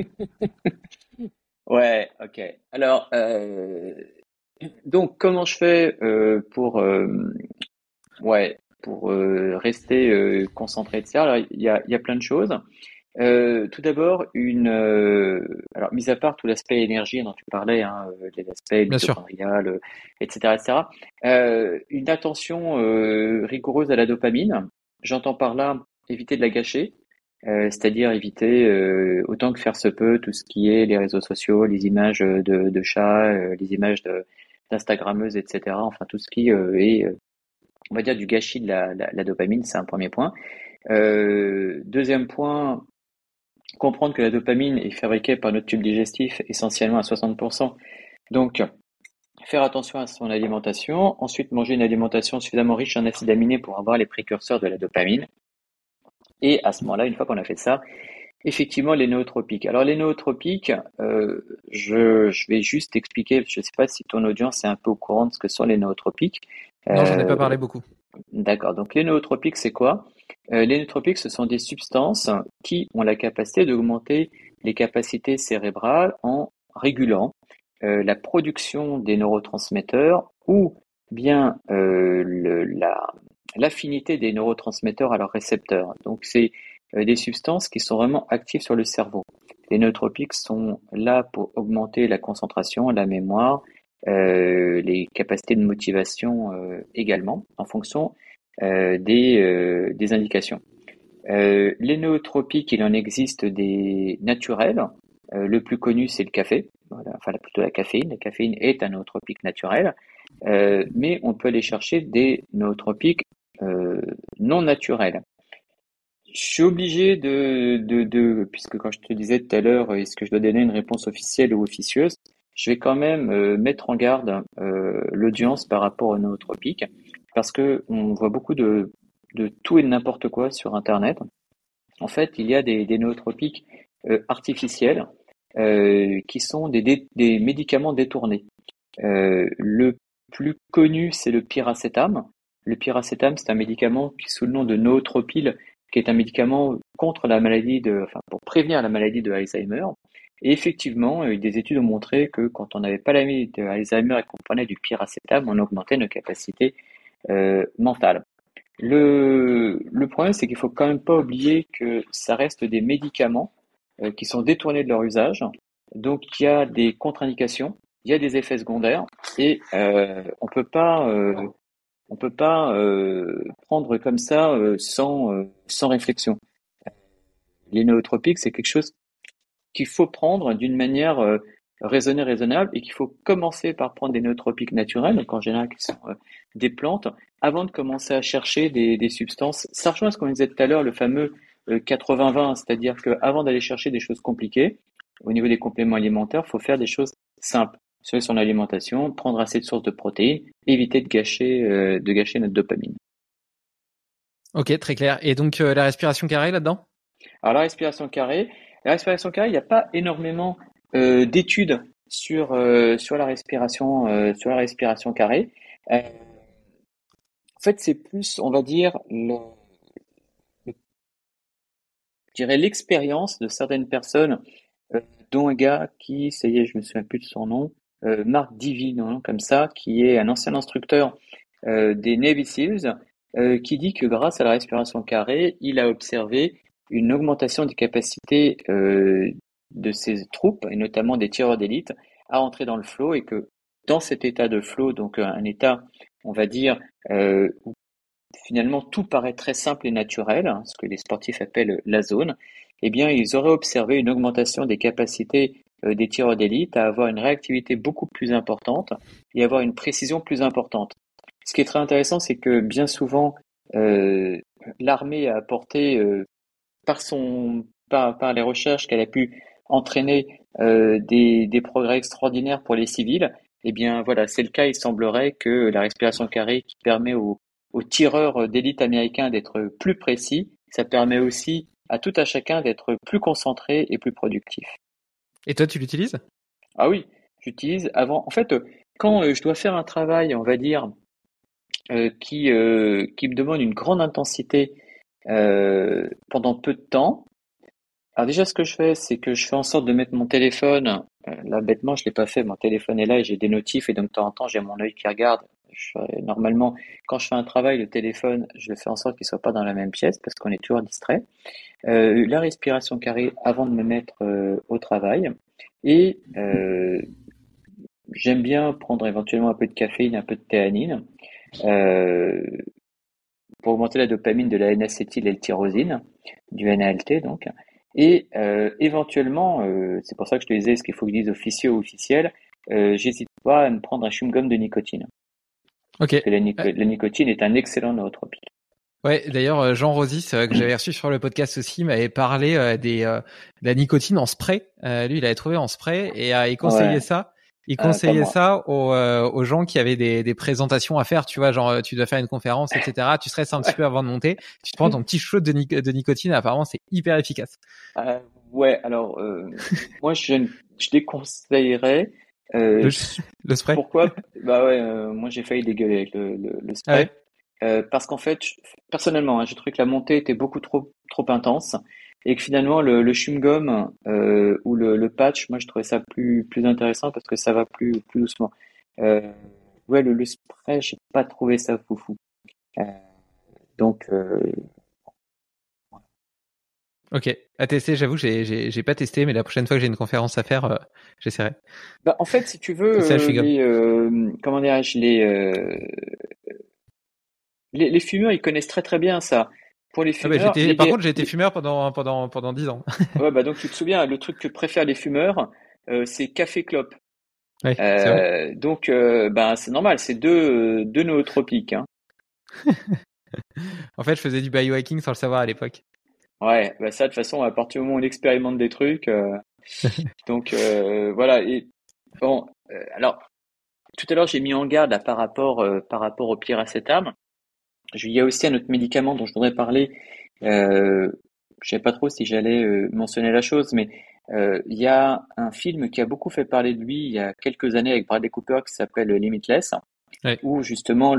F: Ouais, ok. Alors, donc comment je fais pour rester concentré, etc. Alors, il y a plein de choses. Tout d'abord, alors mis à part tout l'aspect énergie dont tu parlais, hein, l'aspect
E: Bien sûr.
F: mitochondrial, etc., etc., une attention rigoureuse à la dopamine. J'entends par là éviter de la gâcher, c'est-à-dire éviter autant que faire se peut tout ce qui est les réseaux sociaux, les images de chats, les images d'Instagrammeuses, etc. Enfin tout ce qui est, on va dire, du gâchis de la dopamine, c'est un premier point. Deuxième point, comprendre que la dopamine est fabriquée par notre tube digestif essentiellement à 60%. Donc, faire attention à son alimentation. Ensuite, manger une alimentation suffisamment riche en acides aminés pour avoir les précurseurs de la dopamine. Et à ce moment-là, une fois qu'on a fait ça, effectivement, les nootropiques. Alors, les nootropiques, je vais juste expliquer, je ne sais pas si ton audience est un peu au courant de ce que sont les nootropiques.
E: Non, j'en ai pas parlé beaucoup.
F: D'accord. Donc, les nootropiques, c'est quoi? Les nootropiques, ce sont des substances qui ont la capacité d'augmenter les capacités cérébrales en régulant la production des neurotransmetteurs ou bien l'affinité des neurotransmetteurs à leurs récepteurs. Donc, c'est des substances qui sont vraiment actives sur le cerveau. Les nootropiques sont là pour augmenter la concentration, la mémoire, les capacités de motivation également, en fonction des indications. Les nootropiques, il en existe des naturels. Le plus connu, c'est le café. Voilà, enfin, plutôt la caféine. La caféine est un nootropique naturel, mais on peut aller chercher des nootropiques non naturels. Je suis obligé puisque quand je te disais tout à l'heure, est-ce que je dois donner une réponse officielle ou officieuse, je vais quand même mettre en garde l'audience par rapport aux nootropiques, parce que on voit beaucoup de tout et de n'importe quoi sur Internet. En fait, il y a des nootropiques artificiels qui sont des médicaments détournés. Le plus connu, c'est le piracétam. Le piracétam, c'est un médicament qui, sous le nom de nootropil, qui est un médicament contre la maladie pour prévenir la maladie de Alzheimer. Et effectivement, des études ont montré que quand on n'avait pas la maladie de Alzheimer et qu'on prenait du piracétam, on augmentait nos capacités mentales. Le problème, c'est qu'il faut quand même pas oublier que ça reste des médicaments qui sont détournés de leur usage. Donc, il y a des contre-indications, il y a des effets secondaires, et on peut pas prendre comme ça sans réflexion. Les nootropiques, c'est quelque chose qu'il faut prendre d'une manière raisonnable, et qu'il faut commencer par prendre des nootropiques naturels, donc en général qui sont des plantes, avant de commencer à chercher des substances. Ça rejoint ce qu'on disait tout à l'heure, le fameux 80-20, c'est-à-dire qu'avant d'aller chercher des choses compliquées, au niveau des compléments alimentaires, il faut faire des choses simples sur son alimentation, prendre assez de sources de protéines, éviter de gâcher notre dopamine.
E: Ok, très clair. Et donc la respiration carrée là-dedans?
F: Alors la respiration carrée, il n'y a pas énormément d'études sur la respiration carrée. En fait, c'est plus, on va dire, je dirais l'expérience de certaines personnes, dont un gars qui, ça y est, je me souviens plus de son nom, Marc Divine, un nom comme ça, qui est un ancien instructeur des Navy Seals, qui dit que grâce à la respiration carrée, il a observé une augmentation des capacités de ses troupes, et notamment des tireurs d'élite, à entrer dans le flow, et que dans cet état de flow, donc un état, on va dire, où finalement tout paraît très simple et naturel, ce que les sportifs appellent la zone, eh bien, ils auraient observé une augmentation des capacités des tireurs d'élite à avoir une réactivité beaucoup plus importante et avoir une précision plus importante. Ce qui est très intéressant, c'est que bien souvent, l'armée a apporté, par les recherches qu'elle a pu entraîner, des progrès extraordinaires pour les civils. Eh bien, voilà, c'est le cas. Il semblerait que la respiration carrée, qui permet aux tireurs d'élite américains d'être plus précis, ça permet aussi à tout à chacun d'être plus concentré et plus productif.
E: Et toi, tu l'utilises?
F: Ah oui, j'utilise avant. En fait, quand je dois faire un travail, on va dire, qui me demande une grande intensité pendant peu de temps. Alors déjà, ce que je fais, c'est que je fais en sorte de mettre mon téléphone. Là, bêtement, je l'ai pas fait. Mon téléphone est là et j'ai des notifs, et donc de temps en temps, j'ai mon œil qui regarde. Normalement, quand je fais un travail, le téléphone, je le fais en sorte qu'il soit pas dans la même pièce parce qu'on est toujours distrait. La respiration carrée avant de me mettre au travail, et j'aime bien prendre éventuellement un peu de caféine, un peu de théanine, pour augmenter la dopamine, de la N-acétyl-L-tyrosine, du NALT donc. Et éventuellement, c'est pour ça que je te disais, est-ce qu'il faut que je dise officieux ou officiel, j'hésite pas à me prendre un chewing-gum de nicotine.
E: Ok.
F: Parce que la nicotine est un excellent nootropique.
E: Ouais, d'ailleurs, Jean Rosis, que j'avais reçu sur le podcast aussi, m'avait parlé de la nicotine en spray. Lui, il avait trouvé en spray et il conseillait
F: Ouais,
E: ça. Il
F: pas
E: conseillait
F: moi.
E: ça aux gens qui avaient des présentations à faire, tu vois, genre tu dois faire une conférence, etc. Tu stresses un petit peu avant de monter. Tu te prends ton petit shot de nicotine. Apparemment, c'est hyper efficace.
F: Euh, ouais, alors moi je déconseillerais.
E: Le, le spray.
F: Pourquoi? Bah ouais, moi j'ai failli dégueuler avec le
E: Ah
F: spray.
E: ouais.
F: Parce qu'en fait, personnellement, hein, j'ai trouvé que la montée était beaucoup trop intense et que finalement le chewing-gum ou le patch, moi je trouvais ça plus intéressant parce que ça va plus doucement. Euh, ouais, le spray, j'ai pas trouvé ça foufou. Euh, donc
E: Ok. À tester, j'avoue, j'ai pas testé, mais la prochaine fois que j'ai une conférence à faire, j'essaierai.
F: bah, en fait, si tu veux,
E: C'est ça, le chewing-gum.
F: comment dirais-je, les fumeurs, ils connaissent très bien ça. Pour les
E: Ah bah
F: fumeurs,
E: par contre, j'ai été fumeur pendant 10 ans.
F: ouais, bah donc tu te souviens, le truc que préfèrent les fumeurs, c'est café clope.
E: Ouais, c'est vrai.
F: Donc, ben c'est normal, c'est deux nootropiques, hein.
E: En fait, je faisais du biohacking sans le savoir à l'époque.
F: Ouais, bah ça de toute façon, à partir du moment où on expérimente des trucs, donc voilà. Et bon, alors tout à l'heure j'ai mis en garde là, par rapport au piracétam. Il y a aussi un autre médicament dont je voudrais parler. Je sais pas trop si j'allais mentionner la chose, mais il y a un film qui a beaucoup fait parler de lui il y a quelques années avec Bradley Cooper qui s'appelle Limitless,
E: Ouais.
F: où justement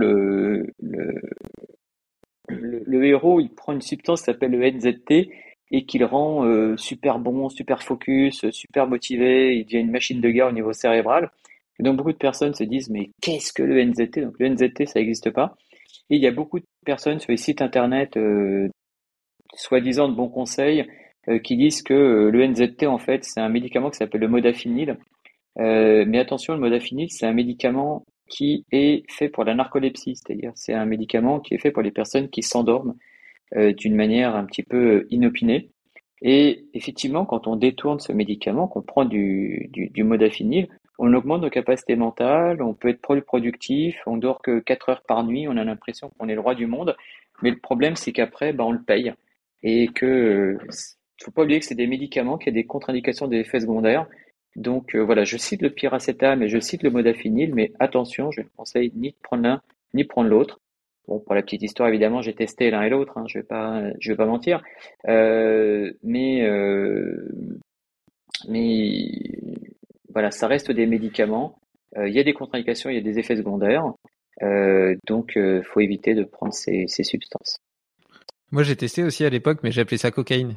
F: le héros il prend une substance qui s'appelle le NZT et qui le rend super bon, super focus, super motivé, il devient une machine de guerre au niveau cérébral. Et donc beaucoup de personnes se disent mais qu'est-ce que le NZT? Donc le NZT ça n'existe pas. Et il y a beaucoup de personnes sur les sites internet, soi-disant de bons conseils, qui disent que le NZT, en fait, c'est un médicament qui s'appelle le modafinil. Mais attention, le modafinil, c'est un médicament qui est fait pour la narcolepsie, c'est-à-dire c'est un médicament qui est fait pour les personnes qui s'endorment d'une manière un petit peu inopinée. Et effectivement, quand on détourne ce médicament, qu'on prend du modafinil, on augmente nos capacités mentales, on peut être plus productif, on dort que 4 heures par nuit, on a l'impression qu'on est le roi du monde. Mais le problème, c'est qu'après, bah, on le paye. Et que, faut pas oublier que c'est des médicaments, qui a des contre-indications, des effets secondaires. Donc voilà, je cite le piracétam et je cite le modafinil, mais attention, je ne conseille ni de prendre l'un ni de prendre l'autre. Bon, pour la petite histoire, évidemment, j'ai testé l'un et l'autre, hein, je vais pas mentir. Euh, mais, euh, mais voilà, ça reste des médicaments. Il y a des contre-indications, il y a des effets secondaires. Donc, faut éviter de prendre ces substances.
E: Moi, j'ai testé aussi à l'époque, mais j'ai appelé ça cocaïne.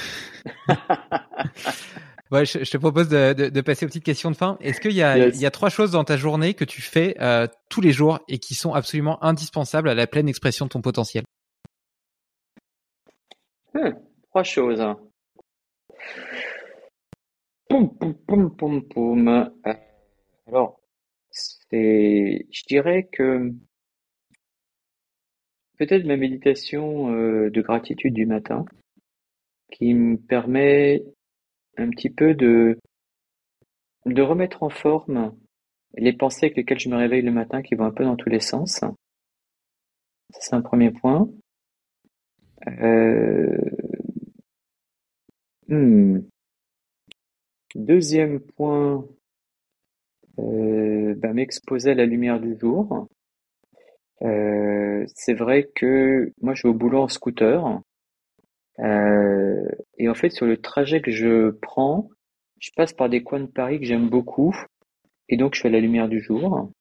E: Ouais, je te propose de passer aux petites questions de fin. Est-ce qu'il y
F: Yes.
E: a 3 choses dans ta journée que tu fais tous les jours et qui sont absolument indispensables à la pleine expression de ton potentiel?
F: Hmm, trois choses. Poum, poum, poum, poum, poum. Alors, je dirais que peut-être ma méditation de gratitude du matin, qui me permet un petit peu de remettre en forme les pensées avec lesquelles je me réveille le matin, qui vont un peu dans tous les sens. Ça, c'est un premier point. Euh, hmm. Deuxième point, m'exposer à la lumière du jour. C'est vrai que moi je vais au boulot en scooter. Euh, et en fait, sur le trajet que je prends, je passe par des coins de Paris que j'aime beaucoup. Et donc, je suis à la lumière du jour.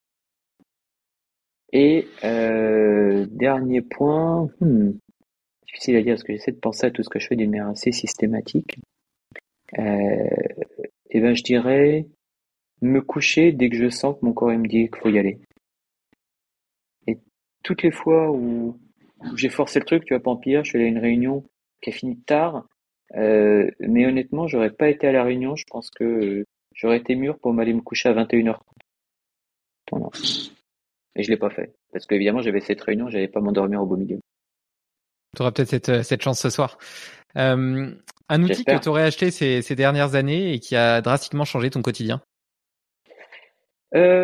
F: Et dernier point, difficile à dire parce que j'essaie de penser à tout ce que je fais d'une manière assez systématique. Euh, et ben, je dirais me coucher dès que je sens que mon corps il me dit qu'il faut y aller. Et toutes les fois où j'ai forcé le truc, tu vois, pas en pire, je suis allé à une réunion qui a fini tard. Mais honnêtement, j'aurais pas été à la réunion. Je pense que j'aurais été mûr pour m'aller me coucher à 21h30. Voilà. Et je l'ai pas fait. Parce qu'évidemment, j'avais cette réunion, j'allais pas m'endormir au beau milieu.
E: Tu auras peut-être cette chance ce soir. Un outil que
F: J'espère.
E: tu aurais acheté ces dernières années et qui a drastiquement changé ton quotidien?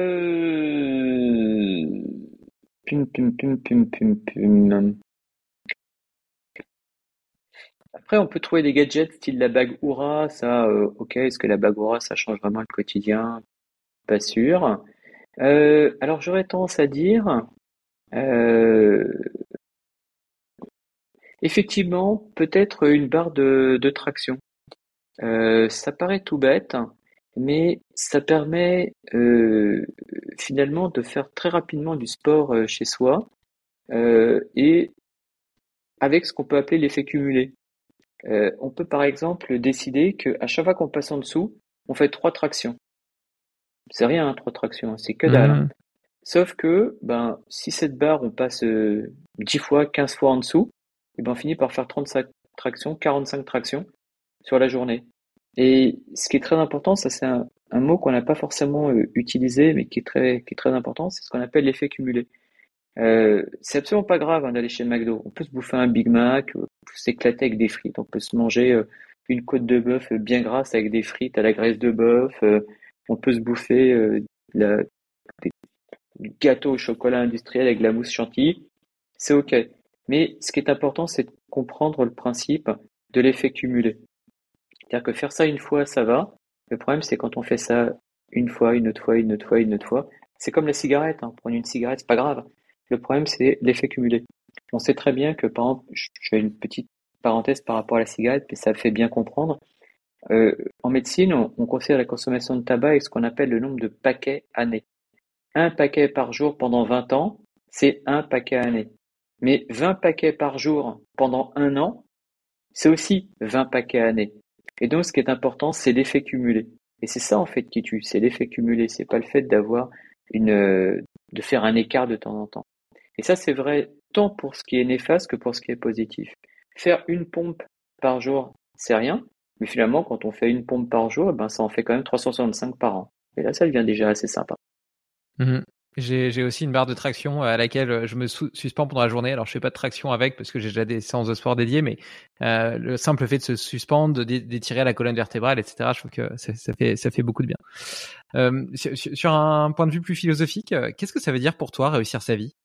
F: Euh... Pum, pum, pum, pum, pum, pum. Après, on peut trouver des gadgets style la bague Oura, ça, ok, est-ce que la bague Oura, ça change vraiment le quotidien? Pas sûr. Alors j'aurais tendance à dire, euh, effectivement, peut-être une barre de traction. Ça paraît tout bête, mais ça permet finalement de faire très rapidement du sport chez soi et avec ce qu'on peut appeler l'effet cumulé. On peut par exemple décider qu'à chaque fois qu'on passe en dessous, on fait 3 tractions. C'est rien, hein, 3 tractions, hein, c'est que dalle, hein.
E: Mmh.
F: Sauf que ben, si cette barre, on passe 10 fois, 15 fois en dessous, et ben, on finit par faire 35 tractions, 45 tractions sur la journée. Et ce qui est très important, ça c'est un mot qu'on n'a pas forcément utilisé, mais qui est très important, c'est ce qu'on appelle l'effet cumulé. C'est absolument pas grave hein, d'aller chez McDo. On peut se bouffer un Big Mac, on peut s'éclater avec des frites, on peut se manger une côte de bœuf bien grasse avec des frites à la graisse de bœuf, on peut se bouffer la- des- du gâteau au chocolat industriel avec de la mousse chantilly. C'est ok. Mais ce qui est important, c'est de comprendre le principe de l'effet cumulé. C'est-à-dire que faire ça une fois, ça va. Le problème, c'est quand on fait ça une fois, une autre fois, une autre fois, une autre fois. C'est comme la cigarette, hein. Prendre une cigarette, c'est pas grave. Le problème, c'est l'effet cumulé. On sait très bien que, par exemple, je fais une petite parenthèse par rapport à la cigarette, mais ça fait bien comprendre. En médecine, on considère la consommation de tabac avec ce qu'on appelle le nombre de paquets année. Un paquet par jour pendant 20 ans, c'est un paquet année. Mais 20 paquets par jour pendant un an, c'est aussi 20 paquets année. Et donc, ce qui est important, c'est l'effet cumulé. Et c'est ça, en fait, qui tue. C'est l'effet cumulé. C'est pas le fait d'avoir de faire un écart de temps en temps. Et ça, c'est vrai tant pour ce qui est néfaste que pour ce qui est positif. Faire une pompe par jour, c'est rien. Mais finalement, quand on fait une pompe par jour, ben, ça en fait quand même 365 par an. Et là, ça devient déjà assez sympa.
E: Mmh. J'ai aussi une barre de traction à laquelle je me suspends pendant la journée. Alors je fais pas de traction avec parce que j'ai déjà des séances de sport dédiées, mais le simple fait de se suspendre, d'étirer la colonne vertébrale, etc. Je trouve que ça fait beaucoup de bien. Sur un point de vue plus philosophique, qu'est-ce que ça veut dire pour toi réussir sa vie?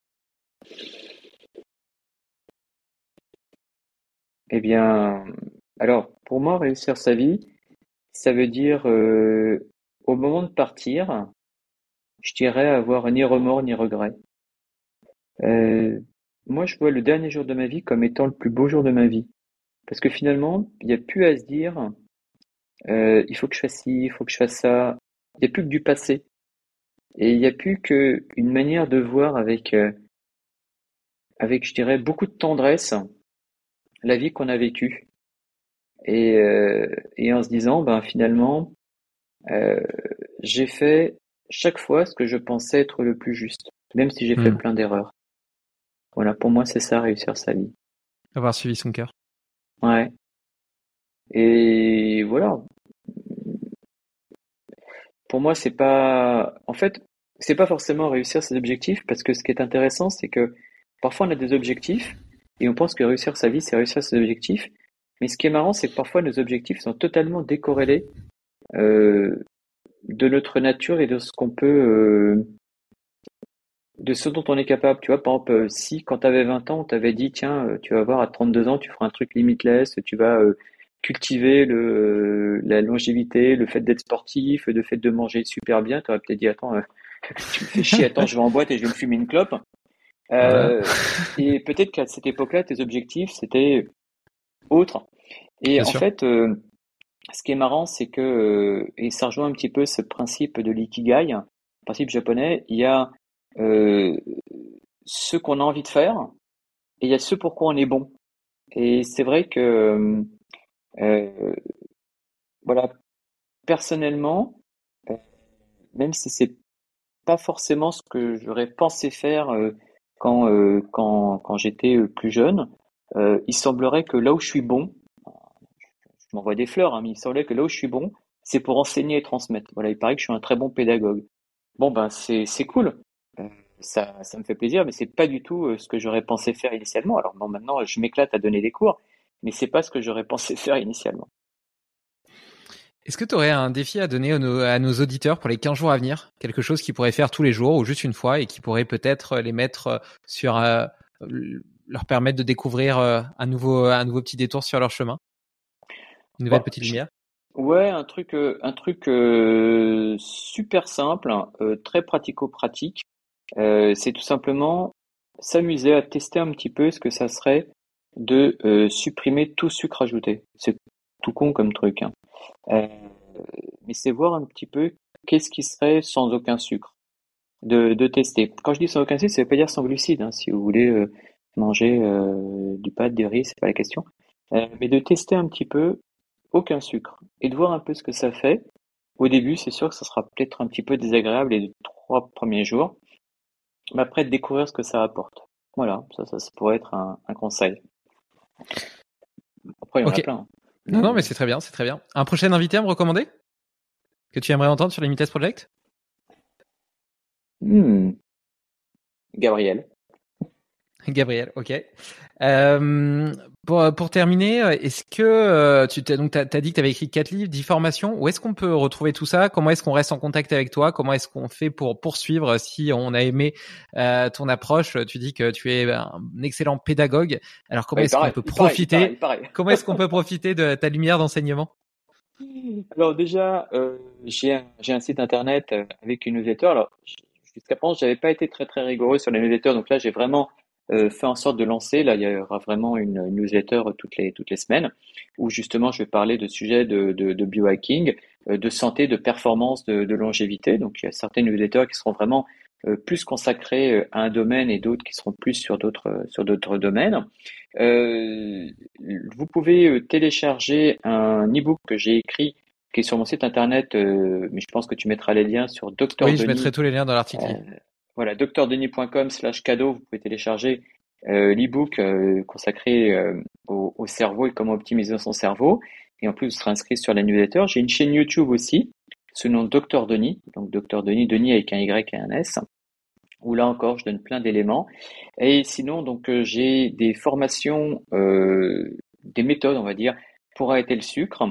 F: Eh bien, alors, pour moi, réussir sa vie, ça veut dire, au moment de partir, je dirais avoir ni remords ni regrets. Euh, Moi, je vois le dernier jour de ma vie comme étant le plus beau jour de ma vie. Parce que finalement, il n'y a plus à se dire, il faut que je fasse ci, il faut que je fasse ça. Il n'y a plus que du passé. Et il n'y a plus qu'une manière de voir avec, je dirais, beaucoup de tendresse la vie qu'on a vécue. Et en se disant, ben finalement, euh, j'ai fait chaque fois ce que je pensais être le plus juste, même si j'ai fait plein d'erreurs. Voilà, pour moi, c'est ça, réussir sa vie.
E: Avoir suivi son cœur.
F: Ouais. Et voilà. Pour moi, en fait, c'est pas forcément réussir ses objectifs, parce que ce qui est intéressant, c'est que parfois on a des objectifs, et on pense que réussir sa vie, c'est réussir ses objectifs. Mais ce qui est marrant, c'est que parfois nos objectifs sont totalement décorrélés, euh, de notre nature et de ce qu'on peut, de ce dont on est capable. Tu vois, par exemple, si quand tu avais 20 ans, on t'avait dit, tiens, tu vas voir, à 32 ans, tu feras un truc limitless, tu vas cultiver la longévité, le fait d'être sportif, le fait de manger super bien, tu aurais peut-être dit, attends, tu me fais chier, attends, je vais en boîte et je vais me fumer une clope.
E: Voilà.
F: Et peut-être qu'à cette époque-là, tes objectifs, c'était autre. Et
E: Bien
F: en
E: sûr.
F: fait, ce qui est marrant, c'est que, et ça rejoint un petit peu ce principe de l'ikigai, principe japonais, il y a euh, ce qu'on a envie de faire et il y a ce pourquoi on est bon. Et c'est vrai que, euh, voilà, personnellement, euh, même si c'est pas forcément ce que j'aurais pensé faire quand j'étais plus jeune, il semblerait que là où je suis bon, je m'envoie des fleurs, hein, mais il semblait que là où je suis bon, c'est pour enseigner et transmettre. Voilà, il paraît que je suis un très bon pédagogue. Bon, ben, c'est cool. Euh, ça me fait plaisir, mais c'est pas du tout ce que j'aurais pensé faire initialement. Alors, bon, maintenant, je m'éclate à donner des cours, mais c'est pas ce que j'aurais pensé faire initialement.
E: Est-ce que tu aurais un défi à donner à nos auditeurs pour les 15 jours à venir? Quelque chose qu'ils pourraient faire tous les jours ou juste une fois et qui pourrait peut-être les mettre sur leur permettre de découvrir un nouveau petit détour sur leur chemin, une nouvelle petite lumière.
F: Ouais, un truc super simple, très pratico-pratique. C'est tout simplement s'amuser à tester un petit peu ce que ça serait de supprimer tout sucre ajouté. C'est tout con comme truc, hein. Mais c'est voir un petit peu qu'est-ce qui serait sans aucun sucre, de tester. Quand je dis sans aucun sucre, ça veut pas dire sans glucides, hein. Si vous voulez manger du pâte, des riz, c'est pas la question. Mais de tester un petit peu aucun sucre et de voir un peu ce que ça fait. Au début, c'est sûr que ça sera peut-être un petit peu désagréable les 3 premiers jours, mais après de découvrir ce que ça apporte. Voilà, ça pourrait être un conseil. Après, il y en a
E: Ok.
F: plein.
E: Non, mais c'est très bien, c'est très bien. Un prochain invité à me recommander que tu aimerais entendre sur Limitless Project?
F: Gabriel.
E: Gabriel, ok. Pour terminer, est-ce que t'as dit que tu avais écrit 4 livres, 10 formations. Où est-ce qu'on peut retrouver tout ça? Comment est-ce qu'on reste en contact avec toi? Comment est-ce qu'on fait pour poursuivre si on a aimé ton approche? Tu dis que tu es un excellent pédagogue. Alors comment est-ce qu'on peut profiter? Comment est-ce qu'on peut profiter de ta lumière d'enseignement?
F: Alors déjà, j'ai un site internet avec une newsletter. Alors jusqu'à présent, j'avais pas été très très rigoureux sur les newsletters, donc là j'ai vraiment fait en sorte de lancer. Là, il y aura vraiment une newsletter toutes les semaines où justement je vais parler de sujets de biohacking, de santé, de performance, de longévité. Donc il y a certaines newsletters qui seront vraiment plus consacrées à un domaine et d'autres qui seront plus sur d'autres domaines. Vous pouvez télécharger un e-book que j'ai écrit qui est sur mon site internet, mais je pense que tu mettras les liens sur Dr.
E: Oui,
F: Denis.
E: je mettrai tous les liens dans l'article.
F: Voilà, drdenis.com/cadeau, vous pouvez télécharger l'e-book consacré au cerveau et comment optimiser son cerveau. Et en plus, vous serez inscrit sur la newsletter. J'ai une chaîne YouTube aussi, sous le nom Dr. Denis, donc Dr. Denis, Denis avec un Y et un S, où là encore, je donne plein d'éléments. Et sinon, donc, j'ai des formations, des méthodes, on va dire, pour arrêter le sucre,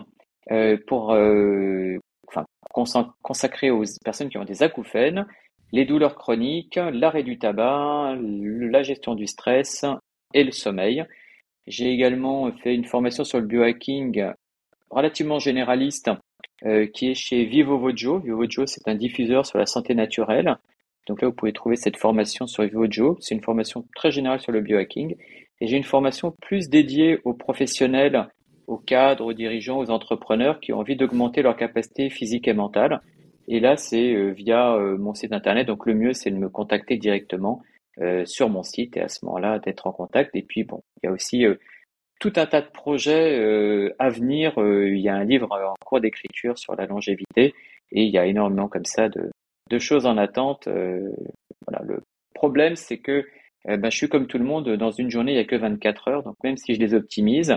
F: consacrées aux personnes qui ont des acouphènes, les douleurs chroniques, l'arrêt du tabac, la gestion du stress et le sommeil. J'ai également fait une formation sur le biohacking relativement généraliste qui est chez Vivovojo. Vivovojo, c'est un diffuseur sur la santé naturelle. Donc là, vous pouvez trouver cette formation sur Vivovojo. C'est une formation très générale sur le biohacking. Et j'ai une formation plus dédiée aux professionnels, aux cadres, aux dirigeants, aux entrepreneurs qui ont envie d'augmenter leur capacité physique et mentale. Et là, c'est via mon site internet. Donc le mieux, c'est de me contacter directement sur mon site et à ce moment-là, d'être en contact. Et puis, bon, il y a aussi tout un tas de projets à venir. Il y a un livre en cours d'écriture sur la longévité et il y a énormément comme ça de choses en attente. Voilà. Le problème, c'est que je suis comme tout le monde. Dans une journée, il n'y a que 24 heures. Donc même si je les optimise,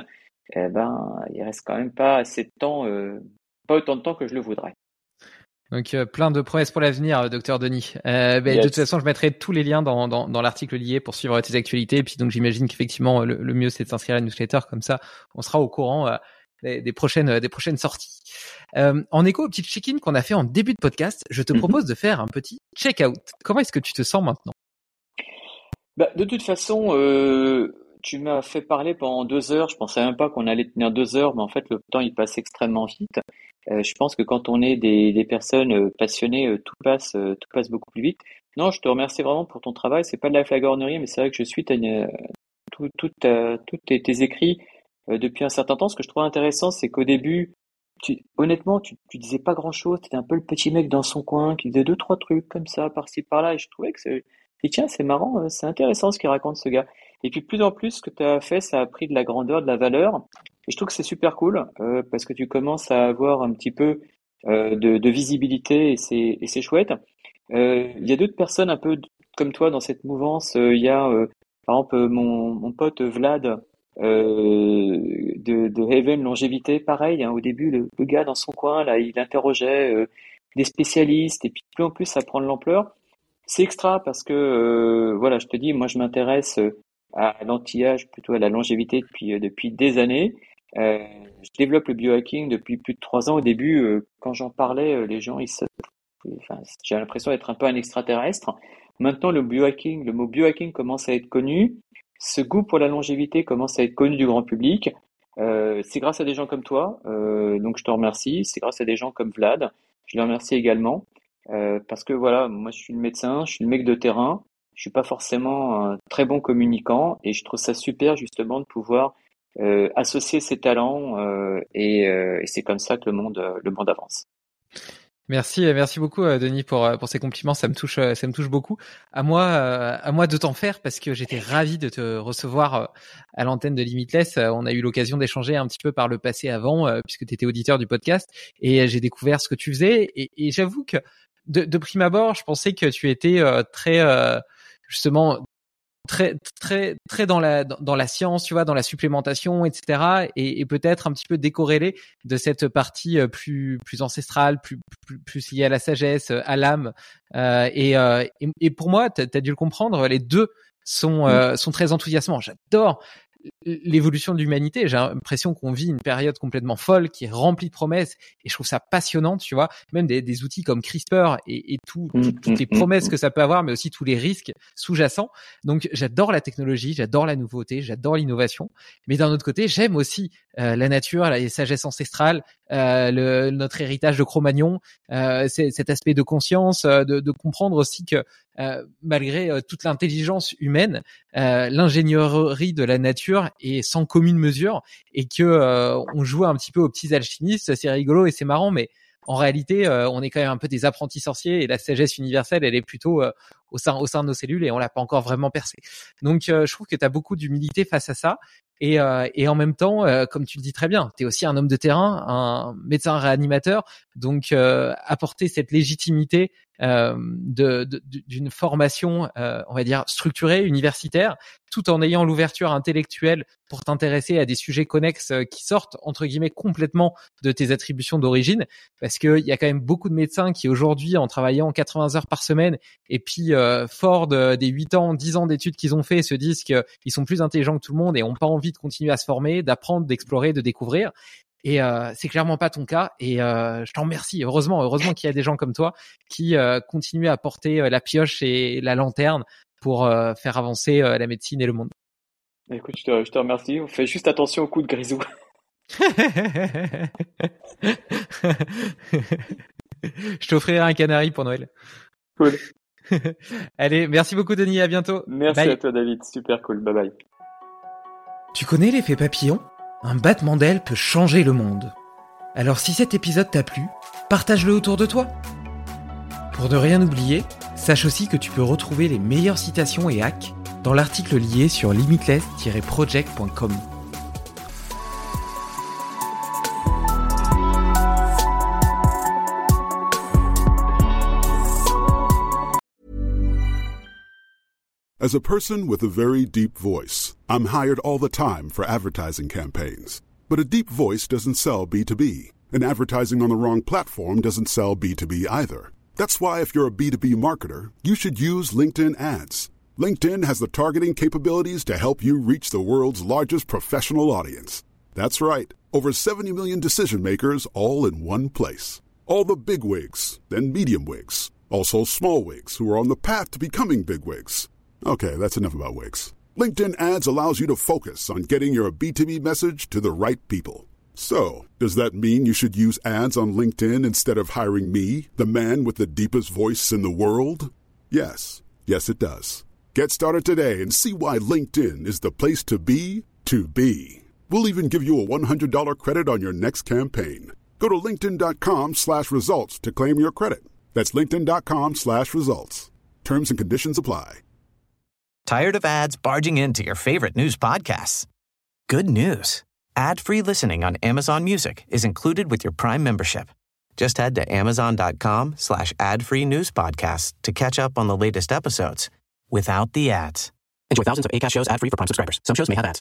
F: il reste quand même pas assez de temps, pas autant de temps que je le voudrais.
E: Donc plein de promesses pour l'avenir, Dr. Denis.
F: Yes.
E: De toute façon, je mettrai tous les liens dans l'article lié pour suivre tes actualités. Et puis donc j'imagine qu'effectivement le mieux c'est de s'inscrire à la newsletter, comme ça on sera au courant des prochaines sorties. En écho au petit check-in qu'on a fait en début de podcast, je te propose de faire un petit check-out. Comment est-ce que tu te sens maintenant?
F: De toute façon, tu m'as fait parler pendant 2 heures. Je pensais même pas qu'on allait tenir 2 heures, mais en fait le temps il passe extrêmement vite. Je pense que quand on est des personnes passionnées, tout passe beaucoup plus vite. Non, je te remercie vraiment pour ton travail. C'est pas de la flagornerie, mais c'est vrai que je suis tous tes écrits depuis un certain temps. Ce que je trouve intéressant, c'est qu'au début, honnêtement, tu disais pas grand-chose. T'étais un peu le petit mec dans son coin qui disait 2-3 trucs comme ça, par-ci par-là, et je trouvais que tiens, c'est marrant, c'est intéressant ce qu'il raconte ce gars. Et puis de plus en plus, ce que tu as fait, ça a pris de la grandeur, de la valeur. Et je trouve que c'est super cool parce que tu commences à avoir un petit peu de visibilité et c'est chouette. Il y a d'autres personnes un peu comme toi dans cette mouvance. Il y a par exemple mon pote Vlad de Haven Longévité, pareil. Hein, au début, le gars dans son coin, là, il interrogeait des spécialistes et puis plus en plus, ça prend de l'ampleur. C'est extra parce que voilà, je te dis, moi je m'intéresse à l'anti-âge, plutôt à la longévité depuis des années. Je développe le biohacking depuis plus de 3 ans. Au début, quand j'en parlais, les gens, j'ai l'impression d'être un peu un extraterrestre. Maintenant, le mot biohacking commence à être connu. ce goût pour la longévité commence à être connu du grand public. C'est grâce à des gens comme toi, donc je te remercie. C'est grâce à des gens comme Vlad, je le remercie également. Parce que voilà, moi je suis le médecin, je suis le mec de terrain, je suis pas forcément un très bon communicant et je trouve ça super justement de pouvoir associer ces talents et c'est comme ça que le monde avance.
E: Merci beaucoup Denis pour ces compliments, ça me touche beaucoup. À moi de t'en faire parce que j'étais ravi de te recevoir à l'antenne de Limitless. On a eu l'occasion d'échanger un petit peu par le passé avant puisque tu étais auditeur du podcast et j'ai découvert ce que tu faisais et j'avoue que de prime abord, je pensais que tu étais très justement très dans la science, tu vois, dans la supplémentation, etc. Et peut-être un petit peu décorrélé de cette partie plus ancestrale, plus liée à la sagesse, à l'âme. Et pour moi, t'as dû le comprendre, les deux sont très enthousiasmants. J'adore l'évolution de l'humanité. J'ai l'impression qu'on vit une période complètement folle qui est remplie de promesses et je trouve ça passionnant, tu vois, même des outils comme CRISPR et toutes les promesses que ça peut avoir, mais aussi tous les risques sous-jacents. Donc j'adore la technologie, j'adore la nouveauté, j'adore l'innovation, mais d'un autre côté j'aime aussi la nature, la sagesse ancestrale, notre héritage de Cro-Magnon, cet aspect de conscience, de comprendre aussi que malgré toute l'intelligence humaine, l'ingénierie de la nature est sans commune mesure et que on joue un petit peu aux petits alchimistes, c'est rigolo et c'est marrant, mais en réalité on est quand même un peu des apprentis sorciers et la sagesse universelle elle est plutôt au sein de nos cellules et on l'a pas encore vraiment percée. Donc je trouve que tu as beaucoup d'humilité face à ça. Et en même temps, comme tu le dis très bien, tu es aussi un homme de terrain, un médecin réanimateur, donc apporter cette légitimité d'une formation, on va dire structurée, universitaire, tout en ayant l'ouverture intellectuelle pour t'intéresser à des sujets connexes qui sortent entre guillemets complètement de tes attributions d'origine, parce que il y a quand même beaucoup de médecins qui aujourd'hui, en travaillant 80 heures par semaine, et puis fort des 8 ans, 10 ans d'études qu'ils ont fait, se disent qu'ils sont plus intelligents que tout le monde et ont pas envie de continuer à se former, d'apprendre, d'explorer, de découvrir. Et c'est clairement pas ton cas. Et je t'en remercie. Heureusement qu'il y a des gens comme toi qui continuent à porter la pioche et la lanterne pour faire avancer la médecine et le monde.
F: Écoute, je te remercie. On fait juste attention au coup de grisou.
E: Je t'offrirai un canari pour Noël.
F: Cool.
E: Allez, merci beaucoup Denis, à bientôt.
F: Merci
E: bye.
F: À toi David, super cool, bye bye.
G: Tu connais l'effet papillon ? Un battement d'ailes peut changer le monde. Alors si cet épisode t'a plu, partage-le autour de toi. Pour ne rien oublier, sache aussi que tu peux retrouver les meilleures citations et hacks dans l'article lié sur limitless-project.com.
H: As a person with a very deep voice, I'm hired all the time for advertising campaigns. But a deep voice doesn't sell B2B, and advertising on the wrong platform doesn't sell B2B either. That's why if you're a B2B marketer, you should use LinkedIn ads. LinkedIn has the targeting capabilities to help you reach the world's largest professional audience. That's right, over 70 million decision makers all in one place. All the big wigs, then medium wigs, also small wigs who are on the path to becoming big wigs. Okay, that's enough about wigs. LinkedIn ads allows you to focus on getting your B2B message to the right people. So, does that mean you should use ads on LinkedIn instead of hiring me, the man with the deepest voice in the world? Yes. Yes, it does. Get started today and see why LinkedIn is the place to be to be. We'll even give you a $100 credit on your next campaign. Go to linkedin.com/results to claim your credit. That's linkedin.com/results. Terms and conditions apply.
A: Tired of ads barging into your favorite news podcasts? Good news. Ad-free listening on Amazon Music is included with your Prime membership. Just head to amazon.com/ad-free news podcasts to catch up on the latest episodes without the ads. Enjoy thousands of Acast shows ad-free for Prime subscribers. Some shows may have ads.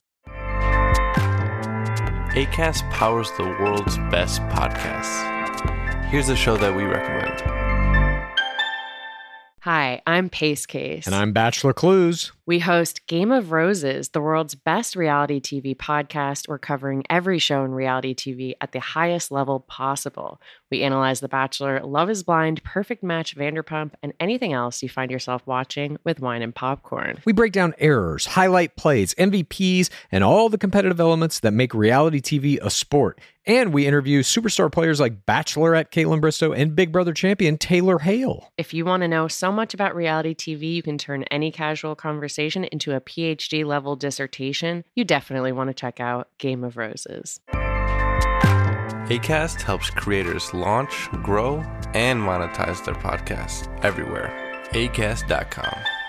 I: Acast powers the world's best podcasts. Here's a show that we recommend.
J: Hi, I'm Pace Case.
K: And I'm Bachelor Clues.
J: We host Game of Roses, the world's best reality TV podcast. We're covering every show in reality TV at the highest level possible. We analyze The Bachelor, Love is Blind, Perfect Match, Vanderpump, and anything else you find yourself watching with wine and popcorn.
K: We break down errors, highlight plays, MVPs, and all the competitive elements that make reality TV a sport. And we interview superstar players like Bachelorette Caitlin Bristowe and Big Brother champion Taylor Hale.
J: If you want to know so much about reality TV, you can turn any casual conversation into a PhD level dissertation. You definitely want to check out Game of Roses.
I: Acast helps creators launch, grow, and monetize their podcasts everywhere. Acast.com.